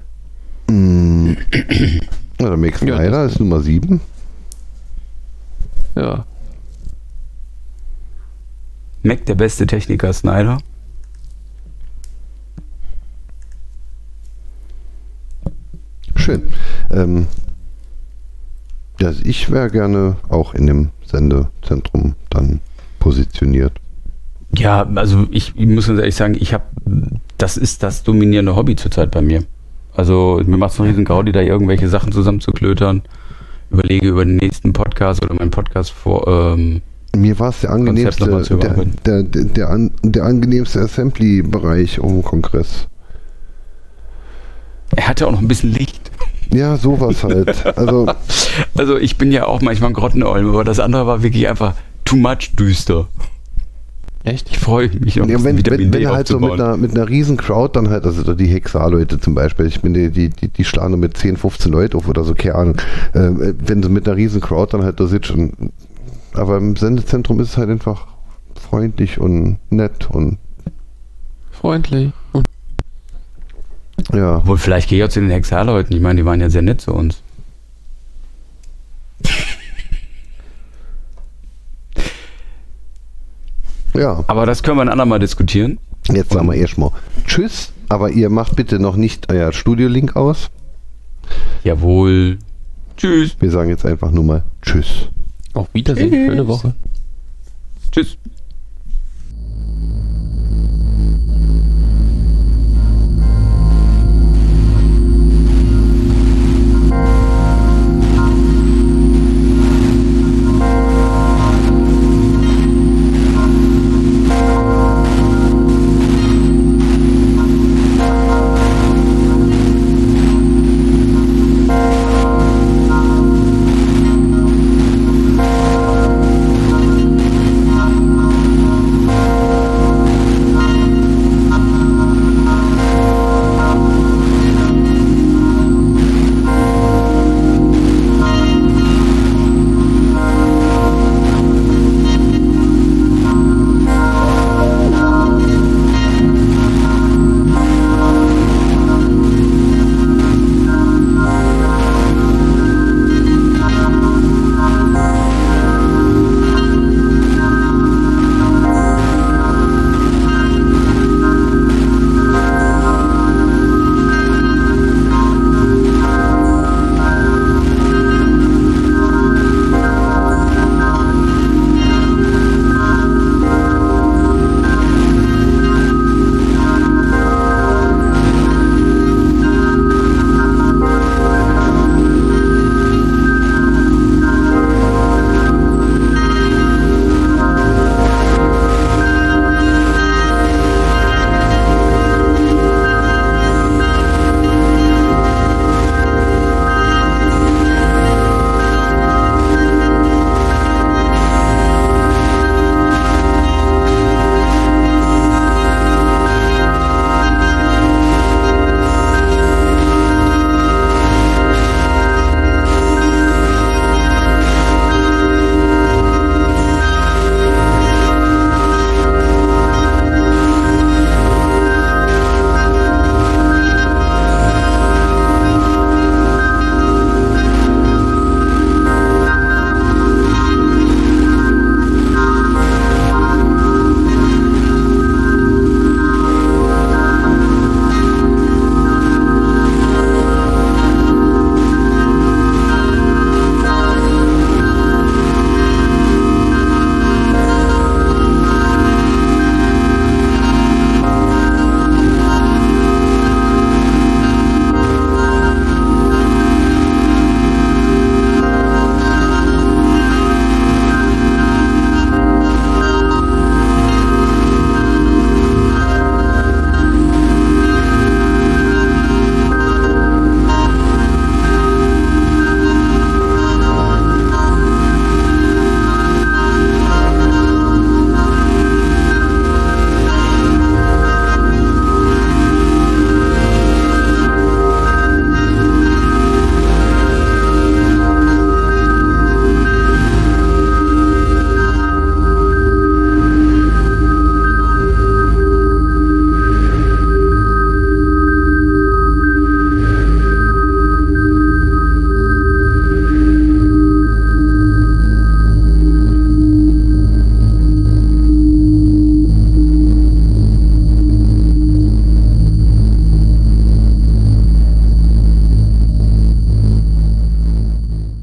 Ja, der Max Ja, Snyder ist Nummer 7. Ja. Mac, der beste Techniker, Snyder. Schön. Ich wäre gerne auch in dem Sendezentrum dann positioniert. Ja, also ich muss ganz ehrlich sagen, das ist das dominierende Hobby zurzeit bei mir. Also mir macht es einen riesen Gaudi, da irgendwelche Sachen zusammenzuklötern. Überlege über den nächsten Podcast oder meinen Podcast vor. Mir war es der angenehmste, nochmal zu überarbeiten. der angenehmste Assembly-Bereich um den Kongress. Er hatte auch noch ein bisschen Licht. Ja, sowas halt. Also ich bin ja auch manchmal ein Grottenolm, aber das andere war wirklich einfach too much düster. Echt? Ich freue mich noch ein Ja, bisschen Vitamin D wenn halt so aufzubauen. mit einer riesen Crowd dann halt, also die Hexar-Leute zum Beispiel, ich bin die schlagen mit 10, 15 Leute auf oder so, keine Ahnung. Wenn du mit einer riesen Crowd dann halt da sitzt aber im Sendezentrum ist es halt einfach freundlich und nett und Freundlich und Ja. Obwohl, vielleicht gehe ich auch zu den Hexar-Leuten. Ich meine, die waren ja sehr nett zu uns. Ja. Aber das können wir ein andermal diskutieren. Jetzt sagen wir erstmal Tschüss, aber ihr macht bitte noch nicht euer Studio-Link aus. Jawohl. Tschüss. Wir sagen jetzt einfach nur mal Tschüss. Auf Wiedersehen. Schöne Woche. Tschüss.